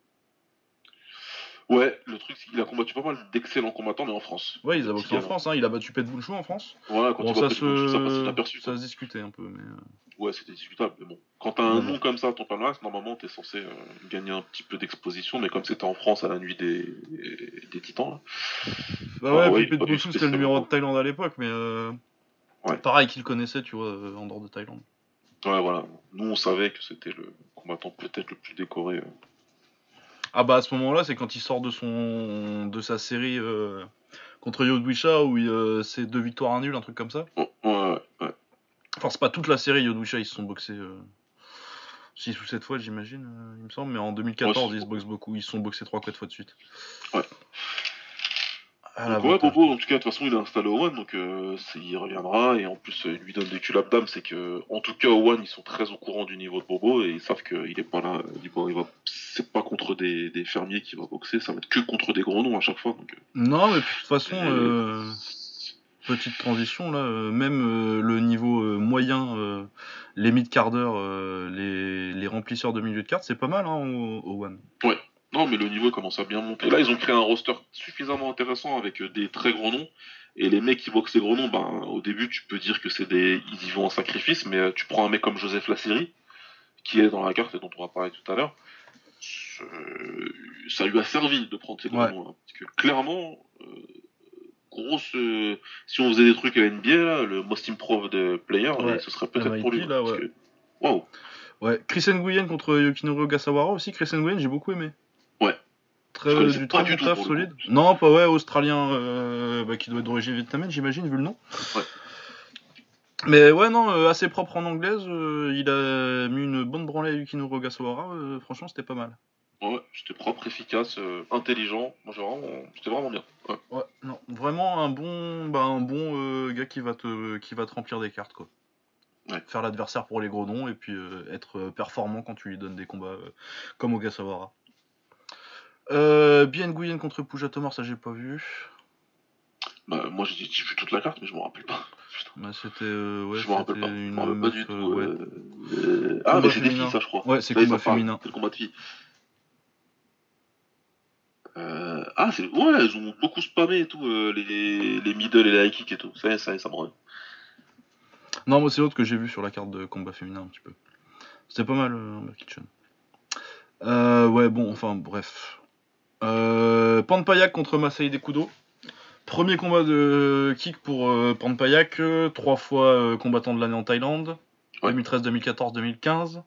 Ouais, le truc, c'est qu'il a combattu pas mal d'excellents combattants, mais en France. Ouais, il a boxé en France, hein. Il a battu Pet Bunchou en France. Ouais, quand ça passe inaperçu. Ça se discutait un peu, mais. Ouais, c'était discutable, mais bon. Quand t'as un nom comme ça à ton palmarès, normalement, t'es censé gagner un petit peu d'exposition, mais comme c'était en France à la nuit des Titans, là. Bah ouais, puis Pet Bunchou, c'était le numéro de Thaïlande à l'époque, mais. Pareil qu'il connaissait, tu vois, en dehors de Thaïlande. Ouais, voilà. Nous, on savait que c'était le combattant peut-être le plus décoré. Ah bah à ce moment-là, c'est quand il sort de sa série contre Yodwisha où c'est 2 victoires, 1 nul, un truc comme ça. Ouais. Enfin, c'est pas toute la série Yodwisha, ils se sont boxés 6 ou 7 fois, j'imagine, il me semble, mais en 2014, ils se boxent beaucoup, ils se sont boxés 3-4 fois de suite. Ouais. Donc ouais, Bobo, en tout cas, de toute façon, il est installé au One, donc il reviendra, et en plus, il lui donne des culs d'âme, c'est que, en tout cas, au One, ils sont très au courant du niveau de Bobo, et ils savent qu'il est pas là, c'est pas contre des fermiers qu'il va boxer, ça va être que contre des gros noms à chaque fois. Donc, non, mais de toute façon, petite transition, là, même le niveau moyen, les mid-quart d'heure, les remplisseurs de milieu de carte, c'est pas mal hein, au One. Ouais. Non, mais le niveau commence à bien monter. Là, ils ont créé un roster suffisamment intéressant avec des très gros noms. Et les mecs qui boxent ces gros noms, au début, tu peux dire que ils y vont en sacrifice, mais tu prends un mec comme Joseph Lasseri, qui est dans la carte et dont on va parler tout à l'heure. Ça lui a servi de prendre ces gros noms. Hein, parce que clairement, si on faisait des trucs à la NBA, là, le Most Improved Player, ce serait peut-être MIP, pour lui. Là, Waouh! Ouais, Chris Nguyen contre Yokinoro Ogasawara aussi. Chris Nguyen, j'ai beaucoup aimé. Ouais. Très bon taf solide. Non, pas australien, qui doit être d'origine vietnamienne, j'imagine, vu le nom. Ouais. Mais ouais, non, assez propre en anglaise. Il a mis une bonne branlée à Yukinoro Ogasawara. Franchement, c'était pas mal. Ouais, c'était propre, efficace, intelligent. Moi, c'était vraiment bien. Ouais, non, vraiment un bon gars qui va te remplir des cartes, quoi. Ouais. Faire l'adversaire pour les gros noms et puis être performant quand tu lui donnes des combats comme Ogasawara. Bien Nguyen contre Puja Tomar, ça j'ai pas vu. Bah, moi j'ai vu toute la carte, mais je m'en rappelle pas. Bah, c'était je m'en rappelle pas. une je m'en rappelle pas du tout. Ah, mais c'est des filles, ça, je crois. Ouais, c'est combat féminin. C'est le combat de filles. Elles ont beaucoup spammé et tout, les middle et les high kick et tout. Ça me revient. Non, moi c'est l'autre que j'ai vu sur la carte de combat féminin un petit peu. C'était pas mal, Kitchen. Ouais, bon, enfin, bref. Panpayak contre Masai Dekudo. Premier combat de kick pour Panpayak. 3 fois combattant de l'année en Thaïlande. Ouais. 2013, 2014, 2015.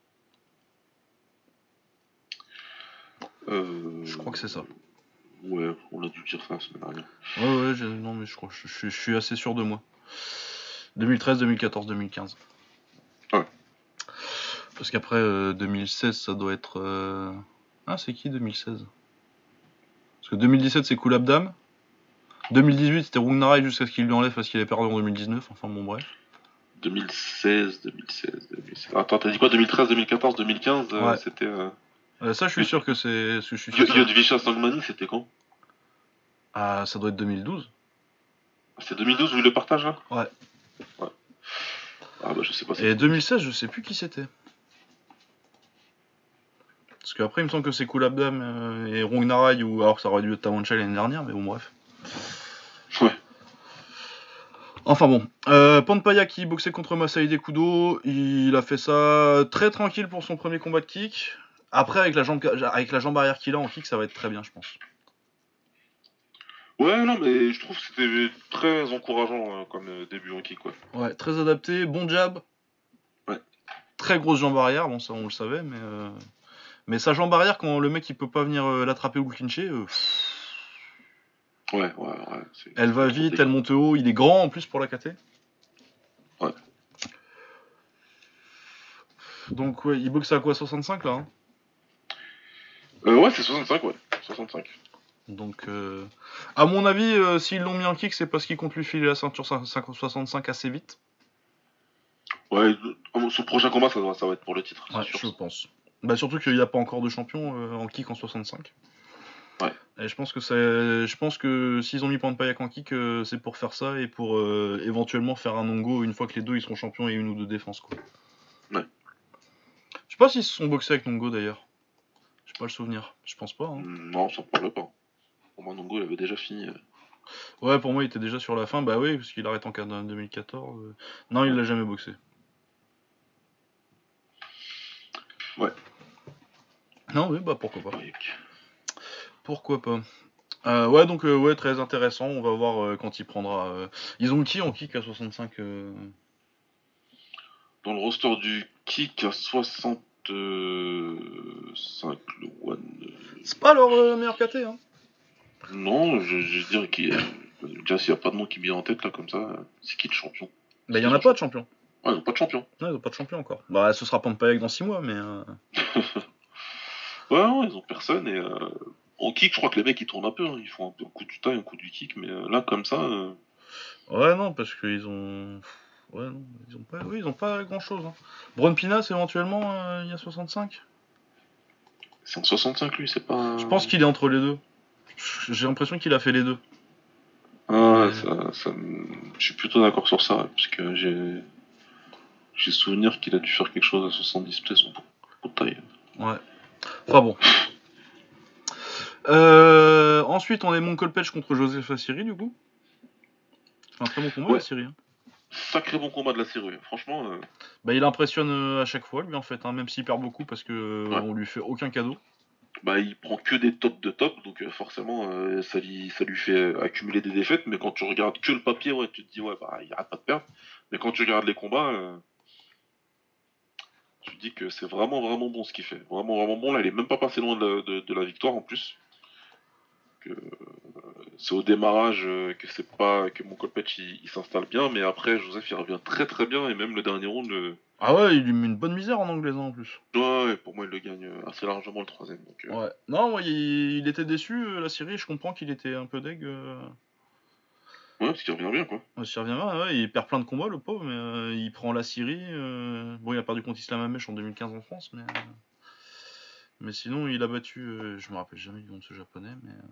Je crois que c'est ça. Ouais, on a dû dire ça la semaine dernière. Ouais, non, mais je crois, je suis assez sûr de moi. 2013, 2014, 2015. Ouais. Parce qu'après 2016, ça doit être. Ah, c'est qui 2016? Parce que 2017, c'est Kulab Dam. 2018, c'était Rungnarai jusqu'à ce qu'il lui enlève parce qu'il est perdu en 2019. Enfin, bon, bref. 2016. Attends, t'as dit quoi? 2013, 2014, 2015 ouais. C'était. Ça, je suis sûr que c'est. Yodvisha Sangmani, c'était quand? Ah, ça doit être 2012. C'est 2012 où il le partage là? Ouais. Ah bah je sais pas. Et 2016, je sais plus qui c'était. Parce qu'après, il me semble que c'est Kulab Dam et Rungnarai, alors que ça aurait dû être Tawanchai l'année dernière, mais bon, bref. Ouais. Enfin bon, Pampaya qui boxait contre Massaïde Kudo, il a fait ça très tranquille pour son premier combat de kick. Après, avec la jambe arrière qu'il a en kick, ça va être très bien, je pense. Ouais, non, mais je trouve que c'était très encourageant comme début en kick, quoi. Ouais, très adapté, bon jab. Ouais. Très grosse jambe arrière, bon ça on le savait, mais sa jambe arrière, quand le mec il peut pas venir l'attraper ou le clincher, Ouais. elle va vite, elle monte haut, il est grand en plus pour la KT. Ouais. Donc ouais, il boxe à quoi, 65 là hein Ouais, c'est 65, ouais. 65. Donc, à mon avis, s'ils l'ont mis en kick, c'est parce qu'ils comptent lui filer la ceinture 65 assez vite. Ouais, son prochain combat, ça va être pour le titre. Ouais, sûr, je pense. Bah, surtout qu'il n'y a pas encore de champion en kick en 65. Ouais. Et je pense que s'ils ont mis Pampayak en kick, c'est pour faire ça et pour éventuellement faire un Nongo une fois que les deux ils seront champions et une ou deux défenses quoi. Ouais. Je sais pas s'ils se sont boxés avec Nongo d'ailleurs. J'ai pas le souvenir. Je pense pas. Hein. Non, ça me parle pas. Pour moi, Nongo, il avait déjà fini. Ouais, pour moi, il était déjà sur la fin. Bah oui, parce qu'il arrête en 2014. Non, il l'a jamais boxé. Ouais. Non, oui, bah pourquoi pas. Pourquoi pas. Ouais, donc ouais, très intéressant. On va voir quand il prendra. Ils ont qui en kick à 65 Dans le roster du kick à 65, le One. C'est pas leur meilleur KT, hein. Non, je dirais qu'il y a. Déjà, s'il n'y a pas de nom qui me vient en tête là comme ça, c'est qui le champion? Bah, il y en a pas de champion. Ouais, ils ont pas de champion. Ouais, ils ont pas de champion encore. Bah, ce sera Pampayak dans 6 mois, mais. Ouais, non, ils ont personne et. En kick, je crois que les mecs ils tournent un peu, hein. Ils font un peu un coup du taille, un coup du kick, mais là comme ça. Ouais, non, parce qu'ils ont. Ouais, non, ils ont pas grand chose. Hein. Bron Pinas, éventuellement, il y a 65. C'est en 65 lui, c'est pas. Je pense qu'il est entre les deux. J'ai l'impression qu'il a fait les deux. Ah, je suis plutôt d'accord sur ça, parce que j'ai souvenir qu'il a dû faire quelque chose à 70, peut-être son coup de taille. Ouais. Enfin bon. Ensuite, on est Mon Colpech contre Joseph Assiri, du coup. C'est un très bon combat, Ouais. la Syrie. Hein. Sacré bon combat de la série, franchement. Bah, il impressionne à chaque fois, lui, en fait, hein, même s'il perd beaucoup parce que on lui fait aucun cadeau. Bah, il prend que des tops de top, donc forcément, ça lui fait accumuler des défaites, mais quand tu regardes que le papier, ouais, tu te dis, ouais, bah, il arrête pas de perdre. Mais quand tu regardes les combats, tu te dis que c'est vraiment, vraiment bon ce qu'il fait. Vraiment, vraiment bon. Là, il est même pas passé loin de la victoire en plus. C'est au démarrage que c'est pas que mon Kolpech il s'installe bien, mais après Joseph il revient très très bien et même le dernier round. Ah ouais, il lui met une bonne misère en anglais en plus. Ouais, pour moi il le gagne assez largement le troisième. Donc, Ouais. Non, ouais, il était déçu, la Syrie, je comprends qu'il était un peu deg. Ouais, parce qu'il revient bien quoi. Il revient bien, ouais, il perd plein de combats le pauvre, mais il prend la Syrie. Bon, il a perdu contre Islam Hamesh en 2015 en France, mais sinon il a battu. Je me rappelle jamais du nom de ce japonais,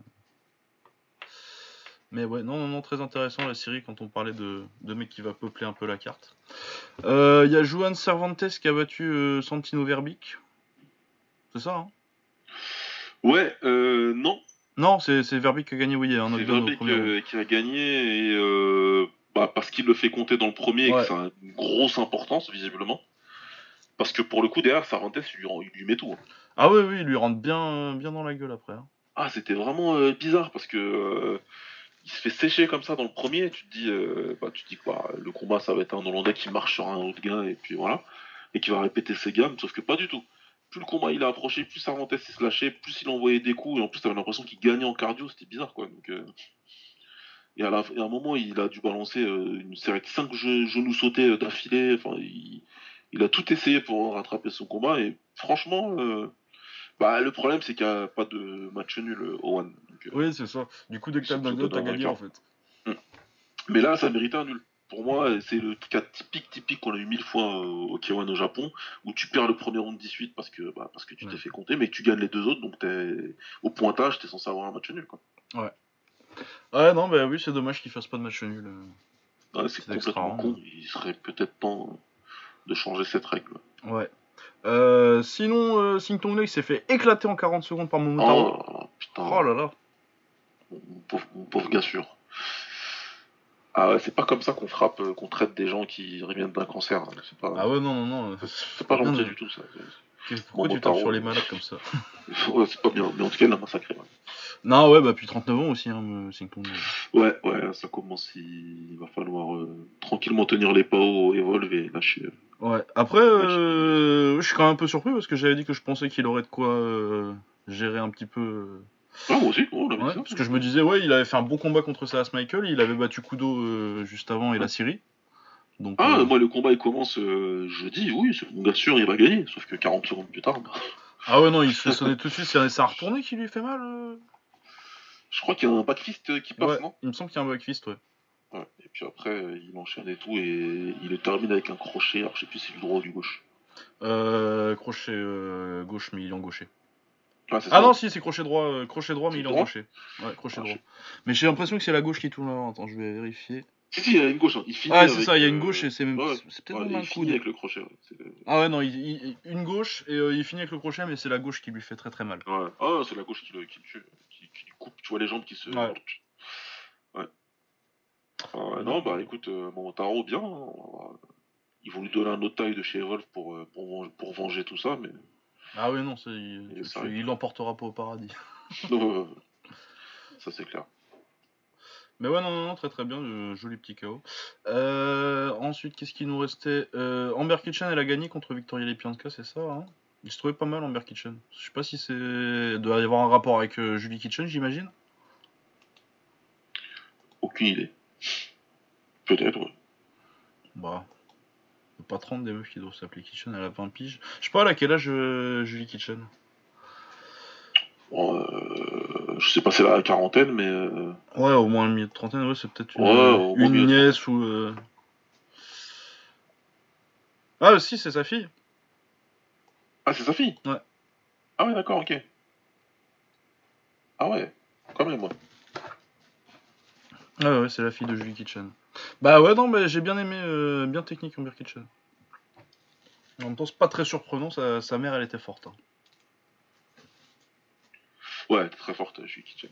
mais ouais, non, très intéressant la Syrie quand on parlait de mec qui va peupler un peu la carte. Il y a Juan Cervantes qui a battu Santino Verbic. C'est ça, hein? Ouais, non. Non, c'est Verbic qui a gagné, oui, il y a un C'est knockdown au Verbeek premier round. qui a gagné et parce qu'il le fait compter dans le premier et que ça a une grosse importance visiblement. Parce que pour le coup derrière Cervantes il lui met tout. Hein. Ah oui, il lui rentre bien dans la gueule après. Hein. Ah c'était vraiment bizarre parce que il se fait sécher comme ça dans le premier, tu te dis que le combat ça va être un Hollandais qui marche sur un autre gars et puis voilà, et qui va répéter ses gammes, sauf que pas du tout. Plus le combat il a approché, plus Cervantes il se lâchait, plus il envoyait des coups, et en plus t'avais l'impression qu'il gagnait en cardio, c'était bizarre quoi. Donc, et à un moment il a dû balancer une série de 5 genoux sautés d'affilée, enfin il a tout essayé pour rattraper son combat, et franchement, le problème c'est qu'il n'y a pas de match nul au One. Donc, oui, c'est ça. Du coup, dès que t'as le knockdown, t'as gagné en fait. Mais là, ça méritait un nul. Pour moi, c'est le cas typique qu'on a eu 1000 fois au K1 au Japon, où tu perds le premier round 18 parce que tu t'es fait compter, mais que tu gagnes les deux autres, donc au pointage, t'es censé avoir un match nul. Quoi. Ouais. Ouais, non, bah oui, c'est dommage qu'il fasse pas de match nul. C'est complètement con, il serait peut-être temps de changer cette règle. Ouais. Sinon, Sing Tong il s'est fait éclater en 40 secondes par Momotaro. Oh putain. Oh là là. Mon pauvre gars sûr. Ah ouais, c'est pas comme ça qu'on frappe, qu'on traite des gens qui reviennent d'un cancer. Hein. Ah ouais, non. C'est pas gentil du tout, ça. Pourquoi tu tapes sur les malades comme ça? Ouais, c'est pas bien, mais en tout cas, il l'a massacré. Ouais. Non, ouais, bah, puis 39 ans aussi, hein, Sington. Ouais, ça commence, il va falloir tranquillement tenir les pas au Evolve et lâcher. Ouais, après, je suis quand même un peu surpris parce que j'avais dit que je pensais qu'il aurait de quoi gérer un petit peu. Ah, moi aussi, on avait dit Ouais, ça. parce que je me disais, ouais, il avait fait un bon combat contre Salas Michael, il avait battu Kudo juste avant et la Syrie. Donc, Ah, moi, le combat, il commence jeudi, oui, c'est mon gars sûr, il va gagner. Sauf que 40 secondes plus tard. Bah... Ah ouais, non, il se fait sonner tout de suite, c'est a retourné qui lui fait mal Je crois qu'il y a un backfist qui passe, Ouais, non? il me semble qu'il y a un backfist, ouais. Ouais, et puis après, il enchaîne et tout, et il le termine avec un crochet, alors je sais plus si c'est du droit ou du gauche. Crochet gauche, mais il est en gaucher. Ah, c'est Ah ça. non, si, c'est crochet droit, mais il est en droit gaucher. Ouais, crochet droit. Mais j'ai l'impression que c'est la gauche qui tourne là. Attends, je vais vérifier. Si, il y a une gauche, hein. Il finit Ah, avec... c'est ça, il y a une gauche et c'est même. Ouais, C'est peut-être ouais, même un il finit coude. avec le crochet. Ouais. Ah ouais, non, une gauche et il finit avec le crochet, mais c'est la gauche qui lui fait très très mal. Ouais, ah, c'est la gauche qui le tue, qui lui coupe, tu vois les jambes qui se... Ouais. Ouais. Non, bah écoute, Taro, bien. Hein. Ils vont lui donner un autre taille de chez Evolve pour venger tout ça, mais... Ah ouais, non, il l'emportera pas au paradis. Ça c'est clair. Mais ouais, non, très très bien, joli petit KO. Ensuite, qu'est-ce qui nous restait Amber Kitchen, elle a gagné contre Victoria Lepianska, c'est ça hein. Il se trouvait pas mal, Amber Kitchen. Je sais pas si c'est... Il doit y avoir un rapport avec Julie Kitchen, j'imagine. Aucune idée. Peut-être, ouais. Bah... Pas 30 des meufs qui doivent s'appeler Kitchen, elle a 20 piges. Je sais pas à quel âge Julie Kitchen. Bon, je sais pas, c'est la quarantaine, mais... Ouais, au moins un milieu de trentaine, ouais, c'est peut-être une nièce ou... Ah si, c'est sa fille. Ah, c'est sa fille? Ouais. Ah ouais, d'accord, ok. Ah ouais, quand même, moi. Ouais, c'est la fille de Julie Kitchen. Bah ouais, non, mais j'ai bien aimé, bien technique Amber Kitchen. En même temps, c'est pas très surprenant, sa mère, elle était forte. Hein. Ouais, elle était très forte, Julie Kitchen.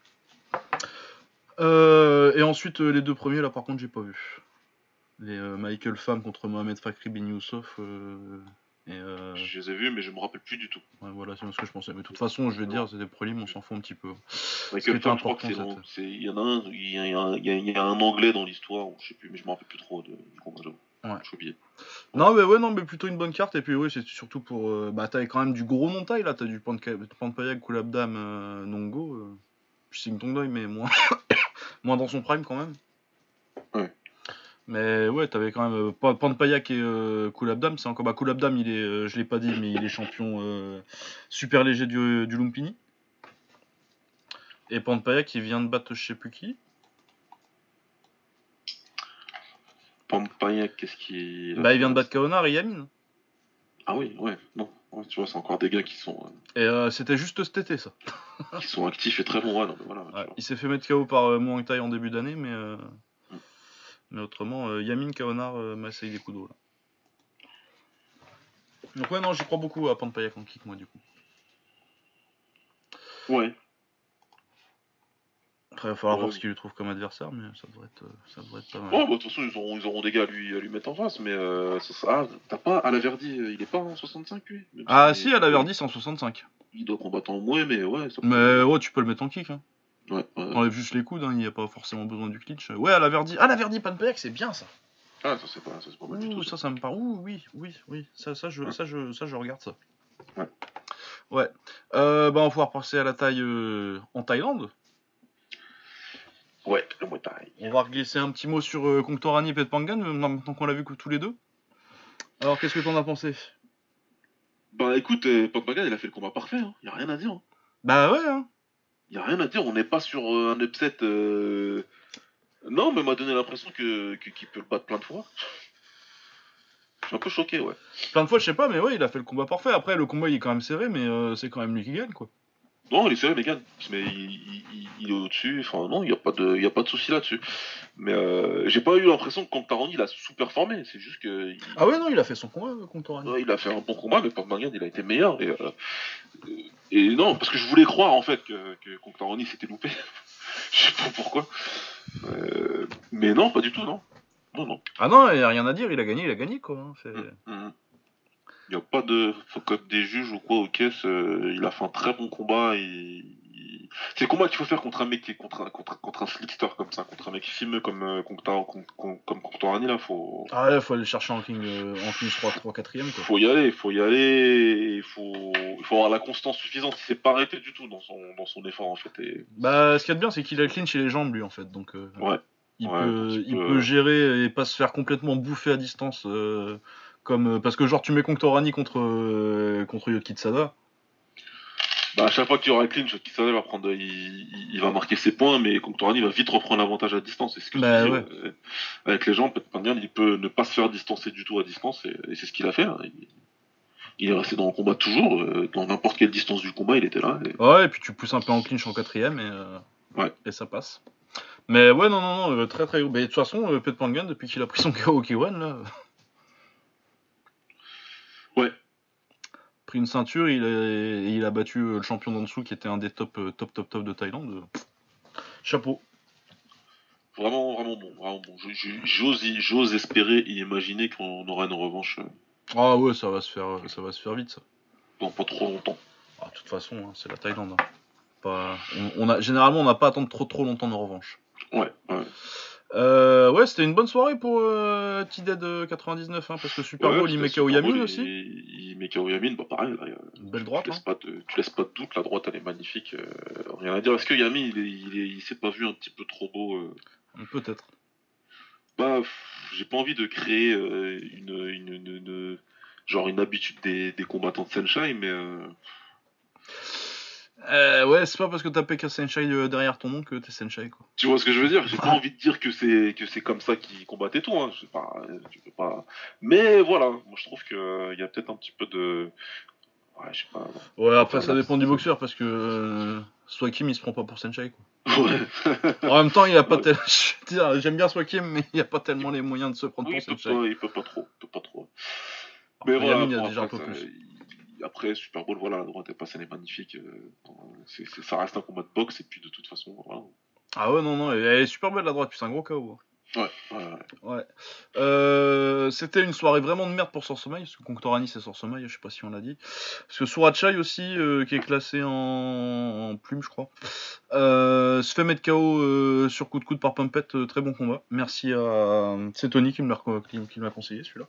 Et ensuite, les deux premiers, là, par contre, j'ai pas vu. Les Michael Pham contre Mohamed Fakri Ben Youssef. Je les ai vus, mais je me rappelle plus du tout. Ouais, voilà, c'est ce que je pensais. Mais de toute façon, je vais dire, c'est des prélims, on s'en fout un petit peu. Michael Pham, je crois que il y en a un, il y a un anglais dans l'histoire, je sais plus, mais je me rappelle plus trop du combat, j'avoue. Ouais. J'ai oublié. Non, mais plutôt une bonne carte. Et puis, oui, c'est surtout pour. Bah, t'as quand même du gros nom de taille là. T'as du Panpayag, Kulabdam, Nongo. Puis Singtongdoi, mais moins. moins dans son prime quand même. Ouais. Mais ouais, t'avais quand même Panpayak et Kulabdam. C'est encore. Bah, Kulabdam, il est. Je l'ai pas dit, mais il est champion super léger du Lumpini. Et Panpayak, il vient de battre je sais plus qui. Panpayak, qu'est-ce qui... Bah, il vient de battre Kaonar et Yamin. Ah oui, ouais, non. Ouais, tu vois, c'est encore des gars qui sont... Et c'était juste cet été, ça. qui sont actifs et très bons, ouais, non, mais voilà. Ouais, il s'est fait mettre KO par Muang Thai en début d'année, mais autrement, Yamin, Kaonar, Masai des coups d'eau, là. Donc ouais, non, j'y crois beaucoup à Panpayak en kick, moi, du coup. Ouais. Après, il va falloir voir ce qu'il lui trouve comme adversaire, mais ça devrait être pas mal. Ouais, bah, de toute façon, ils auront des gars à lui mettre en face, mais t'as pas Alaverdi, il est pas en 65 lui? Ah si, Alaverdi c'est en 65. Il doit combattre en moins, mais ouais. Ça mais ouais, tu peux le mettre en kick. Hein. Ouais. Enlève juste les coudes, il n'y a pas forcément besoin du clinch. Ouais, Alaverdi, Panpayak, c'est bien ça. Ah, ça c'est pas mal du tout. Ça me parle. Oui. Ça je regarde ça. Ouais. Ouais. On va pouvoir passer à la taille en Thaïlande. Ouais, le Muay Thai. On va glisser un petit mot sur Kongtorani et Petpangan, maintenant qu'on l'a vu que tous les deux. Alors, qu'est-ce que t'en as pensé? Bah écoute, Petpangan, il a fait le combat parfait, hein. Y a rien à dire. Hein. Bah ouais, hein. Y a rien à dire, on n'est pas sur un upset... Non, mais m'a donné l'impression qu'il peut le battre plein de fois. Je suis un peu choqué, ouais. Plein de fois, je sais pas, mais ouais, il a fait le combat parfait. Après, le combat, il est quand même serré, mais c'est quand même lui qui gagne, quoi. Non, il est serré, mais il gagne. Mais il est au-dessus. Enfin, non, il n'y a pas de souci là-dessus. Mais j'ai pas eu l'impression que Kongtarani, il a sous-performé. C'est juste que... Ah ouais, non, il a fait son combat, Kongtorani. Ouais, il a fait un bon combat, mais Petpangan, il a été meilleur. Et non, parce que je voulais croire, en fait, que Kongtarani s'était loupé. Je sais pas pourquoi. Mais non, pas du tout, non. Non. Ah non, il n'y a rien à dire, il a gagné quoi. Hein, il n'y a pas de faute des juges ou quoi, ok, il a fait un très bon combat. C'est le combat qu'il faut faire contre un mec qui est contre un slickster comme ça, contre un mec fimeux comme Contorani là, faut. Ah ouais, faut aller chercher en King 3 4ème quoi. Faut y aller, il faut avoir la constance suffisante, il s'est pas arrêté du tout dans son effort en fait. Bah ce qu'il y a de bien c'est qu'il a le clinch et les jambes lui en fait, donc ouais. Il peut gérer et pas se faire complètement bouffer à distance parce que genre tu mets Conctorani contre Yotkitsada. Bah à chaque fois qu'il y aura un clinch, Yotkitsada va prendre, il va marquer ses points, mais Conctorani va vite reprendre l'avantage à distance. C'est ce que je dis, avec les jambes, il peut ne pas se faire distancer du tout à distance et c'est ce qu'il a fait. Hein. Il est resté dans le combat toujours, dans n'importe quelle distance du combat, il était là. Ouais, et puis tu pousses un peu en clinch en 4ème et ça passe. Mais ouais, non, très très haut. Mais de toute façon, Pet Pangan, depuis qu'il a pris son KO K1, là. Ouais. Pris une ceinture, il a battu le champion d'en dessous qui était un des top de Thaïlande. Chapeau. Vraiment bon. J'ose espérer et imaginer qu'on aura une revanche. Ah ouais, ça va se faire vite ça. Dans pas trop longtemps. Ah, de toute façon, hein, c'est la Thaïlande. Hein. Généralement, on n'a pas à attendre trop longtemps de revanche. Ouais. Ouais, c'était une bonne soirée pour T-Dead 99, hein, parce que Super Bowl, il met KO Yamin aussi. Il met KO Yamin, bah pareil. Là, belle droite. Tu laisses pas de doute, la droite elle est magnifique. Rien à dire. Est-ce que Yamin il s'est pas vu un petit peu trop beau Peut-être. Bah, j'ai pas envie de créer une habitude des combattants de Senshai, mais. Ouais, c'est pas parce que t'as PK Senshai derrière ton nom que t'es Senshai, quoi. Tu vois ce que je veux dire? J'ai pas envie de dire que c'est comme ça qu'ils combattent et tout, hein. Tu peux pas. Mais voilà, moi je trouve que y a peut-être un petit peu de. Ouais, je sais pas. Ouais, après ça dépend du boxeur parce que Swakim il se prend pas pour Senshai, quoi. Ouais. En même temps, il a pas tellement. J'aime bien Swakim, mais il a pas tellement les moyens de se prendre pour Senshai. Il peut pas trop. Mais voilà. Yamin, il y a déjà un peu plus. Après, Super Bowl, voilà, la droite est passée, elle est magnifique. Ça reste un combat de boxe, et puis de toute façon, voilà. Ah ouais, non, elle est super belle la droite, puis c'est un gros KO. Ouais. C'était une soirée vraiment de merde pour Sorsomai, parce que Conctorani c'est Sorsomai, je sais pas si on l'a dit. Parce que Surachai aussi, qui est classé en plume, je crois, se fait mettre KO sur coup de coude par Pumpette, très bon combat. Merci à. C'est Tony qui m'a conseillé celui-là.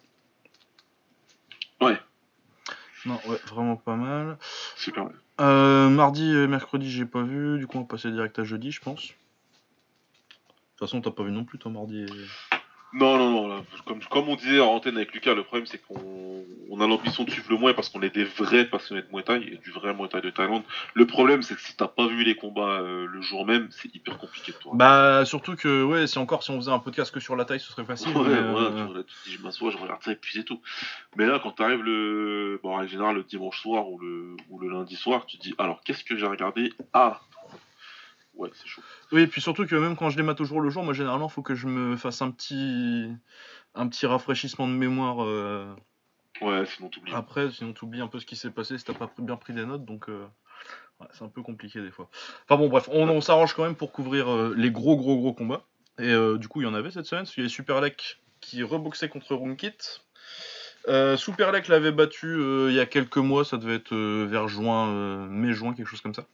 Ouais. Non, ouais, vraiment pas mal. Super. Mardi et mercredi, j'ai pas vu. Du coup, on va passer direct à jeudi, je pense. De toute façon, t'as pas vu non plus, toi, mardi et... Non. Là, comme on disait en antenne avec Lucas, le problème c'est qu'on a l'ambition de suivre le Muay parce qu'on est des vrais passionnés de Muay Thai et du vrai Muay Thai de Thaïlande. Le problème c'est que si t'as pas vu les combats le jour même, c'est hyper compliqué de toi. Bah, surtout que, ouais, si on faisait un podcast que sur la taille, ce serait facile. Ouais, là, tu dis je m'assois, je regarde ça et puis c'est tout. Mais là, quand t'arrives en général le dimanche soir ou le lundi soir, tu te dis alors qu'est-ce que j'ai regardé? Ah! Ouais, c'est chaud. Oui, et puis surtout que même quand je les mate au jour le jour, moi généralement, faut que je me fasse un petit rafraîchissement de mémoire. Ouais, sinon t'oublies. Après, sinon t'oublies un peu ce qui s'est passé si t'as pas bien pris des notes, donc ouais, c'est un peu compliqué des fois. Enfin bon, bref, on s'arrange quand même pour couvrir les gros combats. Et du coup, il y en avait cette semaine, parce qu'il y avait Superlek qui reboxait contre Runkit. Superlek l'avait battu il y a quelques mois, ça devait être vers mai-juin, quelque chose comme ça.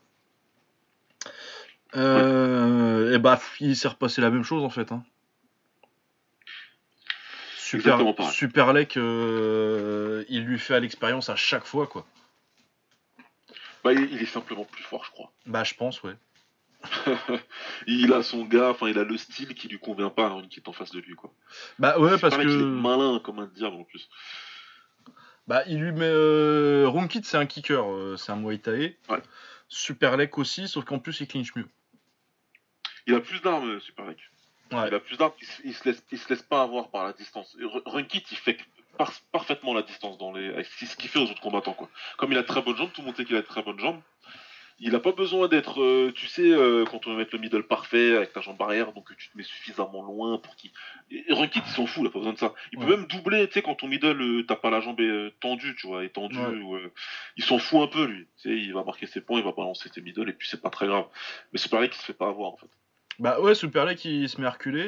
Et bah, il s'est repassé la même chose en fait. Hein. Superlek, il lui fait à l'expérience à chaque fois, quoi. Bah, il est simplement plus fort, je crois. Bah, je pense, ouais. Il a son gars, enfin, il a le style qui lui convient pas, hein, qui est en face de lui, quoi. Bah, ouais, parce que. Il est malin comme un diable en plus. Bah, il lui met. Runkit, c'est un kicker, c'est un Muay Thai. Ouais. Superlek aussi, sauf qu'en plus, il clinche mieux. Il a plus d'armes, Superlek. Ouais. Il a plus d'armes, il se laisse pas avoir par la distance. Runkit, il fait parfaitement la distance c'est ce qu'il fait aux autres combattants, quoi. Comme il a de très bonnes jambes, tout le monde sait qu'il a de très bonnes jambes. Il a pas besoin d'être, tu sais, quand on veut mettre le middle parfait avec ta jambe arrière, donc tu te mets suffisamment loin pour qu'il. Runkit, il s'en fout, il a pas besoin de ça. Il peut même doubler, tu sais, quand ton middle, t'as pas la jambe tendue, tu vois, étendue. Il s'en fout un peu, lui. Tu sais, il va marquer ses points, il va balancer ses middle, et puis c'est pas très grave. Mais Superlek, il se fait pas avoir, en fait. Bah ouais, Superlek, il se met à reculer.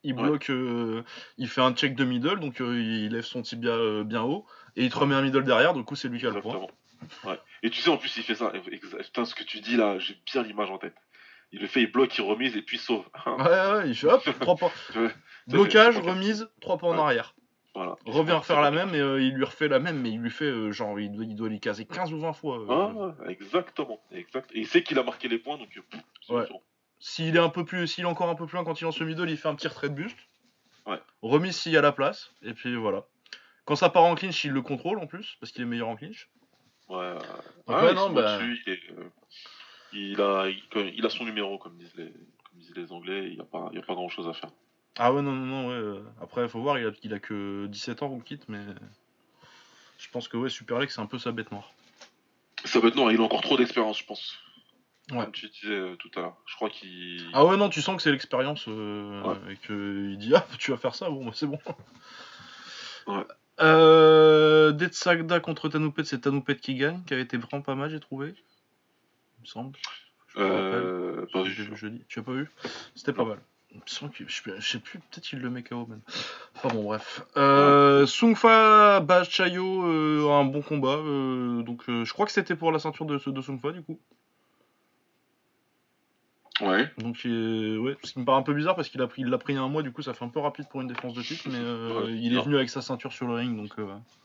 il bloque, il fait un check de middle, donc il lève son tibia bien haut, et il te remet un middle derrière, du coup c'est lui qui a le point. Ouais. Et tu sais, en plus, il fait ça. Putain, ce que tu dis là, j'ai bien l'image en tête. Il le fait, il bloque, il remise et puis il sauve. Ouais, il fait hop, 3 points. Blocage, remise, 3 points en arrière. Voilà. Revient refaire la même, et il lui refait la même, mais il lui fait genre, il doit lui caser 15 ou 20 fois. Exactement. Et il sait qu'il a marqué les points, donc ouais. S'il est encore un peu plus loin quand il lance le middle, il fait un petit retrait de buste. Ouais. Remise s'il y a la place, et puis voilà. Quand ça part en clinch, il le contrôle en plus, parce qu'il est meilleur en clinch. Ouais. Non, dessus, il a son numéro, comme disent les Anglais, il n'y a pas grand chose à faire. Ah ouais, non, ouais. Après, il faut voir, il a que 17 ans ou quitte, mais je pense que ouais, Super League, c'est un peu sa bête noire. Sa bête noire, il a encore trop d'expérience, je pense. Ouais. Comme tu disais tout à l'heure. Je crois qu'il. Ah ouais, non, tu sens que c'est l'expérience et qu'il dit ah, tu vas faire ça, bon, c'est bon. Ouais. Dead Sagda contre Tanoupet, c'est Tanoupet qui gagne, qui avait été vraiment pas mal, j'ai trouvé. Il me semble. Je me rappelle. Pas vu. Jeudi. Tu as pas vu? C'était pas mal. Je sais plus, peut-être qu'il le met KO même. Enfin bon, bref. Sungfa Bachayo, un bon combat. Donc je crois que c'était pour la ceinture de Sungfa du coup. Ouais. Donc ouais, ce qui me paraît un peu bizarre parce qu'il l'a pris il y a un mois, du coup ça fait un peu rapide pour une défense de titre, mais il est venu avec sa ceinture sur le ring, donc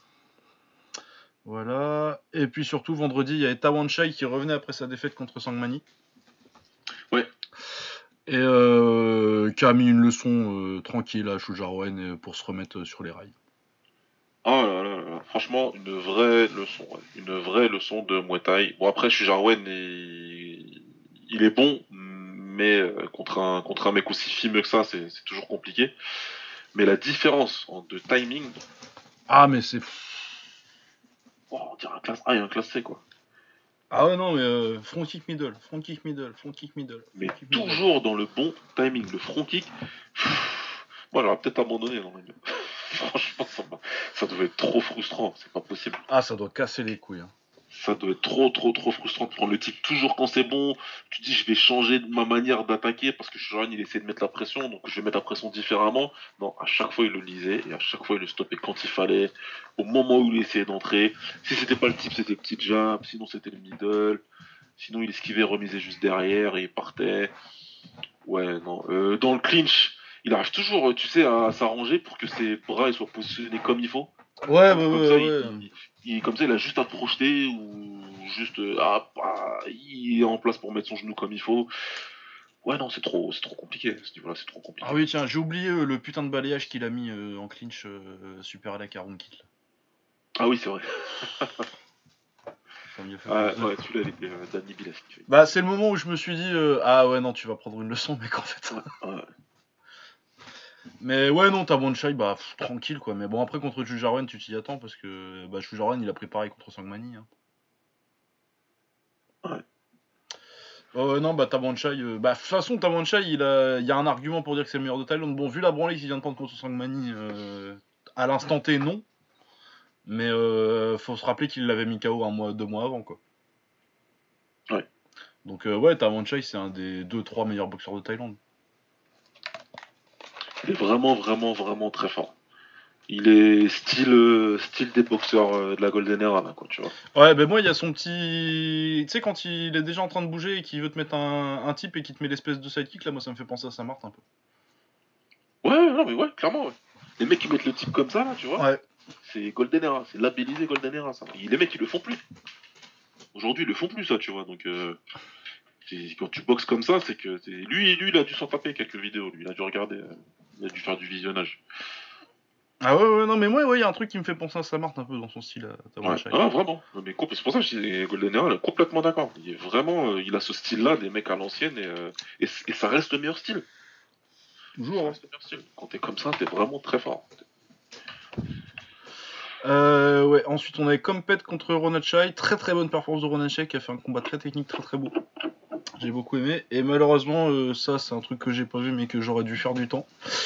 voilà. Et puis surtout vendredi, il y avait Tawanchai qui revenait après sa défaite contre Sangmani. Ouais. Et qui a mis une leçon tranquille à Shujarwen pour se remettre sur les rails. Oh là là, franchement, une vraie leçon. Ouais. Une vraie leçon de Muay Thai. Bon, après, Shujarwen, il est bon, mais contre un mec aussi fimeux que ça, c'est toujours compliqué. Mais la différence de timing. Ah, mais c'est. Oh, on dirait un classe A et un classe C, quoi. Ah ouais, non, mais front kick middle, front kick middle, front kick middle. Mais toujours dans le bon timing. Le front kick. Moi, j'aurais peut-être abandonné dans le milieu. Franchement, ça devait être trop frustrant. C'est pas possible. Ah, ça doit casser les couilles. Hein. Ça doit être trop frustrant de prendre le tic toujours quand c'est bon. Tu dis, je vais changer ma manière d'attaquer parce que Shoran, il essaie de mettre la pression, donc je vais mettre la pression différemment. Non, à chaque fois, il le lisait et à chaque fois, il le stoppait quand il fallait, au moment où il essayait d'entrer. Si c'était pas le type, c'était le petit jab, sinon c'était le middle. Sinon, il esquivait, remisait juste derrière et il partait. Ouais, non. Dans le clinch, il arrive toujours, tu sais, à s'arranger pour que ses bras ils soient positionnés comme il faut. Ouais. Comme ça, il a juste à projeter ou juste il est en place pour mettre son genou comme il faut. Ouais, non, c'est trop compliqué. À ce niveau-là, c'est trop compliqué. Ah oui, tiens, j'ai oublié le putain de balayage qu'il a mis en clinch Super Alak à Runkit. Ah oui, c'est vrai. Ouais, celui-là, il était Danny Biles. Bah, c'est le moment où je me suis dit ah ouais, non, tu vas prendre une leçon, mec, en fait. Ouais. Mais ouais, non, t'as Bonchai, bah tranquille quoi. Mais bon, après contre Shujarwen, tu t'y attends parce que bah, Shujarwen il a pris pareil contre Sangmani. Hein. Ouais. Non, bah Tabanchai, bah de toute façon, Tabanchai, il y a un argument pour dire que c'est le meilleur de Thaïlande. Bon, vu la branlée qu'il vient de prendre contre Sangmani, à l'instant T, non. Mais faut se rappeler qu'il l'avait mis KO 2 mois avant quoi. Ouais. Donc ouais, Tabanchai, c'est un des 2-3 meilleurs boxeurs de Thaïlande. Il est vraiment très fort. Il est style des boxeurs de la Golden Era, là, quoi, tu vois. Ouais, ben moi, il y a son petit. Tu sais, quand il est déjà en train de bouger et qu'il veut te mettre un type et qu'il te met l'espèce de sidekick, là, moi, ça me fait penser à Saint-Marthe un peu. Ouais, non, mais ouais, clairement, ouais. Les mecs qui mettent le type comme ça, là, tu vois. Ouais. C'est Golden Era, c'est labellisé Golden Era, ça. Et les mecs, ils le font plus. Aujourd'hui, ils le font plus, ça, tu vois. Donc, quand tu boxes comme ça, c'est que. Lui, il a dû s'en taper quelques vidéos, lui. Il a dû regarder. Il a dû faire du visionnage. Ah ouais, non, mais moi, ouais, il y a un truc qui me fait penser à Saint-Marthe un peu dans son style. Ouais. Ah, vraiment. Mais c'est pour ça que je dis Golden Era, complètement d'accord. Il est vraiment. Il a ce style-là, des mecs à l'ancienne, et ça reste le meilleur style. Toujours. Ça reste le meilleur style. Quand t'es comme ça, t'es vraiment très fort. Ouais, ensuite on avait Compet contre Ronachai, très bonne performance de Ronachai qui a fait un combat très technique, très beau. J'ai beaucoup aimé, et malheureusement ça c'est un truc que j'ai pas vu mais que j'aurais dû faire du temps.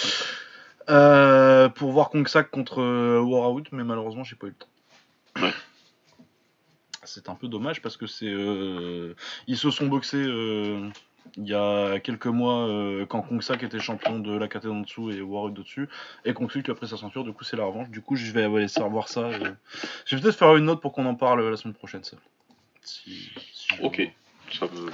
Pour voir Kongsak contre Warout, mais malheureusement j'ai pas eu le temps. Ouais. C'est un peu dommage parce que c'est ils se sont boxés il y a quelques mois, quand Kongsak était champion de la KT en dessous et Warwick au-dessus, et Kongsak a pris sa ceinture, du coup c'est la revanche. Du coup je vais aller voir ça. Je vais peut-être faire une note pour qu'on en parle la semaine prochaine, ça. Si ok, ça me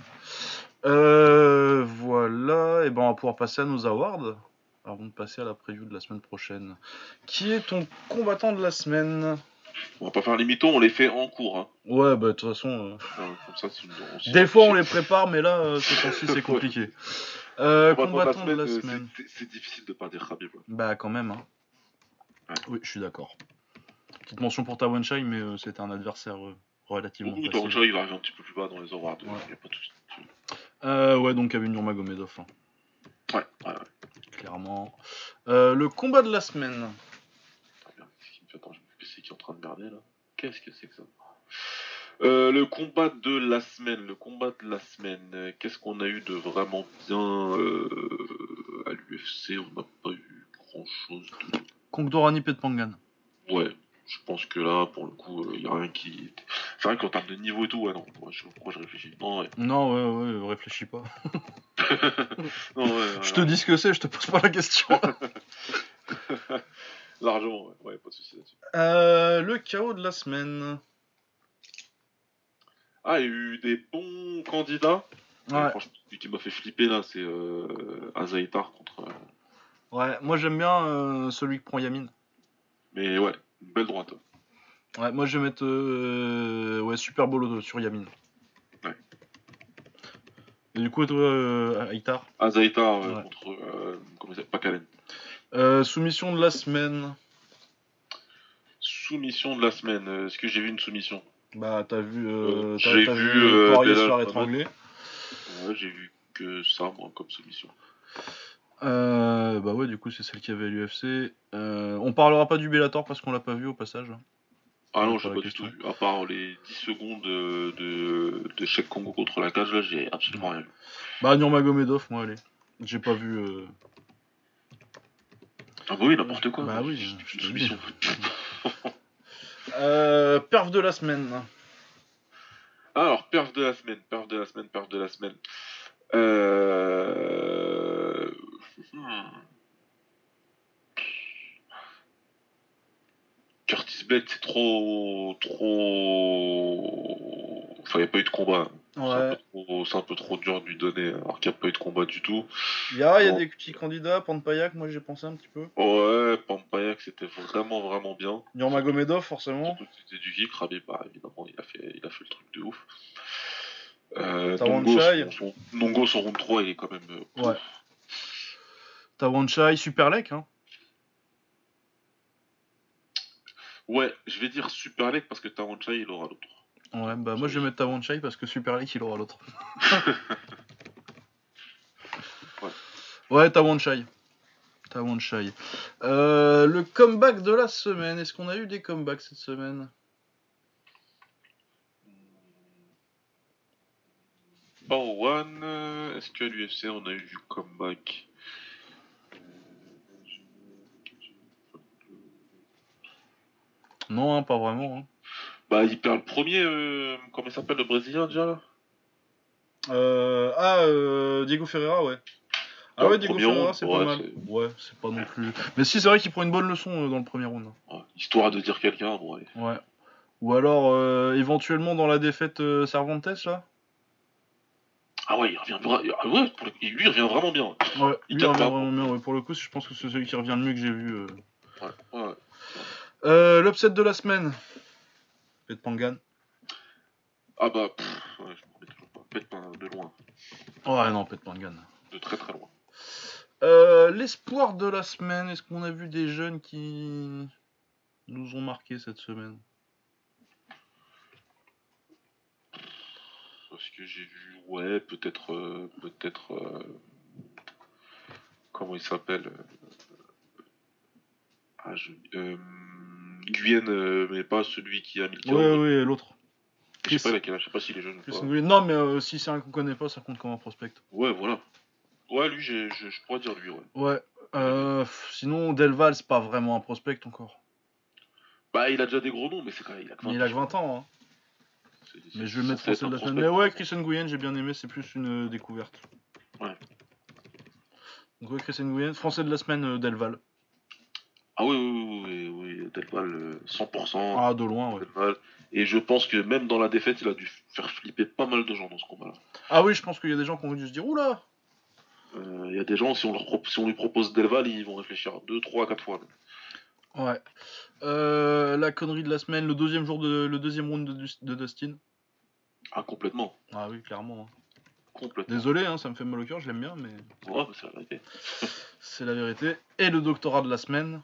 va. Voilà, et ben on va pouvoir passer à nos awards avant de passer à la preview de la semaine prochaine. Qui est ton combattant de la semaine? On va pas faire les mythos, on les fait en cours. Hein. Ouais, bah de toute façon. Comme ça, des fois on les prépare, mais là, ce temps-ci, c'est compliqué. Combattant de la semaine. C'est difficile de pas dire Khabib. Ouais. Bah, quand même. Hein. Ouais. Oui, je suis d'accord. Petite mention pour Tawanchai, mais c'était un adversaire relativement facile. Tawanchai, il arrive un petit peu plus bas dans les awards. Il n'y a pas de souci. Ouais, donc Khabib Nurmagomedov. Hein. Ouais. Clairement. Le combat de la semaine. Attends, je me fais qui est en train de merder là. Qu'est-ce que c'est que ça? Le combat de la semaine. Qu'est-ce qu'on a eu de vraiment bien à l'UFC? On n'a pas eu grand-chose de... Kongdorani Petpangan. Ouais, je pense que là, pour le coup, il n'y a rien qui... C'est vrai qu'en termes de niveau et tout, ouais, non. Pourquoi je réfléchis? Non, ouais, réfléchis pas. non, je te dis ce que c'est, je te pose pas la question. Largement, ouais, pas de soucis là-dessus. Le KO de la semaine. Ah, il y a eu des bons candidats. Ouais. Franchement, celui qui m'a fait flipper là, c'est Azaitar contre. Ouais, moi j'aime bien celui qui prend Yamin. Mais ouais, une belle droite. Ouais, moi je vais mettre Super Bolo sur Yamin. Ouais. Et du coup, toi, Aitar Azaitar contre. Comment il s'appelle? Pakalen. Soumission de la semaine. Soumission de la semaine. Est-ce que j'ai vu une soumission? Bah, t'as vu. J'ai vu Poirier se faire étrangler. Ouais, j'ai vu que ça, moi, comme soumission. Bah ouais, du coup, c'est celle qui avait à l'UFC. On parlera pas du Bellator parce qu'on l'a pas vu au passage. Ah non, j'ai pas du tout vu. À part les 10 secondes de Cheikh Congo contre la cage, là, j'ai absolument rien vu. Bah, Nurmagomedov, moi, allez. J'ai pas vu. Ah bah oui, n'importe quoi. Bah oui, une soumission. Perf de la semaine. Alors, perf de la semaine. Curtis Blade, c'est trop. Enfin, il n'y a pas eu de combat. Ouais. C'est un peu trop dur de lui donner, alors qu'il n'y a pas eu de combat du tout. Il y a des petits candidats. Panpayak, moi j'ai pensé un petit peu. Ouais, Pampayak, c'était vraiment bien. Nurmagomedov, forcément. Surtout que c'était du kick. Khabib, bah, évidemment, il a fait le truc de ouf. Nongo, son round 3, il est quand même. Ouais. Tawanchai, Super Lek, hein. Ouais, je vais dire Super Lek parce que Tawanchai, il aura l'autre. Ouais, bah moi je vais mettre Tawanchai parce que Super Lek, il aura l'autre. Ouais, Tawanchai. Le comeback de la semaine. Est-ce qu'on a eu des comebacks cette semaine? Power One, est-ce qu'à l'UFC on a eu du comeback? Non, hein, pas vraiment. Hein. Bah, il perd le premier, comment il s'appelle le Brésilien déjà là? Diego Ferreira, ouais. Ah ouais, Diego Ferreira, c'est pas mal. Ouais, c'est pas non plus. Mais si, c'est vrai qu'il prend une bonne leçon dans le premier round. Ouais, histoire de dire quelqu'un, bon, ouais. Ouais. Ou alors, éventuellement dans la défaite Cervantes, là. Ah ouais, il revient lui, il revient vraiment bien. Ouais, il revient vraiment bien. Ouais. Pour le coup, je pense que c'est celui qui revient le mieux que j'ai vu. Ouais. L'upset de la semaine. Petpangan. Ah bah, ouais, je me remets toujours pas. Petpangan de loin. Ouais, non, Petpangan. De très très loin. L'espoir de la semaine. Est-ce qu'on a vu des jeunes qui nous ont marqué cette semaine? Parce que j'ai vu, ouais, peut-être. Comment il s'appelle? Guyenne, mais pas celui qui a mis le KO. Ouais, l'autre. Je sais pas s'il est jeune ou pas. Non, mais si c'est un qu'on connaît pas, ça compte comme un prospect. Ouais, voilà. Ouais, lui, je pourrais dire lui, ouais. Ouais. Sinon, Delval, c'est pas vraiment un prospect encore. Bah, il a déjà des gros noms, mais c'est quand même. Il a que 20 ans. Hein. Mais je vais le mettre français de la semaine. Mais ouais, Chris Nguyen, j'ai bien aimé, c'est plus une découverte. Ouais. Donc ouais, Chris Nguyen, français de la semaine, Delval. Ah oui, Delval, 100%. Ah, de loin, ouais. Delval. Et je pense que même dans la défaite, il a dû faire flipper pas mal de gens dans ce combat-là. Ah oui, je pense qu'il y a des gens qui ont dû se dire, oula. Il y a des gens, si on lui propose Delval, ils vont réfléchir 2, 3, 4 fois. Ouais. La connerie de la semaine, le deuxième round de Dustin. Ah, complètement. Ah oui, clairement. Hein. Complètement. Désolé, hein, ça me fait mal au cœur, je l'aime bien, mais. Ouais, c'est la vérité. C'est la vérité. Et le doctorat de la semaine.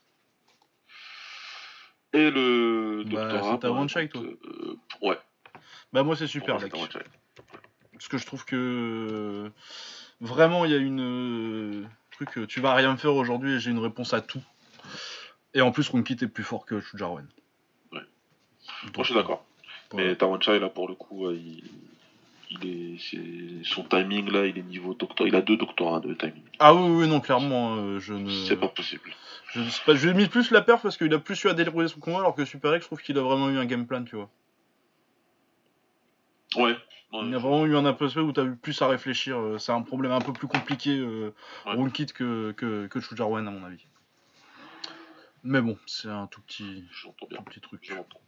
Et le doctorat. C'est ta one shot, toi. Ouais. Bah, moi, c'est super, mec. Parce que je trouve que. Vraiment, il y a une. Truc, tu vas rien me faire aujourd'hui et j'ai une réponse à tout. Et en plus, Runkit est plus fort que Chujarwen. Ouais. Donc, moi, je suis d'accord. Mais Tawanchai, là, pour le coup, son timing, là, il est niveau doctorat. Il a 2 doctorats de timing. Ah oui, non, clairement, je ne. C'est pas possible. Je lui ai mis plus la perf parce qu'il a plus su à dérouler son combat, alors que Super X, je trouve qu'il a vraiment eu un game plan, tu vois. Ouais. Il a vraiment eu un aspect où t'as eu plus à réfléchir. C'est un problème un peu plus compliqué, Runkit que Chujarwen, à mon avis. Mais bon, c'est un tout petit truc.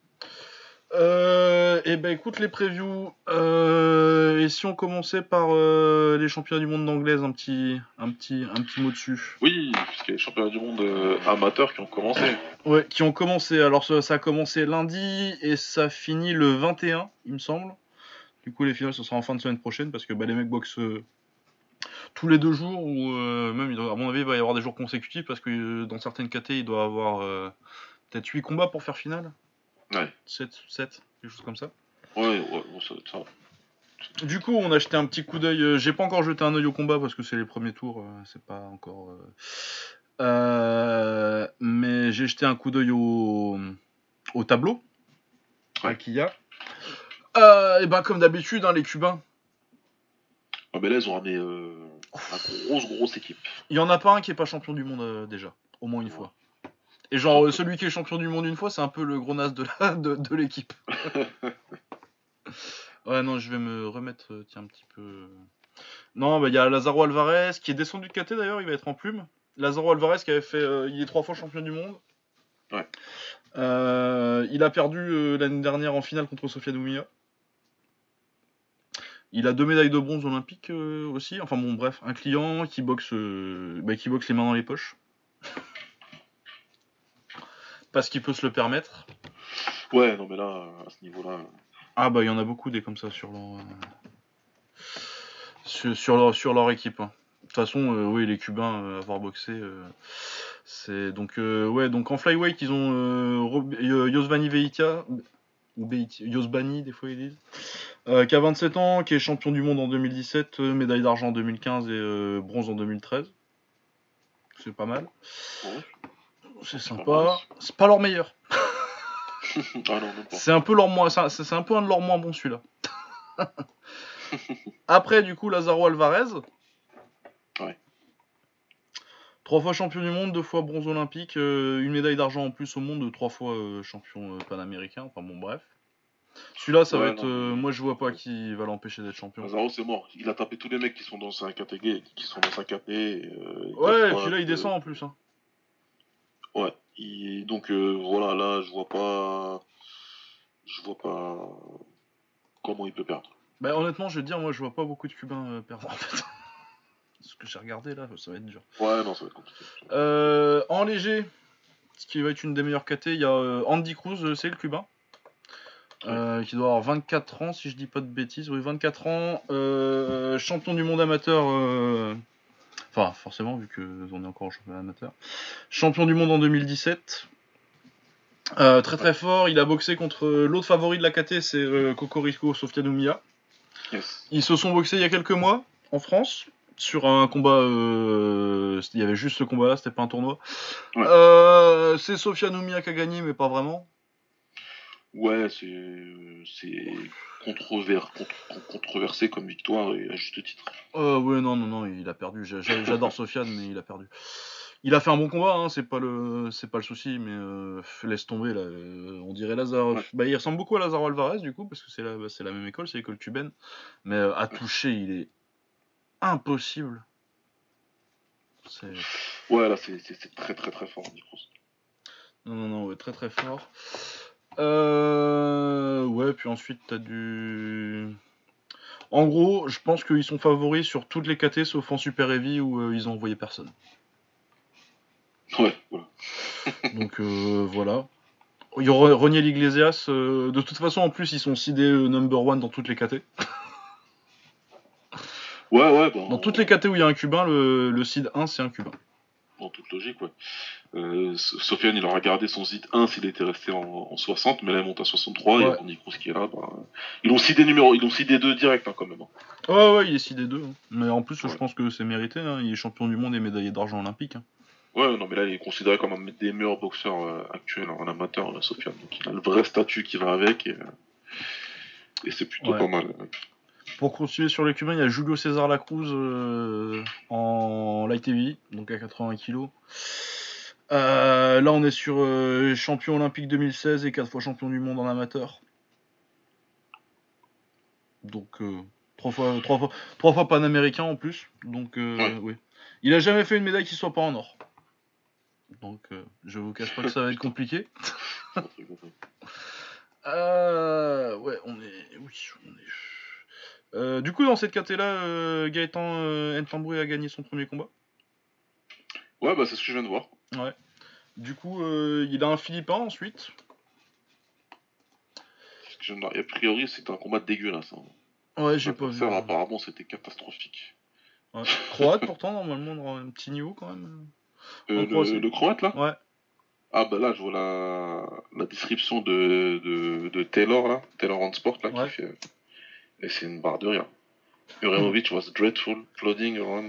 Et ben écoute les previews. Et si on commençait par les championnats du monde d'anglaise, un petit mot dessus. Oui, puisqu'il y a les championnats du monde amateurs qui ont commencé. Ouais, qui ont commencé. Alors ça a commencé lundi et ça finit le 21, il me semble. Du coup les finales ce sera en fin de semaine prochaine parce que les mecs boxent tous les 2 jours ou même à mon avis il va y avoir des jours consécutifs parce que dans certaines KT il doit y avoir peut-être 8 combats pour faire finale. Ouais. 7, quelque chose comme ça. Ouais, ça. Du coup, on a jeté un petit coup d'œil. J'ai pas encore jeté un œil au combat parce que c'est les premiers tours, c'est pas encore. Mais j'ai jeté un coup d'œil au tableau. Ouais. Qu'il y a. Et ben comme d'habitude, hein, les Cubains. Ah mais là ils ont ramené une grosse équipe. Il y en a pas un qui est pas champion du monde déjà, au moins une fois. Et genre celui qui est champion du monde une fois, c'est un peu le gros nas de l'équipe. Ouais non, je vais me remettre un petit peu. Non, il y a Lazaro Alvarez qui est descendu de KT d'ailleurs, il va être en plume. Lazaro Alvarez qui avait fait, il est 3 fois champion du monde. Ouais. Il a perdu l'année dernière en finale contre Sofiane Oumia. Il a 2 médailles de bronze olympiques aussi. Enfin bon, bref, un client qui boxe les mains dans les poches. Parce qu'il peut se le permettre. Ouais, non mais là, à ce niveau-là. Ah il y en a beaucoup des comme ça sur leur équipe. Hein. De toute façon, oui, les Cubains avoir boxé, c'est donc donc en flyweight ils ont Yosvani Veitia ou Yosbani des fois ils disent, qui a 27 ans, qui est champion du monde en 2017, médaille d'argent en 2015 et bronze en 2013. C'est pas mal. Ouais. C'est sympa. C'est pas leur meilleur. Ah non, même pas. C'est un peu leur moins, c'est un peu un de leurs moins bons celui-là. Après du coup Lazaro Alvarez. Ouais. 3 fois champion du monde, 2 fois bronze olympique, une médaille d'argent en plus au monde, 3 fois champion panaméricain. Enfin bon, bref. Celui-là, ça va être. Moi, je vois pas qui va l'empêcher d'être champion. Lazaro, c'est mort. Il a tapé tous les mecs qui sont dans sa catégorie, qui sont dans sa KT. Ouais, et puis là, il descend en plus. Hein. Ouais. Donc voilà, là, je vois pas comment il peut perdre. Bah honnêtement, je vais te dire, moi, je vois pas beaucoup de Cubains perdre en fait. Ce que j'ai regardé là, ça va être dur. Ouais, non, ça va être compliqué. En léger, ce qui va être une des meilleures KT, il y a Andy Cruz, c'est le Cubain. Qui doit avoir 24 ans, si je dis pas de bêtises. Oui, 24 ans. Champion du monde amateur. Enfin, forcément, vu qu'on est encore en championnat amateur. Champion du monde en 2017. Très très fort. Il a boxé contre l'autre favori de la KT, c'est Cocorico Sofiane Oumia. Yes. Ils se sont boxés il y a quelques mois en France. Sur un combat, il y avait juste ce combat-là, c'était pas un tournoi. Ouais. C'est Sofiane Oumia qui a gagné, mais pas vraiment. Ouais, c'est controversé comme victoire et à juste titre. Ouais, non, il a perdu. J'adore Sofiane, mais il a perdu. Il a fait un bon combat, hein, c'est pas le souci, mais laisse tomber là. On dirait Lazare. Ouais. Bah, il ressemble beaucoup à Lazaro Alvarez du coup parce que c'est la même école, c'est l'école cubaine. Mais à toucher, il est impossible. Ouais, là c'est très très très fort, Nick Cross. Non, ouais, très très fort. Ouais, puis ensuite t'as du. En gros, je pense qu'ils sont favoris sur toutes les KT sauf en Super Heavy où ils ont envoyé personne. Ouais, voilà. Donc voilà. Il y aura Roniel Iglesias. De toute façon, en plus, ils sont seedés number one dans toutes les KT. Ouais, bon. Dans toutes les KT où il y a un Cubain, le seed 1, c'est un Cubain. En toute logique, ouais. Sofiane, il aura gardé son seed 1 s'il était resté en 60, mais là il monte à 63, Ouais. et Ronnie Cruz qui est là, bah, ils ont seedé 2 direct quand même. Ouais, il est seedé 2. Hein. Mais en plus, Ouais. je pense que c'est mérité. Hein. Il est champion du monde et médaillé d'argent olympique. Hein. Ouais, non, mais là il est considéré comme un des meilleurs boxeurs actuels en amateur, Sofiane. Donc il a le vrai statut qui va avec, et c'est plutôt pas mal. Pour continuer sur les Cubains, il y a Julio César Lacruz en light heavy, donc à 80 kg. Là, on est sur champion olympique 2016 et 4 fois champion du monde en amateur. Donc, 3 fois panaméricain en plus. Donc, oui. Il a jamais fait une médaille qui soit pas en or. Donc, je vous cache pas que ça va être compliqué. Ouais, on est. Oui, on est. Du coup, dans cette caté-là, Gaëtan Ntamboué a gagné son premier combat. Ouais, bah c'est ce que je viens de voir. Ouais. Du coup, il a un Philippin ensuite. A priori, c'était un combat dégueulasse. Hein. Ouais, j'ai pas vu. Apparemment, c'était catastrophique. Ouais. Croate pourtant, normalement, dans un petit niveau quand même. Le croate là. Ouais. Ah bah là, je vois la description de Taylor là, Taylor on Sport là, qui fait. Et c'est une barre de rien. Uramovic was dreadful, flooding around.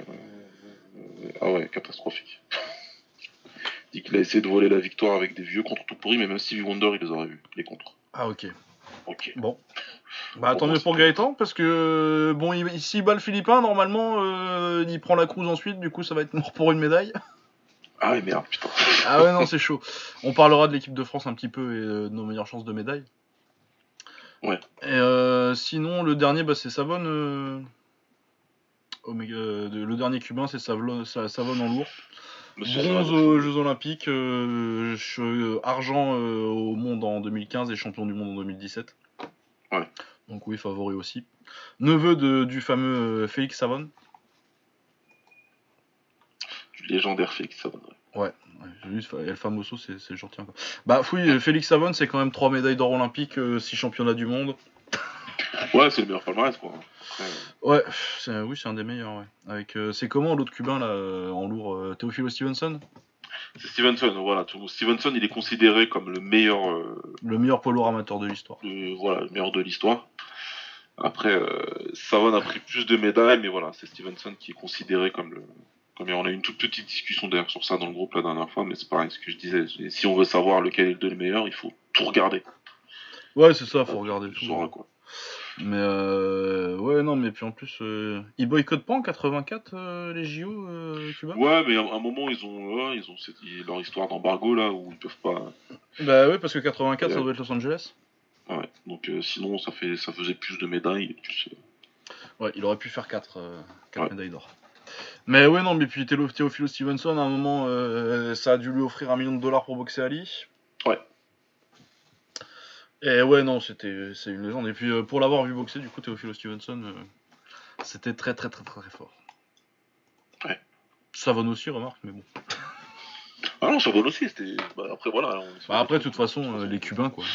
Ah ouais, catastrophique. Il dit qu'il a essayé de voler la victoire avec des vieux contre tout pourris, mais même Stevie Wonder, il les aurait vus, les contres. Ah ok. Ok. Bon. Bah tant mieux pour Gaëtan, parce que bon, s'il bat le Philippin, normalement, il prend la Cruz ensuite, du coup ça va être mort pour une médaille. Ah ouais, merde, putain. Ah ouais, non, c'est chaud. On parlera de l'équipe de France un petit peu et de nos meilleures chances de médaille. Ouais. Et sinon, le dernier, bah, c'est Savon. Le dernier cubain, c'est Savon en lourd. Bronze aux Jeux Olympiques, argent au monde en 2015 et champion du monde en 2017. Ouais. Donc oui, favori aussi. Neveu du fameux Félix Savon. Du légendaire Félix Savon. Ouais, j'ai vu El Famoso, c'est gentil encore. Bah oui, Félix Savon, c'est quand même 3 médailles d'or olympiques, 6 championnats du monde. Ouais, c'est le meilleur palmarès quoi. Ouais, oui, c'est un des meilleurs, ouais. Avec, c'est comment l'autre cubain là, en lourd, Teofilo Stevenson? C'est Stevenson, voilà. Stevenson, il est considéré comme le meilleur. Le meilleur poids lourd amateur de l'histoire. Voilà, le meilleur de l'histoire. Après, Savon a pris plus de médailles, mais voilà, c'est Stevenson qui est considéré comme le. On a eu une toute petite discussion d'ailleurs sur ça dans le groupe la dernière fois, mais c'est pareil, ce que je disais. Si on veut savoir lequel est le meilleur, il faut tout regarder. Ouais, c'est ça, faut regarder tout. Saura, quoi. Mais ouais, non, mais puis en plus, ils boycottent pas en 84 les JO cubains? Ouais, mais à un moment, ils ont leur histoire d'embargo là où ils peuvent pas. Bah ouais, parce que 84, ça doit être Los Angeles. Ouais, donc sinon, ça faisait plus de médailles. Et plus, Ouais, il aurait pu faire 4 médailles d'or. Mais ouais, non, mais puis Teofilo Stevenson, à un moment, ça a dû lui offrir $1 million pour boxer Ali. Ouais. Et ouais, non, c'est une légende. Et puis pour l'avoir vu boxer, du coup, Teofilo Stevenson, c'était très très très très très fort. Ouais. Savon aussi, remarque, mais bon. Ah non, Savon aussi, c'était. Après, voilà. Après, de toute façon, les Cubains, quoi.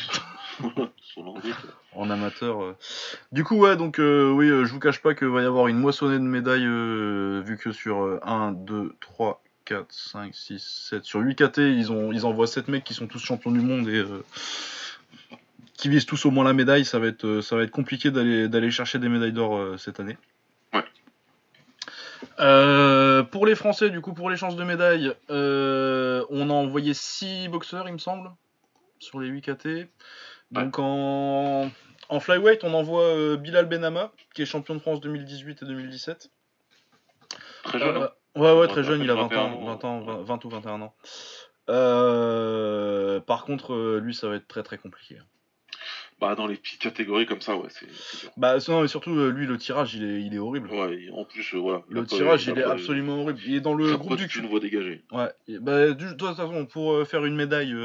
En amateur. Du coup, ouais, donc, oui, je vous cache pas qu'il va y avoir une moissonnée de médailles, vu que sur 1, 2, 3, 4, 5, 6, 7, sur 8 KT, ils envoient 7 mecs qui sont tous champions du monde et qui visent tous au moins la médaille. Ça va être compliqué d'aller chercher des médailles d'or cette année. Ouais. Pour les Français, du coup, pour les chances de médaille, on a envoyé 6 boxeurs, il me semble, sur les 8 KT. Donc en flyweight, on envoie Bilal Benama, qui est champion de France 2018 et 2017. Très jeune. Ouais, très jeune, à il a peine 20 ans, 21 20 ans. ans, 20 ou 21 ans. Par contre, lui, ça va être très très compliqué. Bah, dans les petites catégories comme ça, ouais, c'est dur. Bah, non, mais surtout, lui, le tirage, il est horrible. Ouais, et en plus, voilà, Le tirage, il est absolument horrible. Il est dans le groupe pas du toute une cul. voie dégagée. Ouais, bah, de toute façon, pour faire une médaille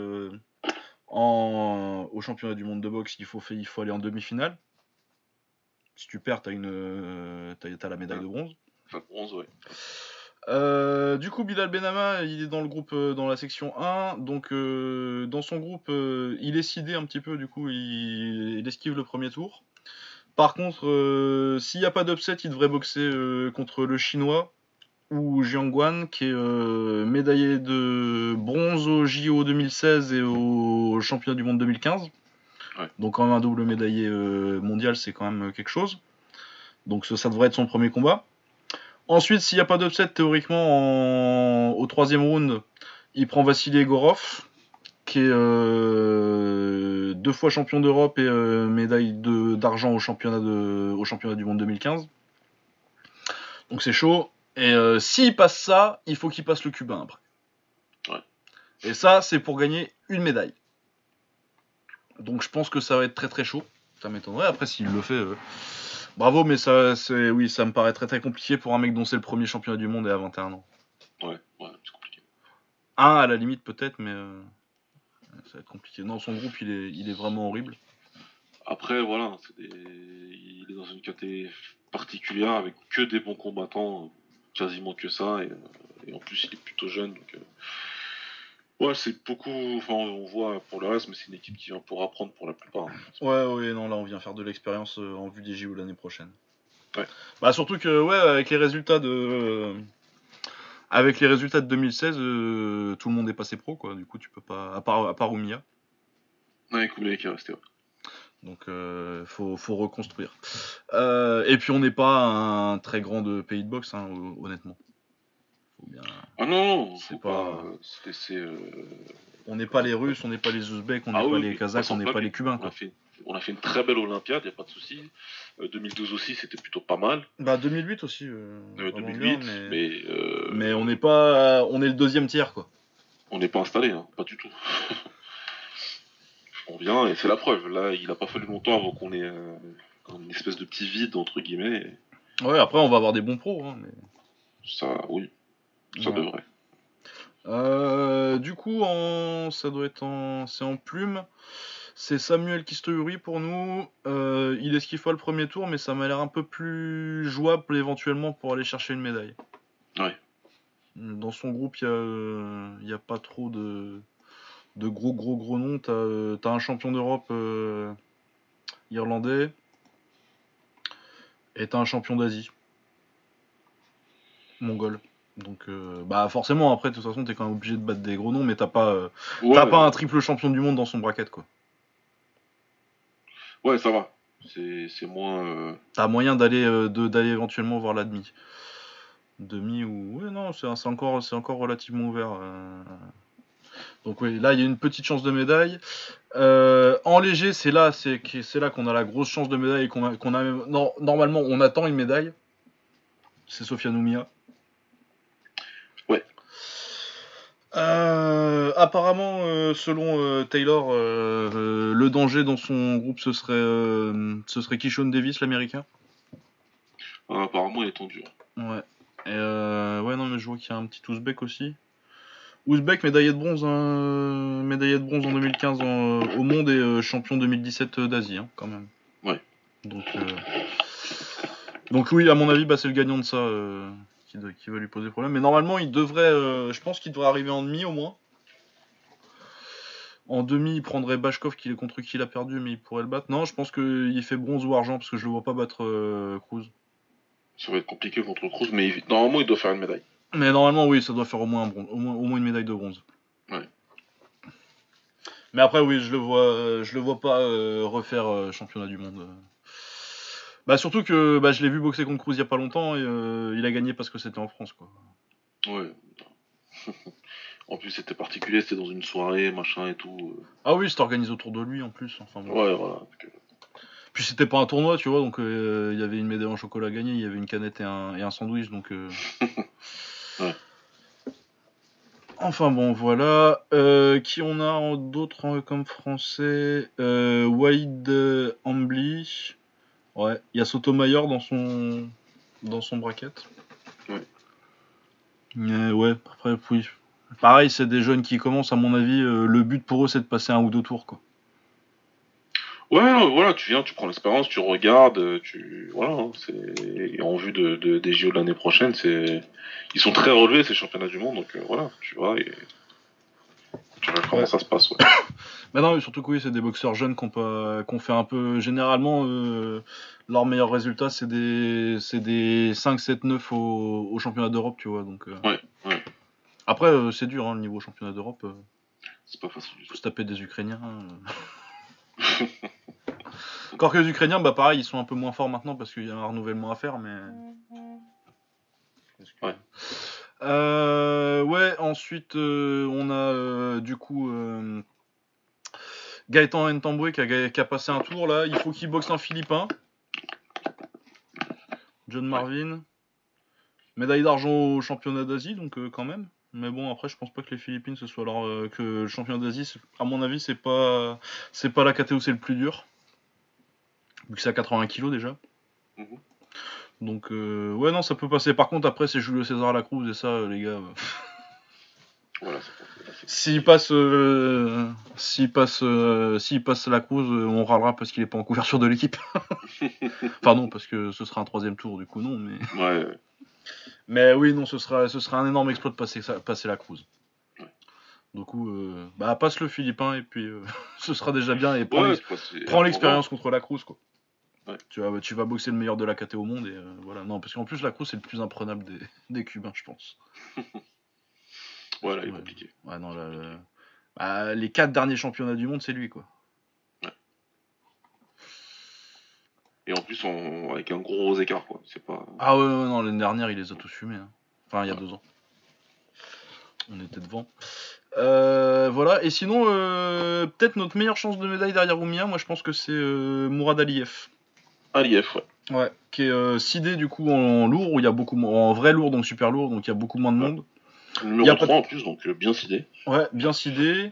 au championnat du monde de boxe, il faut aller en demi-finale. Si tu perds, t'as la médaille de bronze. Enfin, bronze, ouais. Du coup, Bilal Benama, il est dans le groupe, dans la section 1. Donc, dans son groupe, il est seedé un petit peu. Du coup, il esquive le premier tour. Par contre, s'il n'y a pas d'upset, il devrait boxer contre le Chinois ou Jiang Guan, qui est médaillé de bronze au JO 2016 et au championnat du monde 2015. Ouais. Donc, quand même un double médaillé mondial, c'est quand même quelque chose. Donc, ça devrait être son premier combat. Ensuite, s'il n'y a pas d'upset, théoriquement, au troisième round, il prend Vassili Egorov, qui est 2 fois champion d'Europe et médaille d'argent au championnat du monde 2015. Donc c'est chaud. Et s'il passe ça, il faut qu'il passe le cubain après. Ouais. Et ça, c'est pour gagner une médaille. Donc je pense que ça va être très très chaud. Ça m'étonnerait. Après, s'il le fait, bravo, mais ça me paraît très très compliqué pour un mec dont c'est le premier championnat du monde et à 21 ans. Ouais, c'est compliqué. À la limite peut-être, mais ça va être compliqué. Non, son groupe, il est vraiment horrible. Après, voilà, il est dans une catégorie particulière avec que des bons combattants, quasiment que ça, et en plus il est plutôt jeune, donc ouais, c'est beaucoup. Enfin, on voit pour le reste, mais c'est une équipe qui vient pour apprendre pour la plupart. Ouais, non, là on vient faire de l'expérience en vue des JO l'année prochaine. Ouais. Bah surtout que ouais, avec les résultats de 2016, tout le monde est passé pro quoi. Du coup, tu peux pas, à part Oumia. Ouais, Koulé qui est resté. Ouais. Donc faut reconstruire. Et puis on n'est pas un très grand pays de boxe, hein, honnêtement. Faut bien. Ah non, c'est faut pas se laisser. On n'est pas les Russes, on n'est pas les Ouzbeks, on n'est pas les Kazakhs, on n'est pas les Cubains. Quoi. On a fait une très belle Olympiade, y a pas de souci. 2012 aussi, c'était plutôt pas mal. Bah 2008 aussi. 2008, bien, mais on n'est pas, on est le deuxième tiers quoi. On n'est pas installé, hein, pas du tout. On vient et c'est la preuve. Là, il a pas fallu longtemps avant qu'on ait une espèce de petit vide entre guillemets. Ouais, après on va avoir des bons pros, hein, mais. Ça, oui, ça devrait. Du coup, ça doit être c'est en plume. C'est Samuel Kistouri pour nous. Il esquive pas le premier tour, mais ça m'a l'air un peu plus jouable éventuellement pour aller chercher une médaille. Ouais. Dans son groupe, il y a pas trop de gros noms. T'as un champion d'Europe irlandais et t'as un champion d'Asie mongol. Donc, bah forcément, après, de toute façon, t'es quand même obligé de battre des gros noms, mais t'as pas un triple champion du monde dans son bracket, quoi. Ouais, ça va. C'est moins. T'as moyen d'aller éventuellement voir la demi. Demi ou ouais non, c'est encore relativement ouvert. Donc oui, là il y a une petite chance de médaille. En léger, c'est là qu'on a la grosse chance de médaille et qu'on a même... non, normalement on attend une médaille. C'est Sofiane Oumia. Ouais. Apparemment, selon Taylor, le danger dans son groupe ce serait Kishon Davis, l'américain. Apparemment, il est tendu. Ouais. Et ouais, non, mais je vois qu'il y a un petit Ouzbek aussi. Ouzbek, médaillé de bronze en 2015 au monde et champion 2017 d'Asie, hein, quand même. Ouais. Donc oui, à mon avis, bah, c'est le gagnant de ça qui va lui poser problème. Mais normalement, je pense qu'il devrait arriver en demi au moins. En demi, il prendrait Bashkov contre qui il a perdu, mais il pourrait le battre. Non, je pense qu'il fait bronze ou argent parce que je le vois pas battre Cruz. Ça va être compliqué contre Cruz, mais normalement, il doit faire une médaille. Mais normalement, oui, ça doit faire au moins au moins une médaille de bronze. Ouais. Mais après, oui, je le vois pas refaire championnat du monde. Bah surtout que je l'ai vu boxer contre Cruz il y a pas longtemps et il a gagné parce que c'était en France, quoi. Ouais. En plus, c'était particulier, c'était dans une soirée, machin et tout. Ah oui, c'était organisé autour de lui en plus. Enfin, bon. Ouais, voilà. Puis c'était pas un tournoi, tu vois, donc il y avait une médaille en chocolat à gagner, il y avait une canette et un sandwich, donc Enfin bon, voilà. Qui on a d'autres comme français? Wade Ambly. Ouais, il y a Sotomayor dans son bracket. Ouais. Ouais, après, oui. Pareil, c'est des jeunes qui commencent, à mon avis. Le but pour eux, c'est de passer un ou deux tours, quoi. Ouais, non, voilà, tu viens, tu prends l'expérience, tu regardes, voilà, hein, c'est en vue des JO de l'année prochaine, ils sont très relevés ces championnats du monde, donc voilà, tu vois, et tu vois comment ça se passe. Ouais. Mais non, mais surtout que oui, c'est des boxeurs jeunes qu'on fait un peu. Généralement, leurs meilleurs résultats, c'est des 5, 7, 9 au championnat d'Europe, tu vois. Donc, Ouais. Après, c'est dur, hein, le niveau championnat d'Europe. C'est pas facile du Faut tout. se taper des Ukrainiens. Encore que les Ukrainiens, bah pareil, ils sont un peu moins forts maintenant parce qu'il y a un renouvellement à faire, mais. Ouais. Ouais, ensuite, on a du coup Gaëtan Ntamboué qui a passé un tour là. Il faut qu'il boxe un Philippin. John Marvin. Médaille d'argent au championnat d'Asie, donc quand même. Mais bon, après, je pense pas que les Philippines ce soit que le championnat d'Asie, à mon avis, c'est pas la catégorie où c'est le plus dur. Vu que c'est à 80 kilos déjà. Mhm. Donc, ouais, non, ça peut passer. Par contre, après, c'est Julio César Lacruz et ça, les gars. Voilà, s'il passe la Cruz, on râlera parce qu'il est pas en couverture de l'équipe. Enfin non, parce que ce sera un troisième tour, du coup non. Ouais. Mais oui, non, ce sera un énorme exploit de passer la Cruz. Ouais. Du coup, passe le Philippin et puis ce sera déjà bien et prends l'expérience contre la Cruz, quoi. Ouais. Tu vas boxer le meilleur de la KT au monde et voilà. Non, parce qu'en plus la Cruz c'est le plus imprenable des Cubains, je pense. Voilà, il est compliqué. Ouais, non, les 4 derniers championnats du monde, c'est lui, quoi. Ouais. Et en plus, avec un gros écart, quoi. C'est pas. Ah ouais, non, l'année dernière, il les a tous fumés. Hein. Enfin, il y a 2 ans. On était devant. Voilà, et sinon, peut-être notre meilleure chance de médaille derrière Oumia, moi je pense que c'est Mourad Aliyev. Aliyev, ouais. Ouais, qui est sidé du coup en lourd, où il y a en vrai lourd, donc super lourd, donc il y a beaucoup moins de monde. Numéro 3 en plus, donc bien sidé. Ouais, bien sidé.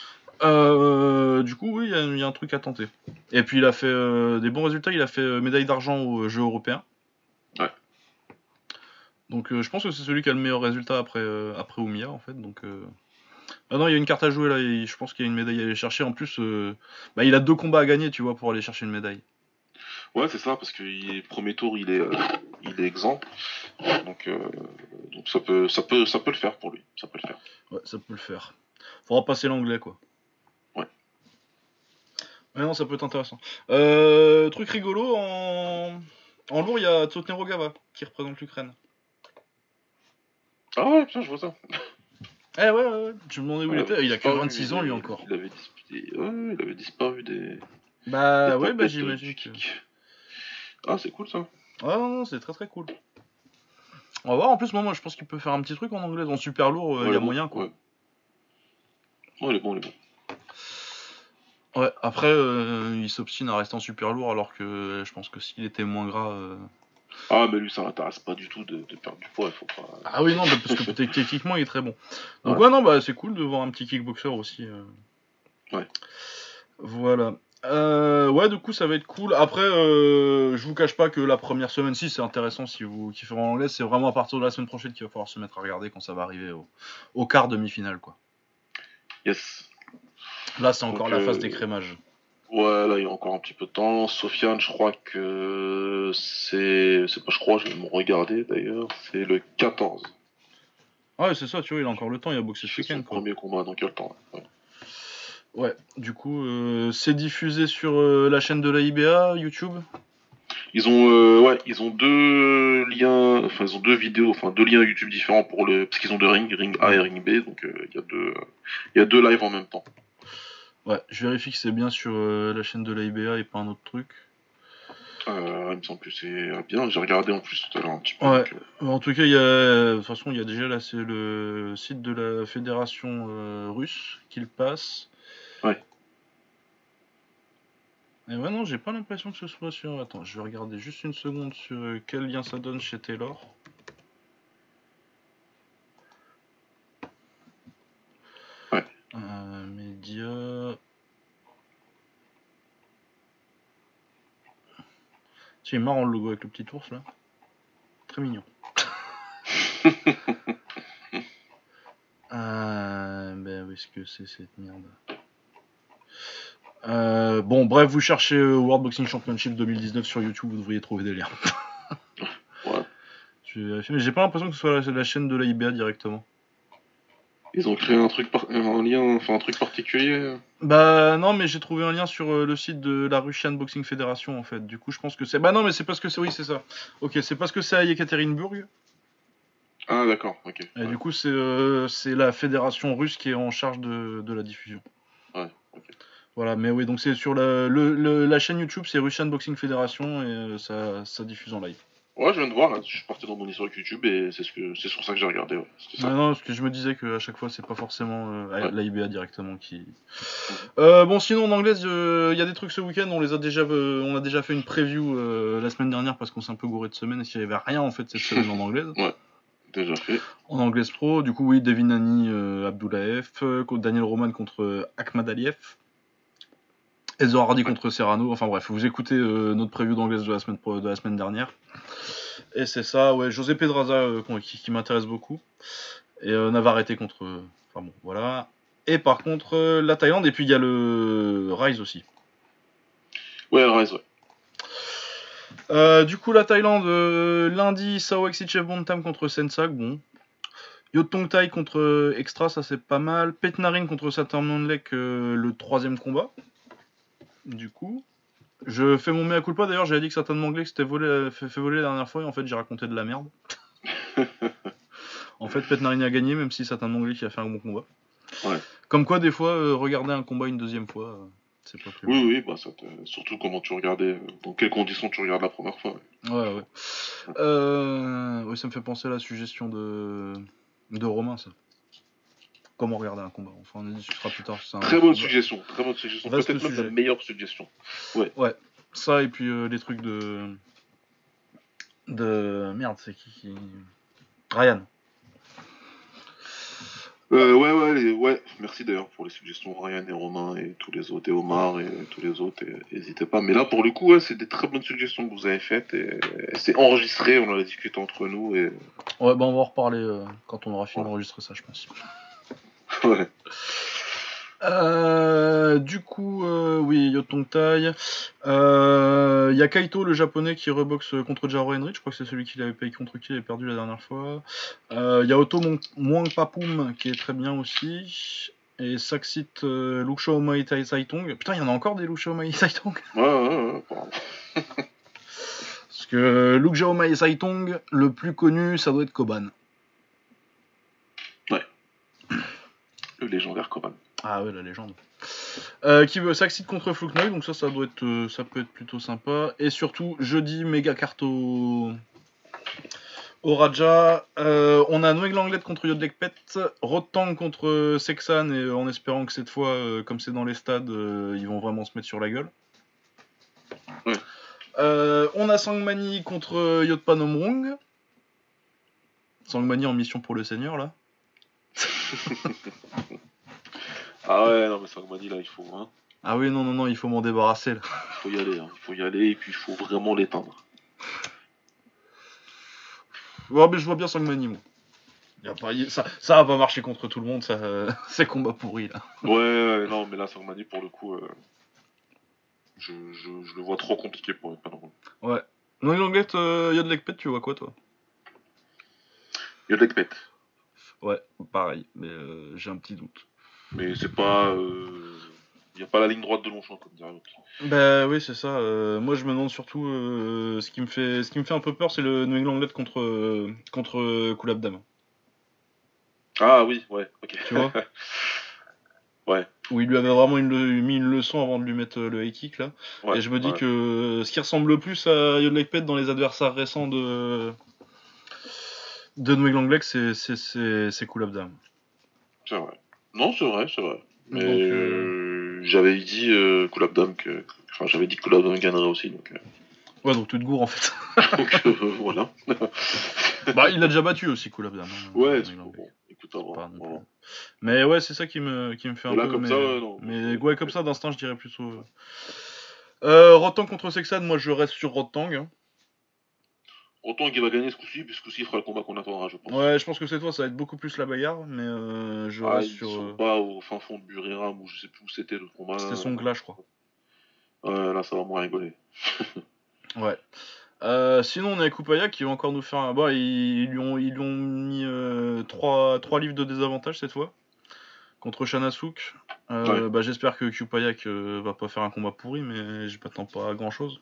Du coup, oui, il y a un truc à tenter. Et puis il a fait des bons résultats, il a fait médaille d'argent aux Jeux européens. Ouais. Donc je pense que c'est celui qui a le meilleur résultat après Oumia en fait. Donc ah non, il y a une carte à jouer là, et je pense qu'il y a une médaille à aller chercher. En plus, il a 2 combats à gagner, tu vois, pour aller chercher une médaille. Ouais, c'est ça, parce que premier tour, il est exempt. Donc ça peut le faire pour lui. Ça peut le faire. Ouais, ça peut le faire. Faudra passer l'anglais, quoi. Ouais. Ouais, non, ça peut être intéressant. Truc rigolo, en lourd, il y a Tsotnero Gava qui représente l'Ukraine. Ah ouais, putain, je vois ça. Ouais. Je me demandais où il était. Il a que 26 ans, lui, encore. Il avait disparu des. Bah ouais, j'imagine que. Ah, c'est cool ça. Ouais, non, c'est très très cool. On va voir, en plus, moi je pense qu'il peut faire un petit truc en anglais. En super lourd, il y a moyen, quoi. Ouais. Oh, il est bon. Ouais, après, il s'obstine à rester en super lourd, alors que je pense que s'il était moins gras. Ah, mais lui, ça l'intéresse pas du tout de perdre du poids, il faut pas. Ah oui, non, parce que techniquement, il est très bon. Donc, ouais, non, c'est cool de voir un petit kickboxer aussi. Ouais. Voilà. Ouais, du coup, ça va être cool. Après, je vous cache pas que la première semaine, si c'est intéressant si vous kiffez en anglais, c'est vraiment à partir de la semaine prochaine qu'il va falloir se mettre à regarder quand ça va arriver au quart demi-finale, quoi. Yes. Là, c'est encore la phase d'écrémage. Ouais, là, il y a encore un petit peu de temps. Sofiane, je crois que c'est pas, je crois, je vais me regarder d'ailleurs. C'est le 14. Ouais, c'est ça, tu vois, il a encore le temps, il a boxé ce week-end, quoi. Premier combat, donc il y a le temps. Ouais, du coup, c'est diffusé sur la chaîne de la IBA, YouTube. Ils ont 2 liens, enfin ils ont 2 vidéos, enfin 2 liens YouTube différents parce qu'ils ont 2 rings, ring A et ring B, donc il y a 2 lives en même temps. Ouais, je vérifie que c'est bien sur la chaîne de la IBA et pas un autre truc. Il me semble que c'est bien, j'ai regardé en plus tout à l'heure un petit peu. Ouais. En tout cas, de toute façon, il y a déjà là, c'est le site de la fédération russe qu'il passe. Ouais. Et ouais, non, j'ai pas l'impression que ce soit sur. Attends, je vais regarder juste une seconde sur quel lien ça donne chez Taylor. C'est marrant le logo avec le petit ours là. Très mignon. Ben où est-ce que c'est cette merde? Bon, bref, vous cherchez World Boxing Championship 2019 sur YouTube, vous devriez trouver des liens. Ouais. Mais j'ai pas l'impression que ce soit la chaîne de la IBA directement. Ils ont créé un truc un truc particulier. Bah non, mais j'ai trouvé un lien sur le site de la Russian Boxing Federation en fait. Du coup, je pense que c'est. Bah non, mais c'est parce que c'est. Oui, c'est ça. Ok, c'est parce que c'est à Yekaterinbourg. Ah d'accord, ok. Et ouais. Du coup, c'est la fédération russe qui est en charge de la diffusion. Ouais, ok. Voilà, mais oui, donc c'est sur la chaîne YouTube, c'est Russian Boxing Federation et ça diffuse en live. Ouais, je viens de voir, là. Je suis parti dans mon historique YouTube et c'est sur ça que j'ai regardé. Ouais. Ça. Non, parce que je me disais qu'à chaque fois, c'est pas forcément ouais. l'IBA directement qui. Bon, sinon en anglaise, il y a des trucs ce week-end. On a déjà fait une preview la semaine dernière parce qu'on s'est un peu gouré de semaine et qu'il n'y avait rien en fait cette semaine en anglaise. Ouais, déjà fait. En anglaise pro, du coup, oui, Devin Haney, Abdoulayev, Daniel Roman contre Akhmad Aliev. Ezra Hardy contre Serrano. Enfin bref, vous écoutez notre preview d'anglaise de la semaine dernière. Et c'est ça, ouais, José Pedraza qui m'intéresse beaucoup. Et Navarrete contre. Enfin bon, voilà. Et par contre, la Thaïlande, et puis il y a le Rise aussi. Ouais, le Rise, ouais. Du coup, la Thaïlande, lundi, Sao Exichev Bontam contre Sensak, bon. Yotong Thai contre Extra, ça c'est pas mal. Petnarin contre Saturn Nonlek, le 3ème combat. Du coup. Je fais mon mea culpa, d'ailleurs j'avais dit que Satan Manglek s'était fait voler la dernière fois et en fait j'ai raconté de la merde. En fait Petnarin a gagné même si Satan Manglek a fait un bon combat. Ouais. Comme quoi des fois regarder un combat une deuxième fois c'est pas plus mal. Oui, bah surtout comment tu regardais, dans quelles conditions tu regardes la première fois. Ouais. Oui, ça me fait penser à la suggestion de Romain ça. Comment regarder un combat. Enfin on en discutera plus tard. Très bonne suggestion. Peut-être même la meilleure suggestion. Ouais. Ça et puis les trucs de merde, c'est qui Ryan. Ouais. Merci d'ailleurs pour les suggestions, Ryan et Romain et tous les autres, et Omar et tous les autres. N'hésitez pas. Mais là, pour le coup, ouais, c'est des très bonnes suggestions que vous avez faites et c'est enregistré. On en a discuté entre nous et. Ouais, bah on va en reparler quand on aura fini d'enregistrer ça, je pense. Ouais. Du coup, oui, Yotong Thai. Il y a Kaito, le japonais, qui reboxe contre Jaro Henry. Je crois que c'est celui qui avait payé contre qui il avait perdu la dernière fois. Il y a Otto Mwangpapum qui est très bien aussi. Et Saksit Luksho Omai Saitong. Putain, il y en a encore des Luksho Omai Saitong. Ouais. Parce que Luksho Omai Saitong, le plus connu, ça doit être Koban. Ouais. Le légendaire Koban. Ah ouais, la légende. Qui veut Saxid contre Flouknoy, donc ça peut être plutôt sympa. Et surtout, jeudi, méga carte au Raja. On a Noël Langlet contre Yodlekpet, Rotang contre Sexan, et en espérant que cette fois, comme c'est dans les stades, ils vont vraiment se mettre sur la gueule. Ouais. On a Sangmani contre Yotpan Omrung. Sangmani en mission pour le Seigneur, là. Ah ouais, non mais Sangmani là il faut. Hein. Ah oui, non, il faut m'en débarrasser là. Il faut y aller et puis il faut vraiment l'éteindre. Ouais, mais je vois bien Sangmani, moi. Ça va pas marcher contre tout le monde, ça, c'est combat pourri là. Ouais, non mais là Sangmani pour le coup, je le vois trop compliqué pour être pas drôle. Ouais. Non, Languette, Yodlekpet, tu vois quoi toi? Yodlekpet. Ouais, pareil, mais j'ai un petit doute. Mais c'est pas. Y a pas la ligne droite de Longchamp, comme dirait l'autre. Bah oui, c'est ça. Moi, je me demande surtout. Ce qui me fait un peu peur, c'est le New England contre Kulabdam. Ah oui, ouais, ok. Tu vois? Ouais. Où il lui avait vraiment mis une leçon avant de lui mettre le high kick là. Ouais, et je me dis que ce qui ressemble le plus à Yodlekpet dans les adversaires récents de New England, c'est Kulabdam. C'est vrai. Non, c'est vrai. Mais donc, j'avais dit Kulabdam j'avais dit que Kulabdam gagnerait aussi. Donc, Ouais, donc tu te gourres en fait. Donc voilà. Bah, il a déjà battu aussi Kulabdam. Ouais, bon, écoute, voilà. Mais ouais, c'est ça qui me fait un là, peu. Comme ça, non. Mais ouais, comme ça, d'instinct, je dirais plutôt Rotang contre Sexan, moi je reste sur Rotang. Hein. Rotang il va gagner ce coup-ci, puisque il fera le combat qu'on attendra, je pense. Ouais, je pense que cette fois ça va être beaucoup plus la bagarre, mais je reste ils sur. sont pas au fin fond de Buriram, ou je sais plus où c'était le combat. C'était son glas, je crois. Là ça va moins rigoler. Ouais. Sinon, on a Kupaya qui va encore nous faire un. Bon, ils lui ont mis 3 livres de désavantage cette fois contre Shanasuk. Ouais. Bah, j'espère que Kupayak va pas faire un combat pourri, mais je m'attends pas à grand chose.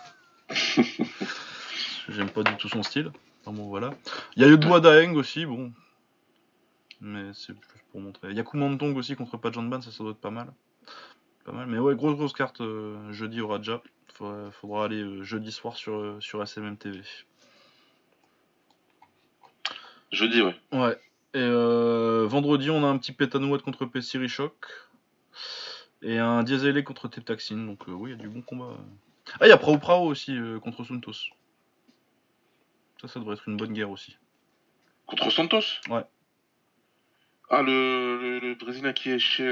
J'aime pas du tout son style. Enfin bon, voilà. Il y a Yodboa Daeng aussi, bon. Mais c'est juste pour montrer. Il y a Kumantong aussi contre Pajanban, ça doit être pas mal. Pas mal. Mais ouais, grosse carte jeudi au Raja. Faudra aller jeudi soir sur SMM TV. Jeudi, ouais. Ouais. Et vendredi, on a un petit Petanouat contre Pessirichok. Et un Diesele contre Teptaxin. Donc oui, il y a du bon combat. Ah, il y a Prao Prao aussi contre Suntos. Ça devrait être une bonne guerre aussi. Contre Santos? Ouais. Ah, le Brésilien qui est chez...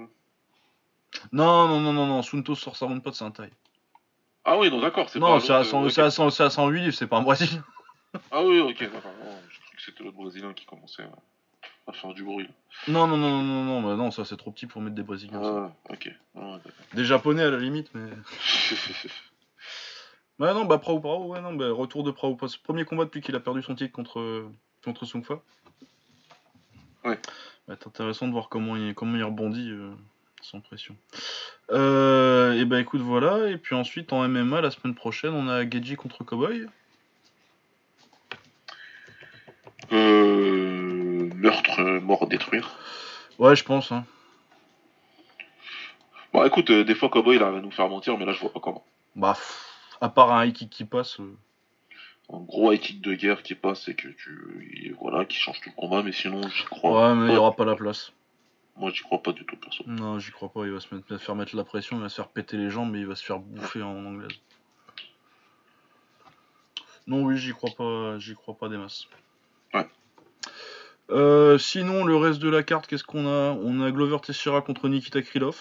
Non. Suntos sort sa round pot, c'est un taille. Ah oui, non, d'accord. Non, c'est à 108 livres, c'est pas un Brésilien. Ah oui, ok, d'accord. Je crois que c'était l'autre Brésilien qui commençait à faire du bruit. Non, bah non, ça c'est trop petit pour mettre des Brésiliens. Ah, ok. Des Japonais à la limite, mais. Ouais, non, bah Prao, ouais, non, bah retour de Prao. Premier combat depuis qu'il a perdu son titre contre Sungfa. Ouais. Va être intéressant de voir comment il rebondit sans pression. Et bah écoute, voilà. Et puis ensuite, en MMA, la semaine prochaine, on a Geji contre Cowboy. Meurtre, mort, détruire. Ouais, je pense. Hein. Bon, écoute, des fois, Cowboy, il arrive à nous faire mentir, mais là, je vois pas comment. Bah, à part un high kick qui passe. Un gros high kick de guerre qui passe et que qui change tout le combat, mais sinon, j'y crois. Ouais, mais il y aura pas la place. Moi, j'y crois pas du tout, perso. Non, j'y crois pas. Il va se faire mettre la pression, il va se faire péter les jambes, mais il va se faire bouffer en anglaise. Non, oui, j'y crois pas des masses. Ouais. Sinon, le reste de la carte, qu'est-ce qu'on a? On a Glover Teixeira contre Nikita Krylov.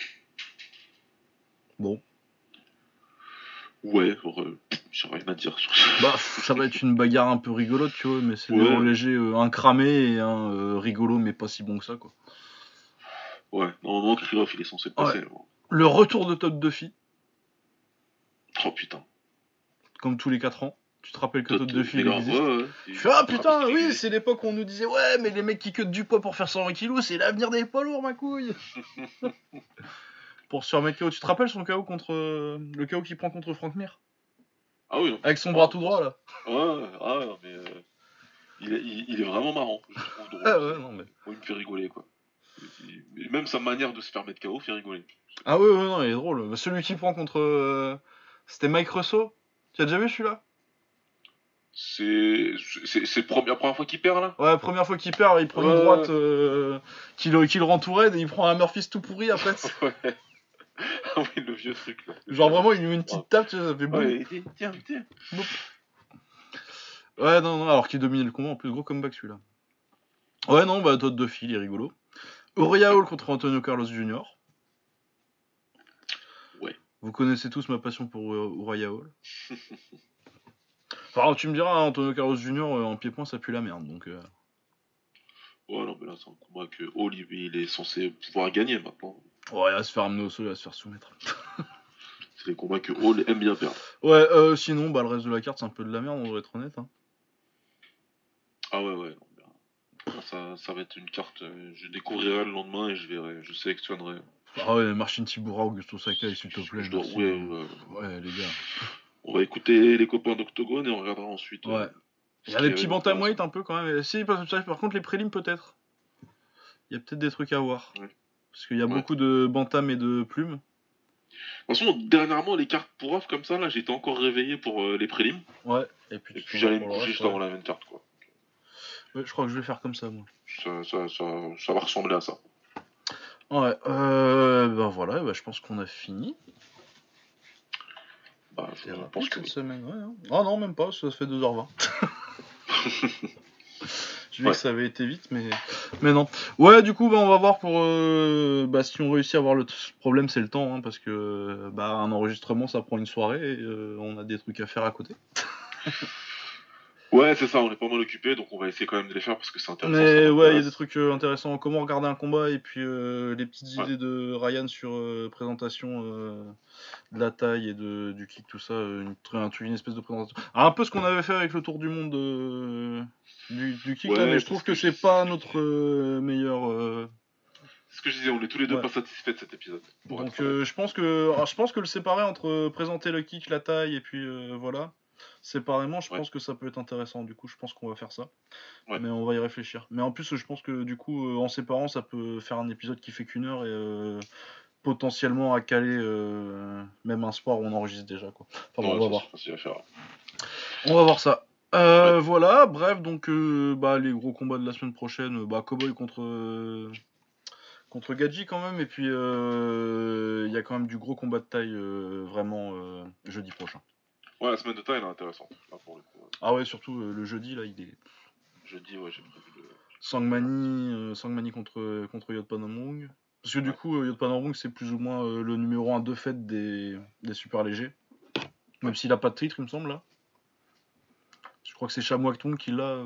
Bon. Ouais, j'ai rien à dire sur ça. Bah, ça va être une bagarre un peu rigolote, tu vois, mais c'est deux légers, un cramé et un rigolo, mais pas si bon que ça, quoi. Ouais, non, Krylov, il est censé passer. Ouais. Le retour de Todd Duffy. Oh putain. Comme tous les 4 ans. Tu te rappelles que Todd Duffy il existe. Tu fais ah putain, oui, c'est l'époque où on nous disait ouais, mais les mecs qui cutent du poids pour faire 120 kilos, c'est l'avenir des poids lourds, ma couille. Pour se faire mettre KO. Tu te rappelles son KO contre. Le KO qu'il prend contre Frank Mir? Ah oui, non. Avec son bras tout droit là. Ouais, mais. Il est vraiment marrant, je trouve drôle. Ah ouais, non, mais. Il me fait rigoler, quoi. Même sa manière de se faire mettre KO fait rigoler. Ah ouais, non, il est drôle. Celui qui prend contre. C'était Mike Russo. Tu as déjà vu celui-là? C'est la première fois qu'il perd, là? Ouais, première fois qu'il perd, il prend une droite qui le rend tout raide et il prend un Murphy's tout pourri après. Ouais. Ah oui, le vieux truc, là. Genre vraiment, il lui met une petite tape, tu sais, ça fait boum. Ouais, tiens. Boum. Ouais, non, alors qu'il dominait le combat, en plus, gros comeback celui-là. Ouais, non, bah, Todd Duffy, il est rigolo. Uriah Hall contre Antonio Carlos Jr. Ouais. Vous connaissez tous ma passion pour Uriah Hall. Enfin, tu me diras, Antonio Carlos Jr. En pied-point, ça pue la merde, donc... Ouais, non, mais là, c'est un combat que Hall, il est censé pouvoir gagner, maintenant. Ouais, il va se faire amener au sol, il va se faire soumettre. C'est les combats que Hall aime bien perdre. Ouais, sinon, bah, le reste de la carte, c'est un peu de la merde, on devrait être honnête. Hein. Ah ouais. Ça va être une carte. Je découvrirai le lendemain et je sélectionnerai. Ah ouais, Marcin Tibura, Augusto Sakai, s'il te plaît. Ouais, les gars. On va écouter les copains d'Octogone et on regardera ensuite. Ouais. Il y a des petits bantamweight un peu quand même. Si, par contre, les prélims peut-être. Il y a peut-être des trucs à voir. Ouais. Parce qu'il y a beaucoup de bantam et de plumes. De toute façon, dernièrement, les cartes pour off comme ça, là, j'étais encore réveillé pour les prélims. Ouais. Et puis j'allais me bouger juste avant la main carte, quoi. Ouais, je crois que je vais faire comme ça, moi. Ça va ressembler à ça. Ouais, ben voilà, je pense qu'on a fini. Bah, je pense que cette semaine, ouais. Hein. Ah non, même pas, ça fait 2h20. vu que ça avait été vite, mais non. Ouais, du coup, on va voir pour si on réussit à avoir le problème, c'est le temps, hein, parce que un enregistrement, ça prend une soirée et on a des trucs à faire à côté. Ouais, c'est ça, on est pas mal occupé, donc on va essayer quand même de les faire parce que c'est intéressant. Mais ouais, il y a des trucs intéressants. Comment regarder un combat et puis les petites idées de Ryan sur présentation de la taille et du kick, tout ça. Une espèce de présentation. Un peu ce qu'on avait fait avec le tour du monde du kick, là, mais je trouve que c'est pas notre meilleur. C'est ce que je disais, on est tous les deux pas satisfaits de cet épisode. Donc je pense que le séparer entre présenter le kick, la taille et puis voilà. Séparément, je pense que ça peut être intéressant. Du coup, je pense qu'on va faire ça. Mais on va y réfléchir. Mais en plus, je pense que du coup, en séparant, ça peut faire un épisode qui fait qu'une heure et potentiellement à caler même un soir où on enregistre déjà, quoi. Enfin, on va voir. On va voir ça. Voilà, bref, donc les gros combats de la semaine prochaine, Cowboy contre Gadji quand même, et puis il y a quand même du gros combat de taille vraiment jeudi prochain. Ouais, la semaine de taille elle est intéressante. Là, pour le coup, Ah ouais, surtout le jeudi, là, il est. Jeudi, ouais, j'ai prévu le. Sangmani contre Yotpanamrung. Parce que du coup, Yotpanamrung, c'est plus ou moins le numéro 1 de fait des super légers. Même s'il a pas de titre, il me semble, là. Je crois que c'est Shamwaktung qui l'a.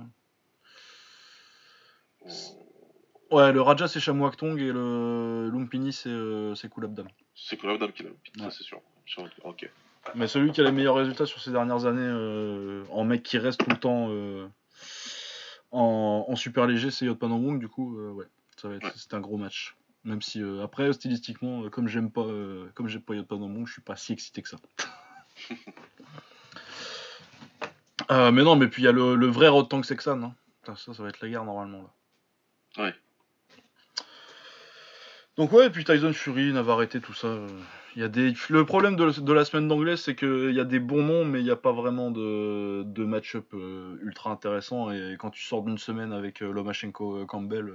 Ouais, le Raja c'est Shamwaktung et le Lumpini c'est Kulabdam. C'est Kulabdam qui l'a, ça c'est sûr. Ok. Mais celui qui a les meilleurs résultats sur ces dernières années en mec qui reste tout le temps en super léger, c'est Yotpanamrung. Du coup, ouais, c'est un gros match. Même si après stylistiquement, comme j'aime pas Yotpanamrung, je suis pas si excité que ça. Mais non, mais puis il y a le vrai Road Tank Sexan. Hein. Ça va être la guerre normalement là. Ouais. Donc ouais, et puis Tyson Fury, Navarrete, tout ça. Le problème de la semaine d'anglais, c'est qu'il y a des bons noms, mais il n'y a pas vraiment de match-up ultra intéressant. Et quand tu sors d'une semaine avec Lomachenko Campbell,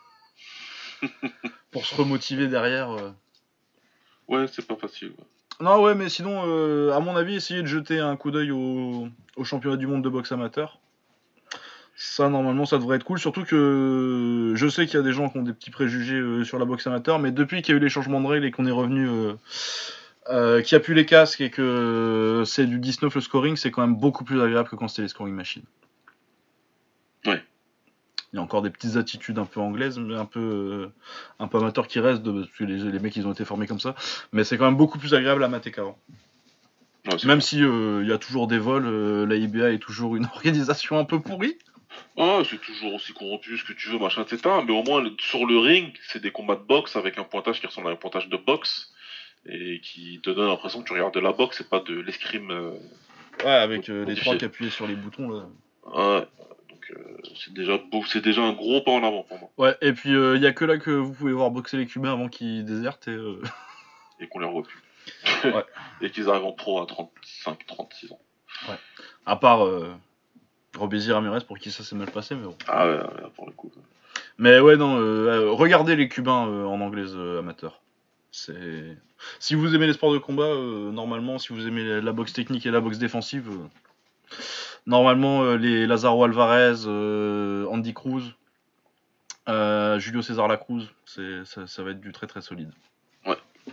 pour se remotiver derrière. Ouais, c'est pas facile. Ouais. Non, ouais, mais sinon, à mon avis, essayez de jeter un coup d'œil au championnat du monde de boxe amateur. Ça, normalement, ça devrait être cool. Surtout que je sais qu'il y a des gens qui ont des petits préjugés sur la boxe amateur, mais depuis qu'il y a eu les changements de règles et qu'on est revenu, qu'il n'y a plus les casques et que c'est du 19 le scoring, c'est quand même beaucoup plus agréable que quand c'était les scoring machines. Ouais. Il y a encore des petites attitudes un peu anglaises, mais un peu amateurs qui restent, parce que les mecs ils ont été formés comme ça. Mais c'est quand même beaucoup plus agréable à mater qu'avant. Ouais, même si il y a toujours des vols, la IBA est toujours une organisation un peu pourrie. Ah, c'est toujours aussi corrompu, ce que tu veux, machin, etc. Mais au moins, sur le ring, c'est des combats de boxe avec un pointage qui ressemble à un pointage de boxe et qui te donne l'impression que tu regardes de la boxe et pas de l'escrime. Ouais, avec les trois qui appuyaient sur les boutons là. Ouais, donc c'est déjà un gros pas en avant pour moi. Ouais, et puis il y a que là que vous pouvez voir boxer les Cubains avant qu'ils désertent et qu'on les revoit plus. Ouais. Et qu'ils arrivent en pro à 35, 36 ans. Ouais. À part Robézy Ramirez pour qui ça s'est mal passé, mais bon. Ah ouais, pour le coup. Mais ouais, non, regardez les Cubains en anglaise amateur. Si vous aimez les sports de combat, normalement, si vous aimez la boxe technique et la boxe défensive, normalement, les Lazaro Alvarez, Andy Cruz, Julio César Lacruz, ça va être du très très solide. Ouais.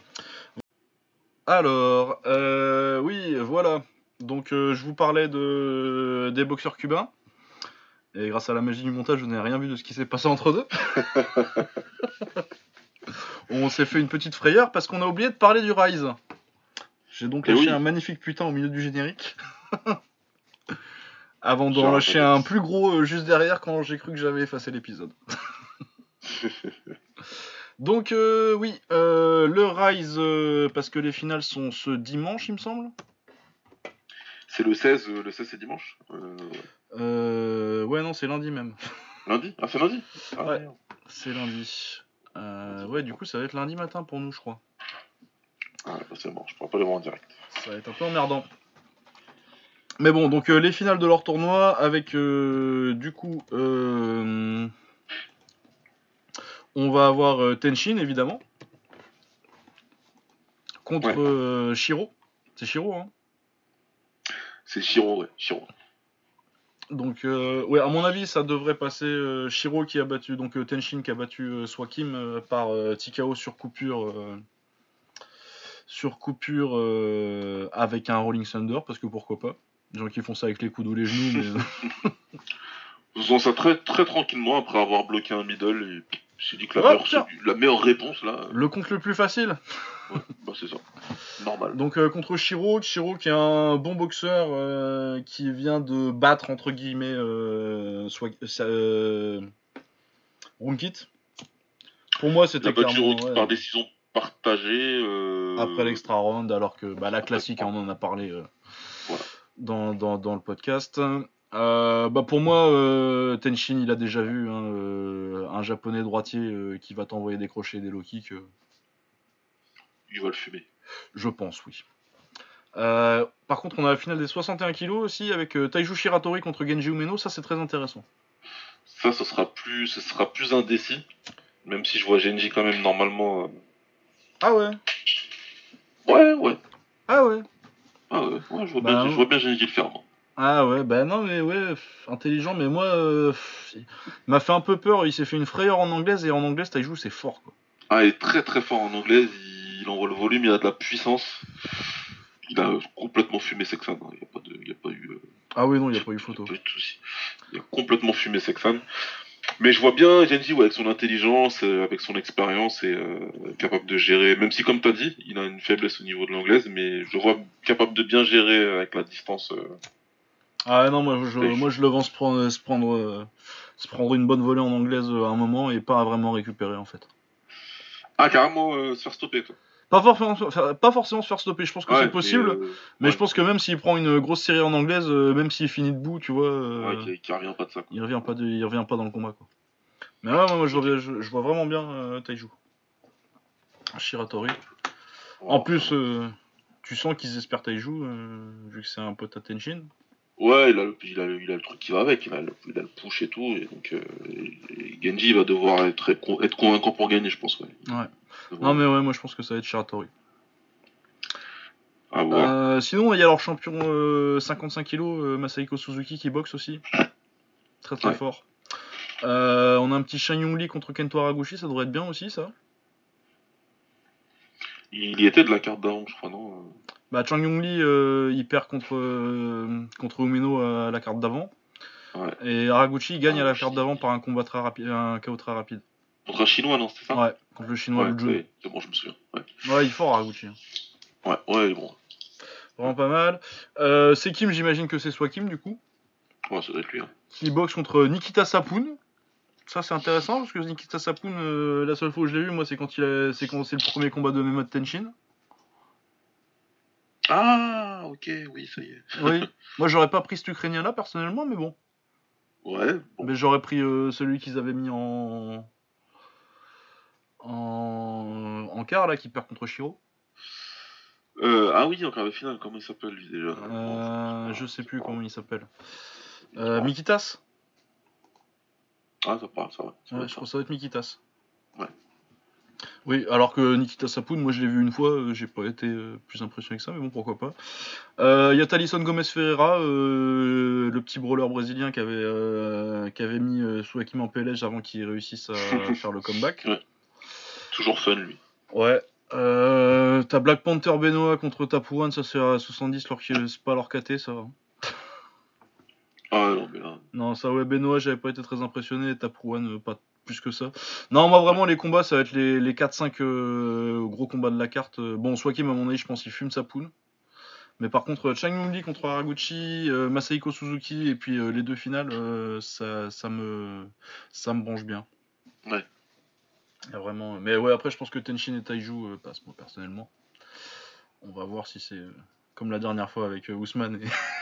Alors, oui, voilà. Donc, je vous parlais des boxeurs cubains. Et grâce à la magie du montage, je n'ai rien vu de ce qui s'est passé entre deux. On s'est fait une petite frayeur parce qu'on a oublié de parler du Rise. J'ai donc lâché un magnifique putain au milieu du générique. Avant d'en lâcher un plus gros juste derrière quand j'ai cru que j'avais effacé l'épisode. Donc oui, le Rise, parce que les finales sont ce dimanche, il me semble. C'est le 16, c'est dimanche Ouais, non, c'est lundi même. Lundi ? Ah, c'est lundi ? Ouais, c'est lundi. Ouais, du coup, ça va être lundi matin pour nous, je crois. Ah, bah c'est bon, je pourrais pas les voir en direct. Ça va être un peu emmerdant. Mais bon, donc les finales de leur tournoi avec du coup on va avoir Tenshin évidemment contre Shiro. C'est Shiro, hein ? C'est Shiro, ouais, Shiro. Donc, ouais, à mon avis, ça devrait passer Shiro qui a battu, donc Tenshin qui a battu Swakim par TKO sur coupure avec un Rolling Thunder, parce que pourquoi pas. Les gens qui font ça avec les coudes ou les genoux, mais. Faisons ça très très tranquillement après avoir bloqué un middle et j'ai dit que Ouais, tiens, la meilleure réponse là. le compte le plus facile. Ouais, bah c'est ça. Normal. Donc contre Shiro qui est un bon boxeur qui vient de battre entre guillemets Runkit. Pour moi, Il c'était a battu clairement Rocky par décision partagée. après l'extra round, alors que la classique, on en a parlé Voilà. dans le podcast. Pour moi, Tenshin, il a déjà vu un japonais droitier qui va t'envoyer des crochets et des low kicks. Il va le fumer. Je pense, oui. Par contre, on a la finale des 61 kilos aussi avec Taiju Shiratori contre Genji Umeno. Ça, c'est très intéressant. Ça, ce sera plus indécis. Même si je vois Genji quand même normalement. Ah ouais. Ouais. Ah ouais. Ah ouais, je vois bien Genji le faire, moi. Ah ouais, bah non, mais ouais, intelligent, mais moi, il m'a fait un peu peur. Il s'est fait une frayeur en anglaise, et en anglaise, Taiju, c'est fort, quoi. Ah, il est très très fort en anglaise, il envoie le volume, il a de la puissance. Il a complètement fumé Sexan, hein. Il n'y a pas eu. Ah oui, non, il n'y a pas eu photo. Pas eu de soucis. Il a complètement fumé Sexan. Mais je vois bien Genji, ouais, avec son intelligence, avec son expérience, et capable de gérer, même si comme tu as dit, il a une faiblesse au niveau de l'anglaise, mais je le vois capable de bien gérer avec la distance. Ah non, moi je le vends se prendre une bonne volée en anglaise à un moment et pas à vraiment récupérer en fait. Ah, carrément se faire stopper, toi. Pas forcément se faire stopper, je pense que c'est possible, mais je pense que même s'il prend une grosse série en anglaise, même s'il finit debout, tu vois, qui revient pas de ça, quoi. il revient pas dans le combat, quoi. Mais ouais, moi je vois vraiment bien Taiju. Shiratori. En plus, tu sens qu'ils espèrent Taiju, vu que c'est un pote à Tenshin. Ouais, il a le truc qui va avec, il a le push et tout, et donc et Genji va devoir être convaincant pour gagner, je pense. Ouais. Non mais ouais, moi je pense que ça va être Shiratori. À voir. Sinon, il y a leur champion 55 kg, Masahiko Suzuki, qui boxe aussi. Très très fort. On a un petit Shan Yong Lee contre Kento Haraguchi, ça devrait être bien aussi, ça. Il y était de la carte d'avant, je crois, non? Chang Yong Lee, il perd contre Umeno à la carte d'avant. Ouais. Et Haraguchi gagne à la carte d'avant par un combat très rapide, un KO très rapide. Contre un chinois, non, c'était ça? Ouais, contre le chinois, le Jun. Oui, c'est bon, je me souviens. Ouais, il est fort, Haraguchi. Ouais, il est bon. Vraiment pas mal. C'est Kim, j'imagine que c'est soit Kim, du coup. Ouais, ça doit être lui. Hein. Qui boxe contre Nikita Sapun. Ça, c'est intéressant, parce que Nikita Sapun, la seule fois où je l'ai vu, moi, c'est quand c'est le premier combat de Mehmet Tenshin. Ah, ok, oui, ça y est. Oui, moi, j'aurais pas pris cet Ukrainien-là, personnellement, mais bon. Ouais, bon. Mais j'aurais pris celui qu'ils avaient mis en quart, là, qui perd contre Shiro. Ah oui, en quart de finale, comment il s'appelle, lui, déjà? Je sais plus comment il s'appelle. Mikitas. Ah, ça parle, ça va. Ouais, je crois que ça va être Mikitas. Ouais. Oui, alors que Nikita Sapun, moi je l'ai vu une fois, j'ai pas été plus impressionné que ça, mais bon, pourquoi pas. Il y a Talisson Gomez Ferreira, le petit brawler brésilien qui avait mis Suakim en PLS avant qu'il réussisse à faire le comeback. Ouais. Toujours fun, lui. Ouais. T'as Black Panther Benoit contre Tapuan, ça c'est à 70, c'est pas leur KT, ça. Ah non, mais là. Non, ça, ouais, Benoit, j'avais pas été très impressionné, Tapuan, pas plus que ça. Non, moi vraiment, les combats, ça va être les 4-5 gros combats de la carte. Bon, Swakim, à mon avis, je pense qu'il fume sa poule. Mais par contre, Chang Yong-Lee contre Haraguchi, Masahiko Suzuki, et puis les deux finales, ça me branche bien. Ouais. Il y a vraiment... Mais ouais, après, je pense que Tenshin et Taiju passent, moi, personnellement. On va voir si c'est comme la dernière fois avec Ousmane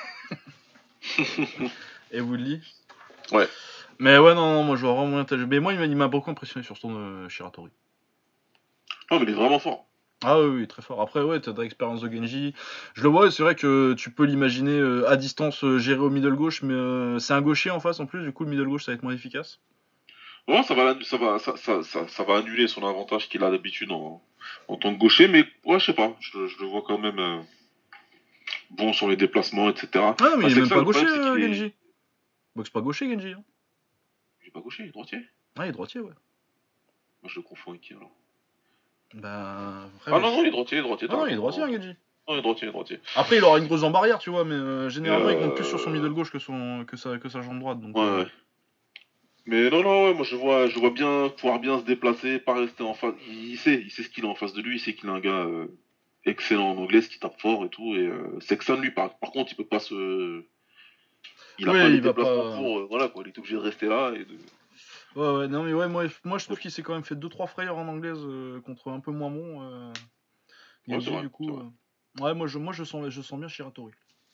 et Woodley. Ouais. Mais ouais, non, moi, je vois vraiment bien Taiju. Mais moi, il m'a beaucoup impressionné sur son Shiratori. Non, mais il est vraiment fort. Ah oui, très fort. Après, ouais, t'as de l'expérience de Genji. Je le vois, c'est vrai que tu peux l'imaginer à distance géré au middle gauche, mais c'est un gaucher en face en plus, du coup le middle gauche ça va être moins efficace. Ouais, ça va annuler son avantage qu'il a d'habitude en tant que gaucher, mais ouais, je sais pas, je le vois quand même bon sur les déplacements, etc. Ah, mais il est même pas gaucher, Genji. Boxe pas gaucher, Genji. Hein. Il est pas gaucher, il est droitier. Ah, il est droitier, ouais. Moi, je le confonds avec qui alors? Bah. Après, ah non, il est droitier, Ah non, il est droitier, hein, Genji. Non, il est droitier. Après, il aura une grosse jambe arrière, tu vois, mais généralement, il compte plus sur son middle gauche que sa jambe droite. Donc, ouais. Mais non, ouais, moi je vois bien pouvoir bien se déplacer, pas rester en face. Il sait ce qu'il a en face de lui, il sait qu'il a un gars excellent en anglais, qui tape fort et tout. Et Sexton, lui, par contre, il peut pas se. Il a pas les déplacements pour. Voilà quoi, il est obligé de rester là et de. Ouais, non, mais ouais, moi je trouve qu'il s'est quand même fait 2-3 frayeurs en anglaise contre un peu moins bon. Genji, vrai, du coup. Ouais, moi je sens bien Shiratori.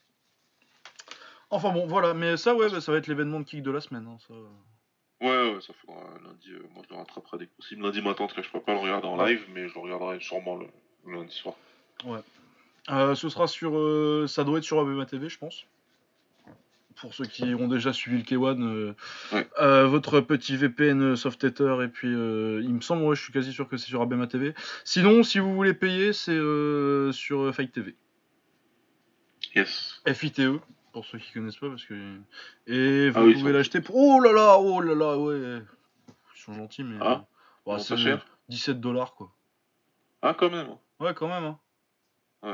Enfin bon, voilà, mais ça, ouais, ça va être l'événement de kick de la semaine. Hein, ça... Ouais, ça faudra lundi. Moi je le rattraperai dès que possible. Lundi matin, en tout cas, je peux pas le regarder en live, mais je le regarderai sûrement le lundi soir. Ouais. Ce sera sur. Ça doit être sur ABEMA TV, je pense. Pour ceux qui ont déjà suivi le K1, votre petit VPN Softether, et puis il me semble, ouais, je suis quasi sûr que c'est sur ABEMA TV. Sinon, si vous voulez payer, c'est sur Fight TV. Yes. FITE, pour ceux qui connaissent pas, parce que. Et vous pouvez l'acheter pour. Oh là là, ouais. Ils sont gentils, mais. C'est cher. $17, quoi. Ah, quand même. Ouais, quand même, hein. Ouais.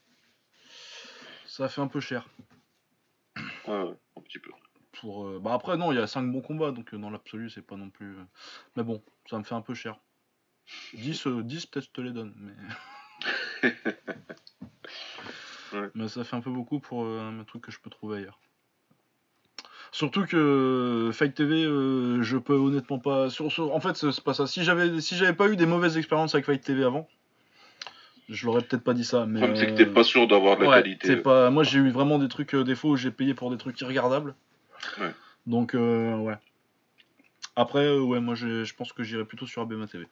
Ça fait un peu cher. Ouais, un petit peu. Bah après, non, il y a 5 bons combats, donc dans l'absolu, c'est pas non plus. Mais bon, ça me fait un peu cher. 10 peut-être je te les donne, mais. Ouais. Mais ça fait un peu beaucoup pour un truc que je peux trouver ailleurs. Surtout que Fight TV, je peux honnêtement pas. En fait, c'est pas ça. Si j'avais pas eu des mauvaises expériences avec Fight TV avant, je l'aurais peut-être pas dit ça. Mais c'est que t'es pas sûr d'avoir de la qualité. Moi, j'ai eu vraiment des trucs, des fois où j'ai payé pour des trucs irregardables. Ouais. Donc, ouais. Après, ouais, moi, je pense que j'irai plutôt sur ABEMA TV.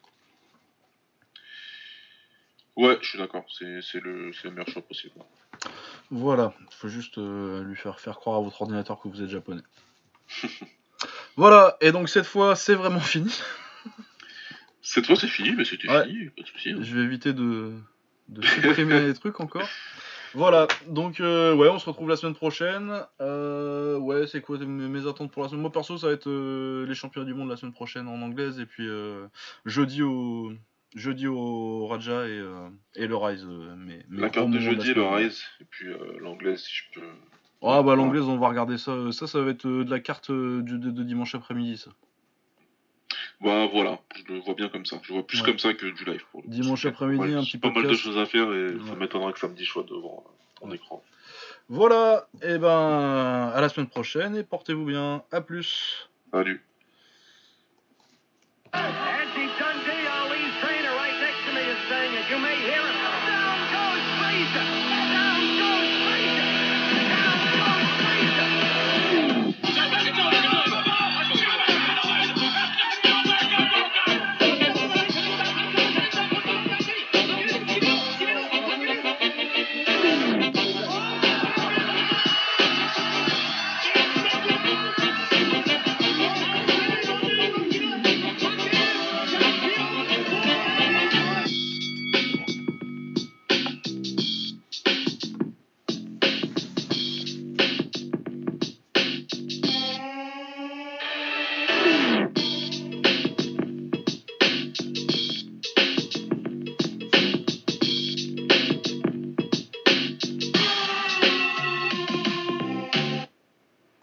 Ouais, je suis d'accord. C'est le meilleur choix possible. Voilà, il faut juste lui faire croire à votre ordinateur que vous êtes japonais. Voilà, et donc cette fois, c'est vraiment fini. Cette fois, c'est fini, mais c'était fini, pas de soucis. Hein. Je vais éviter de supprimer les trucs encore. Voilà, donc ouais, on se retrouve la semaine prochaine. Ouais, c'est quoi mes attentes pour la semaine? Moi perso, ça va être les championnats du monde la semaine prochaine en anglaise, et puis jeudi au Raja et le Rise. La carte de jeudi, le Rise, et puis l'anglaise, si je peux. Ah bah l'anglaise, on va regarder ça. Ça va être de la carte de dimanche après-midi, ça. Bah voilà, je le vois bien comme ça. Je vois plus comme ça que du live pour le dimanche après-midi, un petit peu. Pas mal de choses à faire et ça m'étonnerait que samedi soit devant mon écran. Voilà, et ben à la semaine prochaine et portez-vous bien. À plus. Salut. Angie Dundee, Ali's trainer, right next to me is saying it. You may hear him. Down goes Fraser.